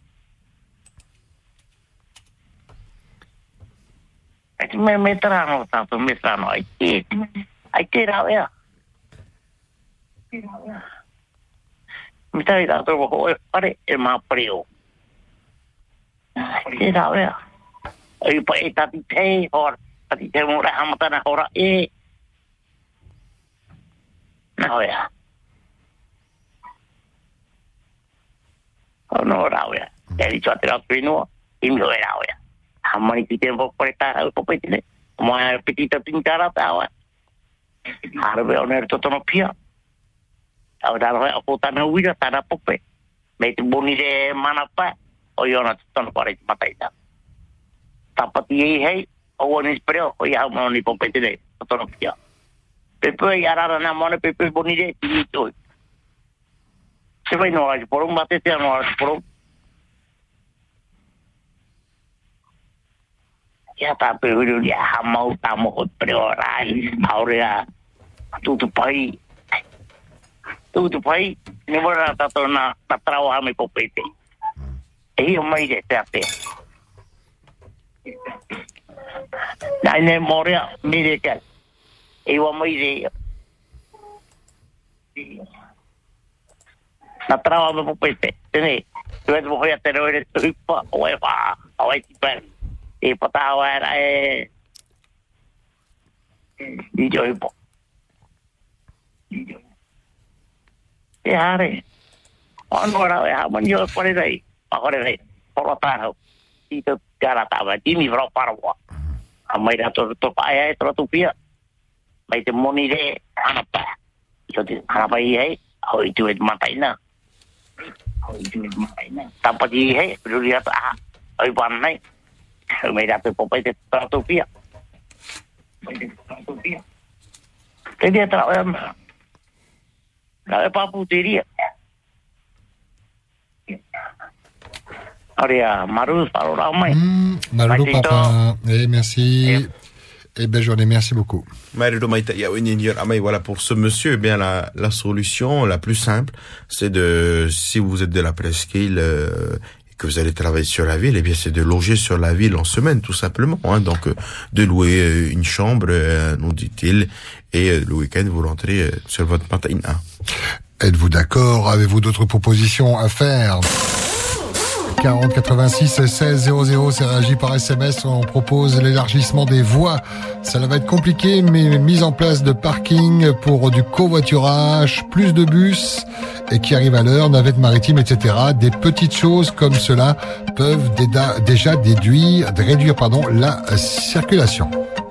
Ai te me metrano, tato metrano, ai te. Ai te rao ea. Mi tai rato ho e pare e ma preo. Ai te rao ea. Ai pa e tati te, or, tati te mo ra hamatana hora e. Nao ea. Oh no, rao ea. E li chua te rao tuinua, i mi hoe rao ea. Hamani kita berperita popet ni. Moi petita pintara tawa. Harbe oner totono pia. Tahu dah apa tanah wira tanah popet. Baik boni de mana pa. Oyona totono pare mata ita. Tapati hei awani spreo oya moni popet ni totono pia. Pepe yara na mone pepe boni de itu. Sebab no aj porum bate te no aj porum. Ya tapi video dia mau tamu hot priorai aurea tu tu pai tu tu pai ni bora tato na tatrawa me popete eh mai de tate na ne moria mire que e wa mai de tatrawa me popete tene tu es voy a tener tu pa oepa oi tipa e patawa era e di joy po e are on ora e ha manjo pare dai pare dai poro taro ti to gara tava di mi vro parwa amai da to to pa e to tu pia mai te moni de ana pa io ti ana pa e hoi tu et mataina hoi tu et mataina tampa di he lu dia ta oi pan nai mai da tu popai te to pia Cái dia tak em. Kalau apa putih dia. Aria, Marou, parole ramai. Marou, papa. Eh, merci. Et belle journée, merci beaucoup. Voilà, pour ce monsieur, eh bien, la, la solution la plus simple, c'est de, si vous êtes de la presqu'île, euh, que vous allez travailler sur la ville, eh bien, c'est de loger sur la ville en semaine, tout simplement, hein. Donc, euh, de louer euh, une chambre, euh, nous dit-il, et euh, le week-end, vous rentrez euh, sur votre pataina. Êtes-vous d'accord? Avez-vous d'autres propositions à faire? quarante quatre-vingt-six seize zéro zéro, c'est réagi par S M S. On propose l'élargissement des voies. Ça va être compliqué, mais mise en place de parking pour du covoiturage, plus de bus et qui arrivent à l'heure, navettes maritimes, et cetera. Des petites choses comme cela peuvent déjà déduire, réduire pardon, la circulation.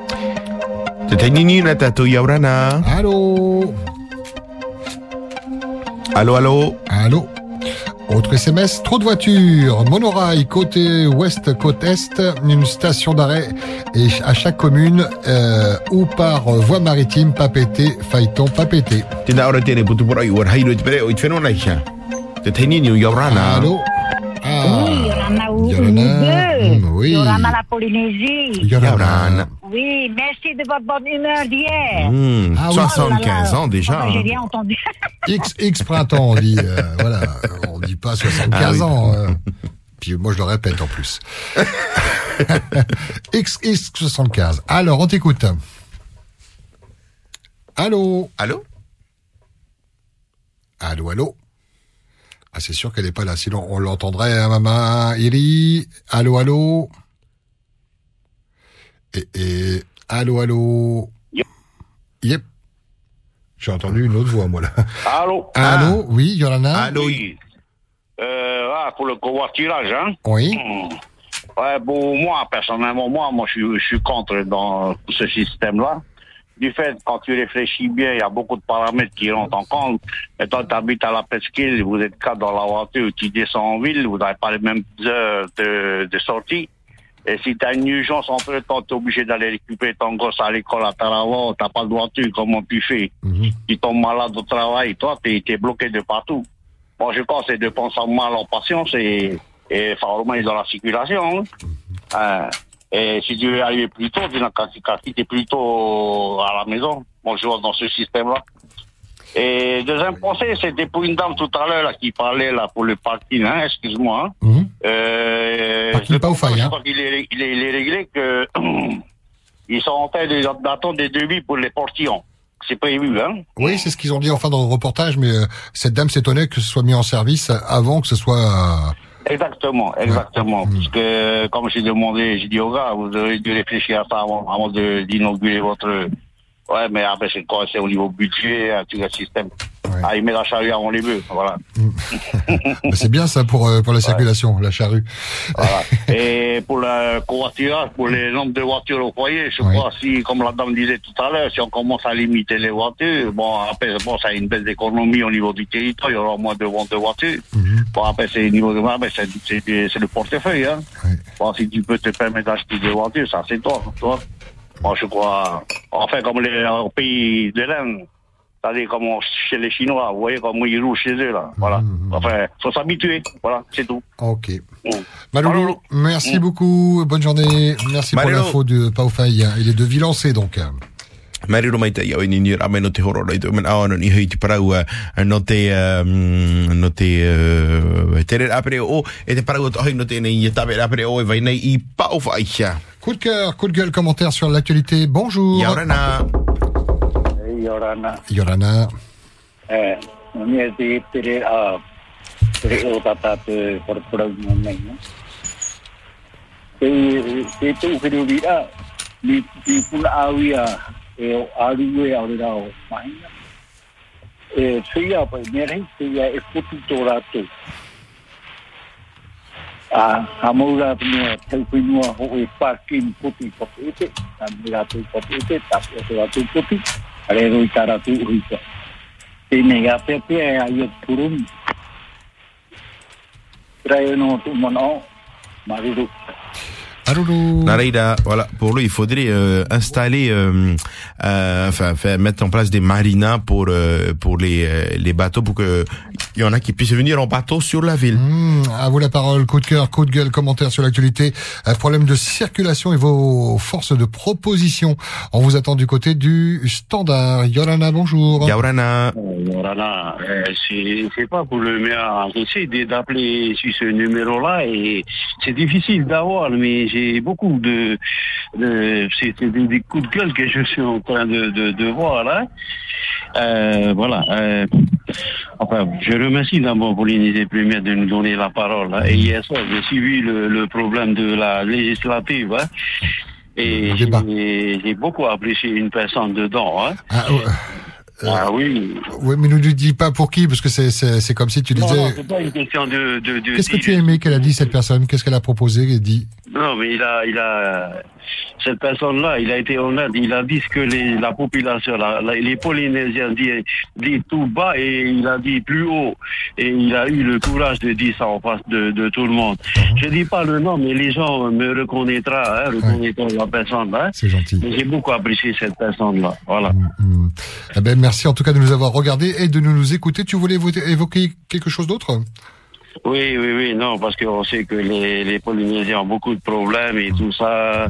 Allô? Allô, allô? Allô? Autre S M S, trop de voitures, monorail, côté ouest, côte est, une station d'arrêt et à chaque commune euh, ou par voie maritime, pas pété, phaéton, pas pété. Allô? Ah, oui, Yorana, ou, Yorana, oui. Yorana, la Polynésie. Yorana. Oui, merci de votre bonne humeur d'hier. Mmh, ah, soixante-quinze ans déjà. Oh, j'ai rien entendu. X, X printemps, on dit, euh, voilà, on dit pas soixante-quinze ah, oui. ans. Euh. Puis moi je le répète en plus. X, X soixante-quinze. Alors, on t'écoute. Allô? Allô? Allô, allô? Ah, c'est sûr qu'elle n'est pas là, sinon on l'entendrait, hein, maman Iri. Allô, allô? Et, et, allô, allô? Yep. Yep. J'ai entendu une autre voix, moi, là. Allô? Allô? Ah. Oui, Yorana? Allô? Oui. Euh, ah, pour le covoiturage, hein? Oui. Mmh. Ouais, pour moi, personnellement, moi, moi, je suis, je suis contre dans ce système-là. Du fait, quand tu réfléchis bien, il y a beaucoup de paramètres qui rentrent en compte. Et toi, tu habites à la presqu'île, vous êtes quatre dans la voiture, tu descends en ville, vous n'avez pas les mêmes heures de, de sortie. Et si tu as une urgence entre temps, tu es obligé d'aller récupérer ton gosse à l'école à Taravot, tu n'as pas de voiture, comment tu fais? Mm-hmm. Tu tombes malade au travail, toi, tu es bloqué de partout. Moi, je pense que c'est de penser mal en patience et, et favoriser dans la circulation. Hein. Mm-hmm. Euh, Et si tu veux arriver plus tôt, tu n'as qu'à quitter plus tôt à la maison. Bon, je vois dans ce système-là. Et deuxième conseil, c'était pour une dame tout à l'heure là, qui parlait là pour le parking, hein, excuse-moi. Hein. Mmh. Euh, parking pas au faille, hein. Je crois qu'il est, il est, il est réglé que ils sont en train d'attendre des devis pour les portillons. C'est prévu, hein. Oui, c'est ce qu'ils ont dit enfin dans le reportage, mais euh, cette dame s'étonnait que ce soit mis en service avant que ce soit... Euh... Exactement, exactement. Ouais. Parce que, comme j'ai demandé, j'ai dit au gars, vous aurez dû réfléchir à ça avant, avant de, d'inaugurer votre... Ouais, mais après, c'est quoi? C'est au niveau budget, tout le système. Ouais. Ah, il met la charrue avant les bœufs, voilà. C'est bien ça pour, euh, pour la circulation, ouais. La charrue. Voilà. Et pour le covoiturage, pour les nombres de voitures au foyer, je ouais. crois, si, comme la dame disait tout à l'heure, si on commence à limiter les voitures, bon, après, bon, ça a une baisse d'économie au niveau du territoire, il y aura moins de ventes de voitures. Mm-hmm. Bon, après, c'est le niveau de, c'est, c'est, c'est le portefeuille, hein. Ouais. Bon, si tu peux te permettre d'acheter des voitures, ça, c'est toi, toi. Bon, je crois, enfin, comme les, au pays de l'Inde, c'est-à-dire comme chez les Chinois, vous voyez comment ils roulent chez eux, là. Voilà. Mmh. Enfin, faut s'habituer. Voilà, c'est tout. Ok. Mmh. Maloulou, merci mmh. beaucoup. Bonne journée. Merci Malolo. Pour l'info de Paufai. Il est de Villancé, donc. Mariro mai te ia ni ni rame no te horo lai men aona ni hei te parau no te no te te apre o e te parau to no te nei tabe apre o e vai nei I Paufai. Coup de cœur, coup de gueule, commentaire sur l'actualité. Bonjour. Yorana. Yorana. Yorana. Eh, ni te te a te o tata te por por nei. Te te tu hiru vira ni ti pun awia e aruwe aurera o mai. E sia pa mere sia e putu torato. Ah, amora me te kuinua ho e parking puti puti. Amira tu puti tapi o tu puti. Ale roi taratu ruita. Te nega pepe ai purum. Trae no tu mono. Mariru. Narida, voilà, pour lui, il faudrait euh, installer, euh, euh, enfin, faire, mettre en place des marinas pour euh, pour les les bateaux, pour que il y en a qui puissent venir en bateau sur la ville. Mmh, à vous la parole, coup de cœur, coup de gueule, commentaire sur l'actualité, un problème de circulation et vos forces de proposition. On vous attend du côté du standard. Yorana, bonjour. Yorana. Yorana, euh, c'est c'est pas pour le maire, j'essaie d'appeler sur ce numéro-là et c'est difficile d'avoir, mais j'ai beaucoup de, de c'est des, des coups de gueule que je suis en train de, de, de voir là. Euh, voilà. Euh, enfin, je remercie d'abord Polynésie Première de nous donner la parole. Hein. Et hier soir, j'ai suivi le, le problème de la législative. Hein. Et j'ai, j'ai beaucoup apprécié une personne dedans. Hein. Ah, ouais. Euh, ah oui. Oui, mais ne nous dis pas pour qui, parce que c'est c'est c'est comme si tu disais. Non, non, c'est pas une question de. de, de Qu'est-ce que tu as aimé qu'elle a dit cette personne? Qu'est-ce qu'elle a proposé et dit? Non, mais il a, il a, cette personne-là, il a été honnête. Il a dit ce que les, la population, la, la, les Polynésiens disent, dit tout bas et il a dit plus haut. Et il a eu le courage de dire ça en face de, de tout le monde. Mm-hmm. Je dis pas le nom, mais les gens me reconnaîtront, hein, reconnaîtront ouais. la personne. Hein. C'est gentil. Mais j'ai beaucoup apprécié cette personne-là. Voilà. Mm-hmm. Eh ben, merci en tout cas de nous avoir regardés et de nous écouter. Tu voulais évoquer quelque chose d'autre? Oui, oui, oui, non, parce qu'on sait que les, les Polynésiens ont beaucoup de problèmes et tout ça.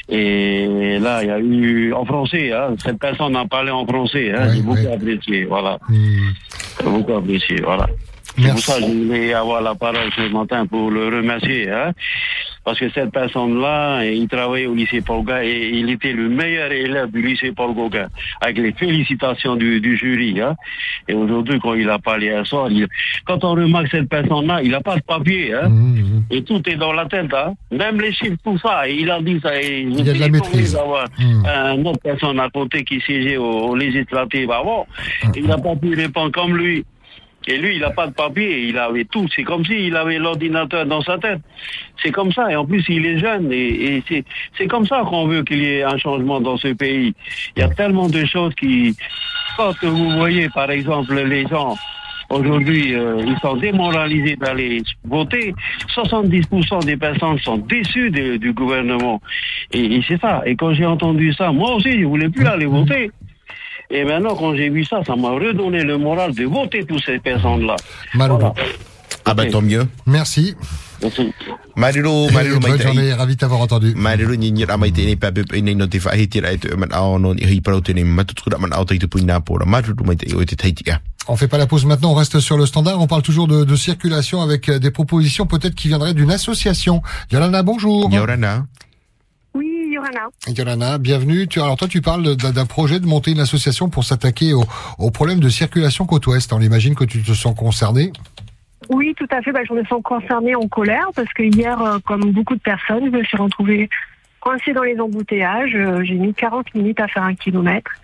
Et là, il y a eu, en français, hein, cette personne en parlait en français, hein, oui, j'ai beaucoup oui. apprécié, voilà. Mmh. J'ai beaucoup apprécié, voilà. C'est pour ça que je voulais avoir la parole ce matin pour le remercier, hein. Parce que cette personne-là, il travaillait au lycée Paul Gauguin et il était le meilleur élève du lycée Paul Gauguin, avec les félicitations du, du jury. Hein. Et aujourd'hui, quand il a parlé hier soir, il, quand on remarque cette personne-là, il n'a pas de papier. Hein. Mmh. Et tout est dans la tête. Hein. Même les chiffres, tout ça. Et il a dit ça. Et il y a de la maîtrise. D'avoir mmh. une autre personne à côté qui siégeait au, au législatif avant. Mmh. Il n'a pas pu répondre comme lui. Et lui, il n'a pas de papier, il avait tout. C'est comme s'il avait l'ordinateur dans sa tête. C'est comme ça. Et en plus, il est jeune. Et, et c'est, c'est comme ça qu'on veut qu'il y ait un changement dans ce pays. Il y a tellement de choses qui... Quand vous voyez, par exemple, les gens... Aujourd'hui, euh, ils sont démoralisés d'aller voter. soixante-dix pour cent des personnes sont déçues de, du gouvernement. Et, et c'est ça. Et quand j'ai entendu ça, moi aussi, je voulais plus aller voter. Et maintenant, quand j'ai vu ça, ça m'a redonné le moral de voter pour ces personnes-là. Voilà. Ah ben, tant mieux. Merci. Merci. Marilo, Marilo, bonne journée, ravi de t'avoir entendu. Marilo, ni ni ramai te ne pa pe ne no te fa hitira e te man ao no hi prote ne matutu man ao te puina pour Marilo mai te o te taitia. On fait pas la pause maintenant, on reste sur le standard, on parle toujours de, de circulation avec des propositions peut-être qui viendraient d'une association. Yorana, bonjour. Yorana. Oui, Yorana. Yorana, bienvenue. Tu, alors toi, tu parles d'un, d'un projet de monter une association pour s'attaquer au, au problème de circulation côte ouest. On imagine que tu te sens concerné. Oui, tout à fait. Bah, je me sens concernée, en colère, parce que hier, euh, comme beaucoup de personnes, je me suis retrouvée coincée dans les embouteillages. Euh, j'ai mis quarante minutes à faire un kilomètre.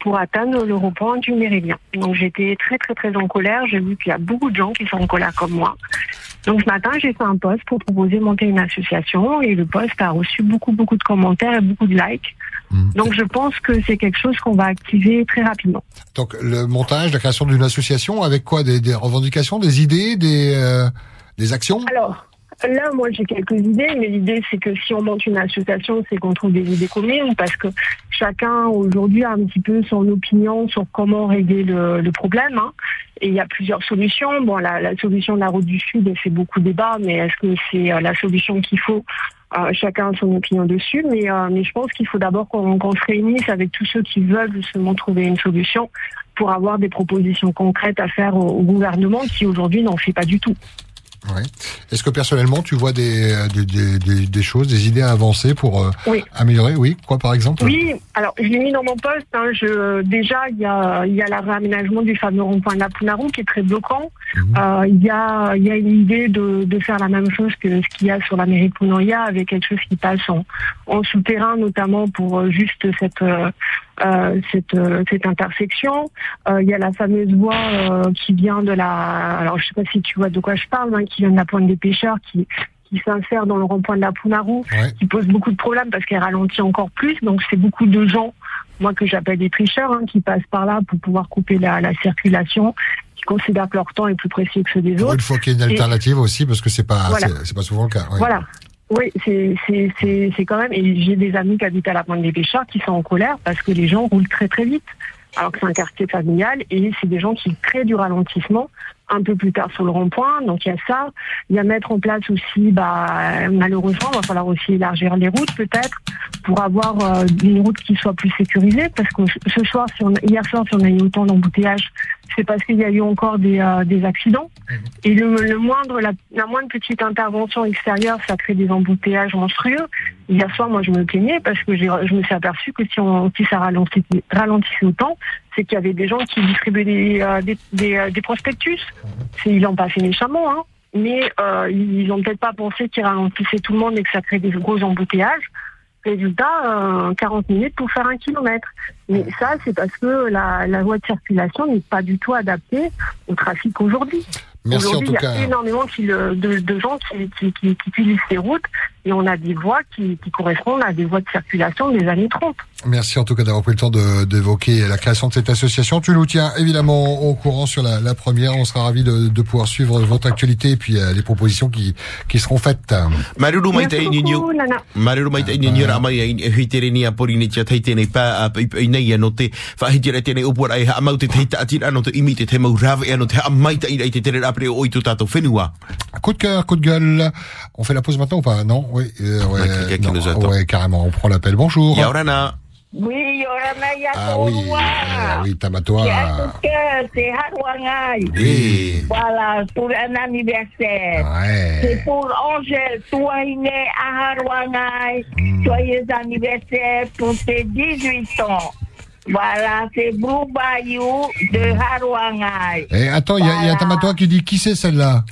pour atteindre le rond-point du Méridien. Donc j'étais très très très en colère. J'ai vu qu'il y a beaucoup de gens qui sont en colère comme moi. Donc ce matin, j'ai fait un post pour proposer de monter une association et le post a reçu beaucoup beaucoup de commentaires et beaucoup de likes. Mmh. Donc je pense que c'est quelque chose qu'on va activer très rapidement. Donc le montage, la création d'une association avec quoi, des, des revendications, des idées, des, euh, des actions? Alors là, moi, j'ai quelques idées, mais l'idée, c'est que si on monte une association, c'est qu'on trouve des idées communes, parce que chacun, aujourd'hui, a un petit peu son opinion sur comment régler le, le problème, hein. Et il y a plusieurs solutions. Bon, la, la solution de la route du Sud, elle fait beaucoup débat, mais est-ce que c'est euh, la solution qu'il faut? Euh, chacun a son opinion dessus, mais, euh, mais je pense qu'il faut d'abord qu'on, qu'on se réunisse avec tous ceux qui veulent justement trouver une solution pour avoir des propositions concrètes à faire au, au gouvernement qui, aujourd'hui, n'en fait pas du tout. Ouais. Est-ce que personnellement tu vois des, des, des, des choses, des idées à avancer pour euh, oui. améliorer? Oui, quoi par exemple? Oui, alors je l'ai mis dans mon poste. Hein, je, déjà, il y a, il y a le réaménagement du fameux rond-point de la Punarou qui est très bloquant. Mmh. Euh, il y a, il y a une idée de, de faire la même chose que ce qu'il y a sur la mairie de Pounoya, avec quelque chose qui passe en, en souterrain, notamment pour juste cette euh, Euh, cette, euh, cette intersection. Euh, il y a la fameuse voie euh, qui vient de la... Alors, je sais pas si tu vois de quoi je parle, hein, qui vient de la Pointe des Pêcheurs, qui, qui s'insère dans le rond-point de la Punarou, ouais. qui pose beaucoup de problèmes parce qu'elle ralentit encore plus. Donc, c'est beaucoup de gens, moi que j'appelle des tricheurs, hein, qui passent par là pour pouvoir couper la, la circulation, qui considèrent que leur temps est plus précieux que ceux des autres. Il faut qu'il y ait une alternative Et... aussi, parce que c'est pas, voilà. c'est, c'est pas souvent le cas. Ouais. Voilà. Oui, c'est, c'est, c'est, c'est quand même, et j'ai des amis qui habitent à la Pointe des Pêcheurs qui sont en colère parce que les gens roulent très très vite, alors que c'est un quartier familial et c'est des gens qui créent du ralentissement un peu plus tard sur le rond-point. Donc il y a ça, il y a mettre en place aussi, bah, malheureusement, il va falloir aussi élargir les routes peut-être pour avoir euh, une route qui soit plus sécurisée, parce que ce soir, si on, hier soir, si on a eu autant d'embouteillages, c'est parce qu'il y a eu encore des, euh, des accidents. Mmh. Et le, le moindre, la, la moindre petite intervention extérieure, ça crée des embouteillages monstrueux. Hier soir, moi, je me plaignais parce que j'ai, je me suis aperçu que si, on, si ça ralentissait, ralentissait autant, c'est qu'il y avait des gens qui distribuaient des, euh, des, des, euh, des prospectus. C'est, ils l'ont pas fait méchamment, hein. Mais euh, ils n'ont peut-être pas pensé qu'ils ralentissaient tout le monde et que ça crée des gros embouteillages. Résultat, euh, quarante minutes pour faire un kilomètre. Mais ça, c'est parce que la, la voie de circulation n'est pas du tout adaptée au trafic aujourd'hui. Merci aujourd'hui, en tout il y a cas. énormément qui, de, de gens qui, qui, qui, qui utilisent ces routes et on a des voies qui, qui correspondent à des voies de circulation des années trente. Merci en tout cas d'avoir pris le temps de, d'évoquer la création de cette association. Tu nous tiens évidemment au courant sur la, la première. On sera ravis de, de pouvoir suivre votre actualité et puis euh, les propositions qui, qui seront faites. Merci beaucoup, Nana. Maruru mai tai ni ra mai ai hitere ni apori ni tia tai tene pa ai nei ano te fa hitira tene upora ai ha mau te te atira ano te imite te mau rave ano te mai tai ai te tere après oi tout tato fenua. Coup de cœur, coup de gueule. On fait la pause maintenant ou pas? Non, oui, euh, ouais, quelqu'un qui nous attend. Ouais, carrément. On prend l'appel. Bonjour. Yaurana. Oui, Yorana Yakoua. Ah oui, euh, oui, Tamatoa. C'est Harouangaï. Oui. Voilà, pour un anniversaire. Ouais. C'est pour Angèle. Toi, il est à Harouangaï. Mm. Joyeux anniversaire pour tes dix-huit ans. Voilà, c'est Blue Bayou de Harouangaï. Eh, attends, il voilà. y, y a Tamatoa qui dit qui c'est celle-là?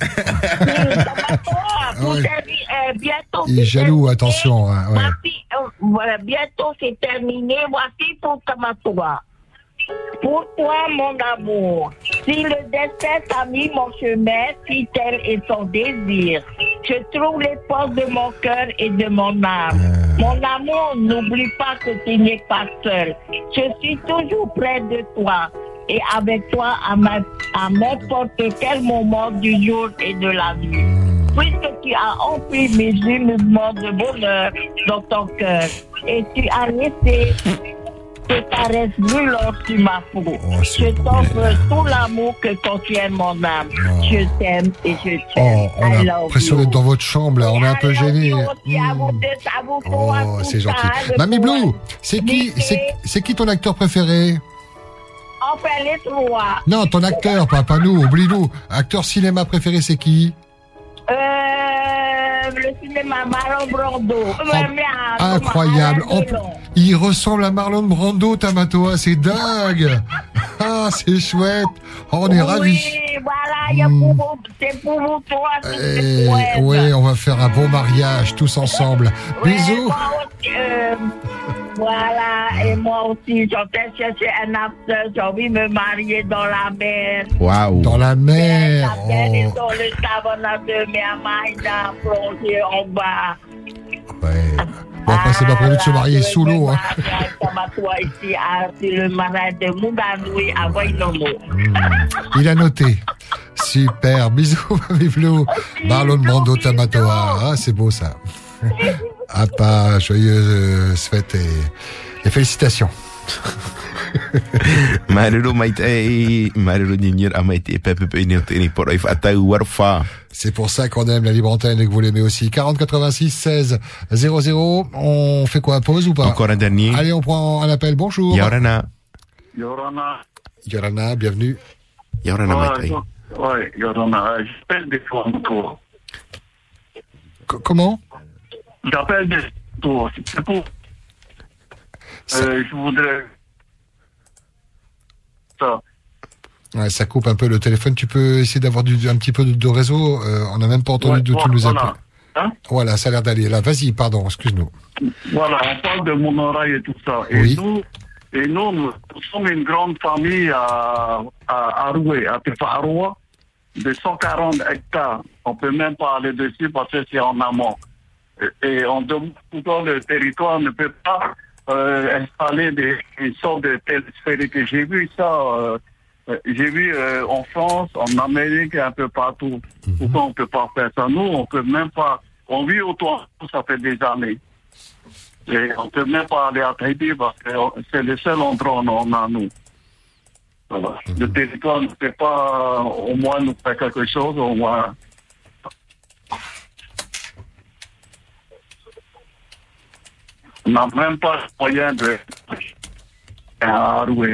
Tamatoa, ouais. euh, bientôt. Il est jaloux, terminé. Attention. Hein, ouais. Fille, euh, voilà, bientôt c'est terminé. Voici pour Tamatoa. Pour toi, mon amour, si le destin t'a mis mon chemin, si tel est son désir, je trouve les portes de mon cœur et de mon âme. Euh... Mon amour, n'oublie pas que tu n'es pas seul. Je suis toujours près de toi et avec toi à, ma, à n'importe quel moment du jour et de la nuit. Puisque tu as empli mes mouvements de bonheur dans ton cœur et tu as laissé tes caresses brûlantes sur ma peau. Oh, je t'offre tout l'amour que contient mon âme. Oh. Je t'aime et je t'aime. Oh, on a l'impression d'être dans votre chambre, là. On est un peu gênés. Mmh. Oh, c'est gentil. Mamie Blue, c'est qui, c'est, c'est qui ton acteur préféré? Enfin, les trois. Non, ton acteur, pas, pas nous, oublie-nous. Acteur cinéma préféré, c'est qui? Euh, le cinéma Marlon Brando. Oh, incroyable. Oh, il ressemble à Marlon Brando, Tamatoa, c'est dingue. Ah, c'est chouette. Oh, on est oui, ravis. voilà, y a pour vous, c'est pour vous trois. Et, oui, on va faire un beau mariage tous ensemble. Ouais, Bisous. moi aussi, euh, voilà, et moi aussi, j'entends chercher un after, j'ai envie de me marier dans la mer. Waouh. Dans la mer. La mer est Oh. dans le savane de Miamaïna, plongé en bas. Bon, après, c'est pas prévu de se marier sous l'eau. Hein. Comme toi ici, à- c'est le mariage de Moudanoui à Wainomo. Il a noté. Super. Bisous, Mamie Marlon Brando Tamatoa. Ah, c'est beau ça. Ah, pas joyeuse fête et, et félicitations. Malulu maite, malulu nyir amaite pepe pe ni ni por if atau warfa. C'est pour ça qu'on aime la libre antenne et que vous l'aimez aussi. quarante quatre-vingt-six seize zéro zéro. On fait quoi, pause ou pas? Encore un dernier. Allez, on prend un appel. Bonjour. Yorana. Yorana. Yorana, bienvenue. Yorana maite. Oui, Yorana. J'appelle des fois encore. Comment? J'appelle des tours. C'est pour. Euh, je voudrais. Ça. Ouais, ça coupe un peu le téléphone. Tu peux essayer d'avoir du, un petit peu de, de réseau. Euh, on n'a même pas entendu Ouais, de tous voilà, nous voilà. appeler. Hein? Voilà, ça a l'air d'aller. Là, vas-y, pardon, excuse-nous. Voilà, on parle de mon oreille et tout ça. Et Oui. nous, et nous, nous sommes une grande famille à, à Aroué, à Tefaroua, de cent quarante hectares. On peut même pas aller dessus parce que c'est en amont. Et, et on demande dans le territoire ne peut pas euh, installer des, une sorte de télésphérique. J'ai vu ça, euh, j'ai vu euh, en France, en Amérique et un peu partout. Pourquoi on peut pas faire ça? Nous, on peut même pas. On vit autour, ça fait des années. Et on peut même pas aller à Tahiti parce que c'est le seul endroit où on a nous. Voilà. Le territoire ne peut pas au moins nous faire quelque chose, au moins. On n'a même pas le moyen de. À Aroué.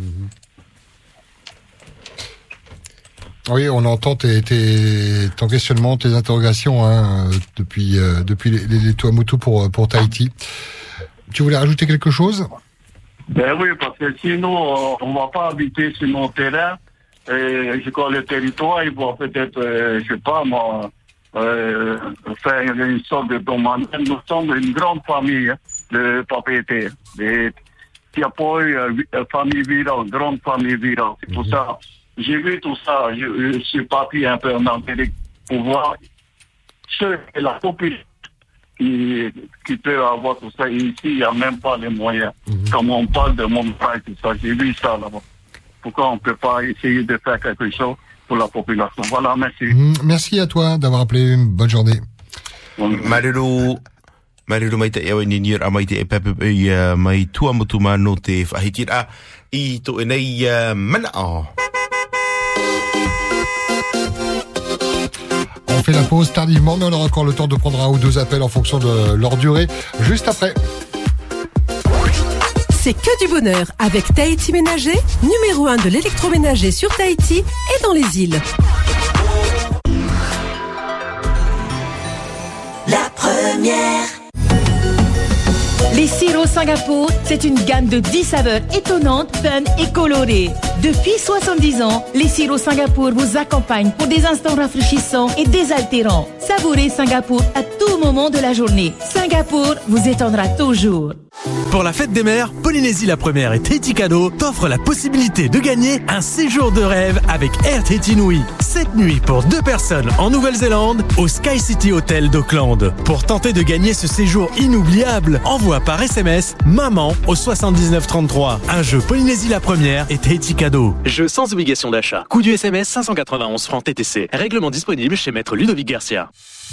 Oui, on entend tes, tes, ton questionnement, tes interrogations hein, depuis, euh, depuis les, les, les Tuamotu pour, pour Tahiti. Tu voulais rajouter quelque chose? Ben oui, parce que sinon, on ne va pas habiter sur nos terrains. Et je crois le territoire, il va peut-être, euh, je sais pas moi, euh, faire une sorte de domaine. Nous sommes une grande famille hein, de propriétaires. Des Tiapoy, euh, famille virale, grande famille virale. C'est pour ça. J'ai vu tout ça, je, je suis parti un peu en Amérique pour voir ce que la population qui, qui peut avoir tout ça. Et ici, il n'y a même pas les moyens. Mm-hmm. Comme on parle de mon frère, tout ça, j'ai vu ça là-bas. Pourquoi on ne peut pas essayer de faire quelque chose pour la population? Voilà, merci. Mmh, merci à toi d'avoir appelé. Une bonne journée. Malulu. Malulu maite e ni nyir amaite e pepe e mai Tuamotu mano te whahitira I to enei mana. On fait la pause tardivement, mais on aura encore le temps de prendre un ou deux appels en fonction de leur durée, juste après. C'est que du bonheur avec Tahiti Ménager, numéro un de l'électroménager sur Tahiti et dans les îles. La première. Les sirops Singapour, c'est une gamme de dix saveurs étonnantes, fun et colorées. Depuis soixante-dix ans, les sirops Singapour vous accompagnent pour des instants rafraîchissants et désaltérants. Savourez Singapour à tout moment de la journée. Singapour vous étonnera toujours. Pour la fête des mers, Polynésie la première et Tahiti Cadeau t'offrent la possibilité de gagner un séjour de rêve avec Air Tahiti Nui. Cette nuit pour deux personnes en Nouvelle-Zélande au Sky City Hotel d'Auckland. Pour tenter de gagner ce séjour inoubliable, envoie par S M S Maman au soixante-dix-neuf trente-trois. Un jeu Polynésie la première et Tahiti Cadeau. Jeu sans obligation d'achat. Coût du S M S cinq cent quatre-vingt-onze francs T T C. Règlement disponible chez Maître Ludovic Garcia.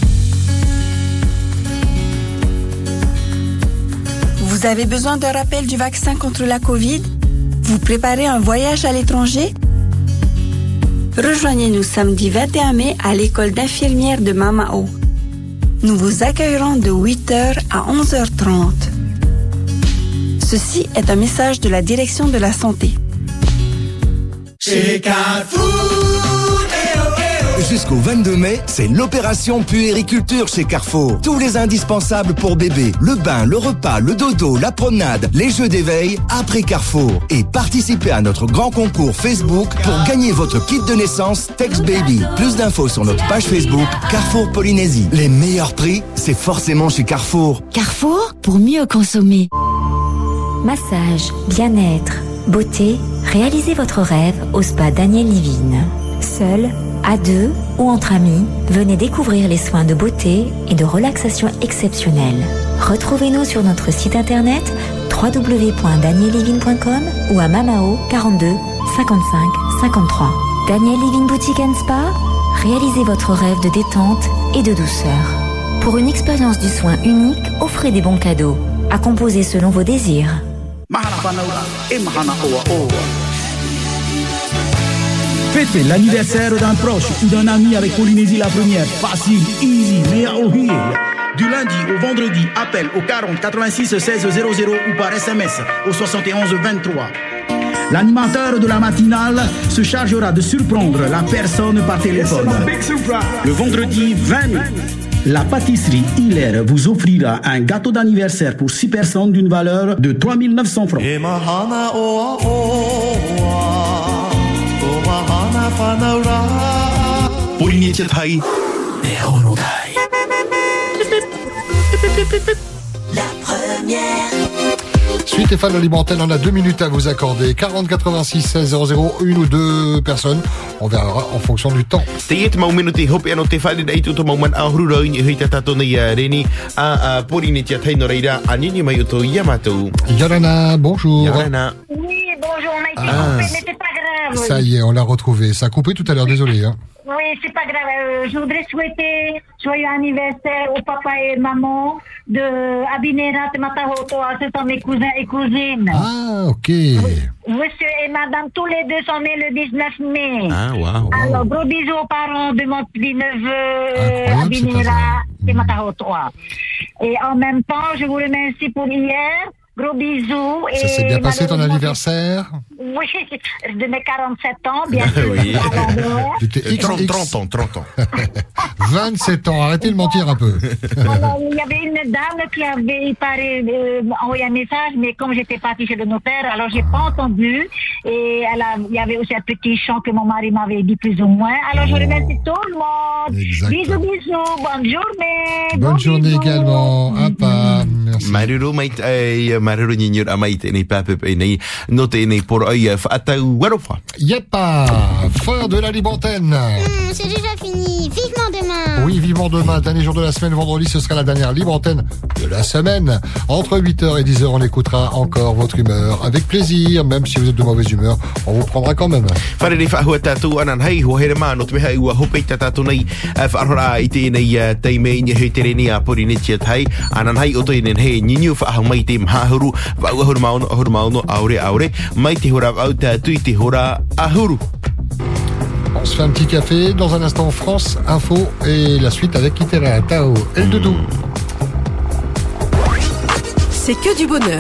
Vous avez besoin d'un rappel du vaccin contre la Covid? Vous préparez un voyage à l'étranger? Rejoignez-nous samedi vingt et un mai à l'école d'infirmière de Mamao. Nous vous accueillerons de huit heures à onze heures trente. Ceci est un message de la Direction de la Santé. Chez Carrefour, eh oh, eh Jusqu'au vingt-deux mai, c'est l'opération puériculture chez Carrefour. Tous les indispensables pour bébé, le bain, le repas, le dodo, la promenade, les jeux d'éveil, après Carrefour. Et participez à notre grand concours Facebook pour gagner votre kit de naissance Tex Baby. Plus d'infos sur notre page Facebook Carrefour Polynésie. Les meilleurs prix, c'est forcément chez Carrefour. Carrefour, pour mieux consommer. Massage, bien-être, beauté, réalisez votre rêve au spa Daniel Livine. Seul, à deux ou entre amis, venez découvrir les soins de beauté et de relaxation exceptionnels. Retrouvez-nous sur notre site internet w w w point daniel livine point com ou à Mamao quarante-deux cinquante-cinq cinquante-trois. Daniel Livine Boutique and Spa, réalisez votre rêve de détente et de douceur. Pour une expérience du soin unique, offrez des bons cadeaux, à composer selon vos désirs. Fêtez l'anniversaire d'un proche ou d'un ami avec Polynésie la première. Facile, easy, meilleur au here. Du lundi au vendredi, appel au quarante quatre-vingt-six seize zéro zéro ou par S M S au soixante et onze vingt-trois. L'animateur de la matinale se chargera de surprendre la personne par téléphone. Le vendredi vingt mai, la pâtisserie Hilaire vous offrira un gâteau d'anniversaire pour six personnes d'une valeur de trois mille neuf cents francs. Polynésie Thai. La première. Suite et fan de l'Ibrantenne, on a deux minutes à vous accorder. quarante quatre-vingt-six seize zéro zéro, une ou deux personnes. On verra en fonction du temps. Tayet mau minuti hope ano te fali dai tu mau man ahru ro ni hita tato na ya reni a Polynésie Thai no reira anini mai to Yamato. Yorana, bonjour. Yorana. Oui, bonjour, on a été Ah, coupé, mais c'est pas grave. Ça y est, on l'a retrouvé. Ça a coupé tout à l'heure, désolé. Hein. Oui, c'est pas grave. Euh, je voudrais souhaiter joyeux anniversaire au papa et maman de Abinera Matahoto, ce sont mes cousins et cousines. Ah, ok. Monsieur et madame, tous les deux sont nés le dix-neuf mai. Ah, waouh. Alors, gros bisous aux parents de mon petit neveu Abinera et Matahoto. Et en même temps, je vous remercie pour hier. Gros bisous. Ça s'est bien passé ton anniversaire? Oui, de mes quarante-sept ans, bien sûr. Oui. Tu t'es X X. trente ans, trente ans. vingt-sept ans, arrêtez de mentir un peu. Alors, il y avait une dame qui avait, il paraît, euh, envoyé un message, mais comme j'étais partie chez le notaire, alors j'ai pas entendu. Et elle a, il y avait aussi un petit chant que mon mari m'avait dit plus ou moins. Alors, je remercie tout le monde. Exact. Bisous, bisous. Bonne journée. Bonne Bon journée bisous. également. Apa, merci. Maruru mai ai maruru nyinyur amai te nei pape pe nei no te nei por ai fatau warofa. Yepa, fin de la Librantenne. Hum, c'est déjà fini. Vivement demain. Oui, vivement demain, dernier jour de la semaine, vendredi, ce sera la dernière Librantenne de la semaine. Entre huit heures et dix heures, on écoutera encore votre humeur. Avec plaisir, même si vous êtes de mauvaise humeur, on vous prendra quand même. Fare ni fa hua tatu anan hai ho here ma no te hai ua hope tatu nei fa ara i te nei te me ni he tere ni a Polynésie Thai anan hai o te nei he nyinyu fa ha mai te mahuru va ua huru mau no huru mau no aure aure mai te hora au tatu i te hora ahuru. On se fait un petit café. Dans un instant, France Info et la suite avec Itera Tao et le Doudou. C'est que du bonheur.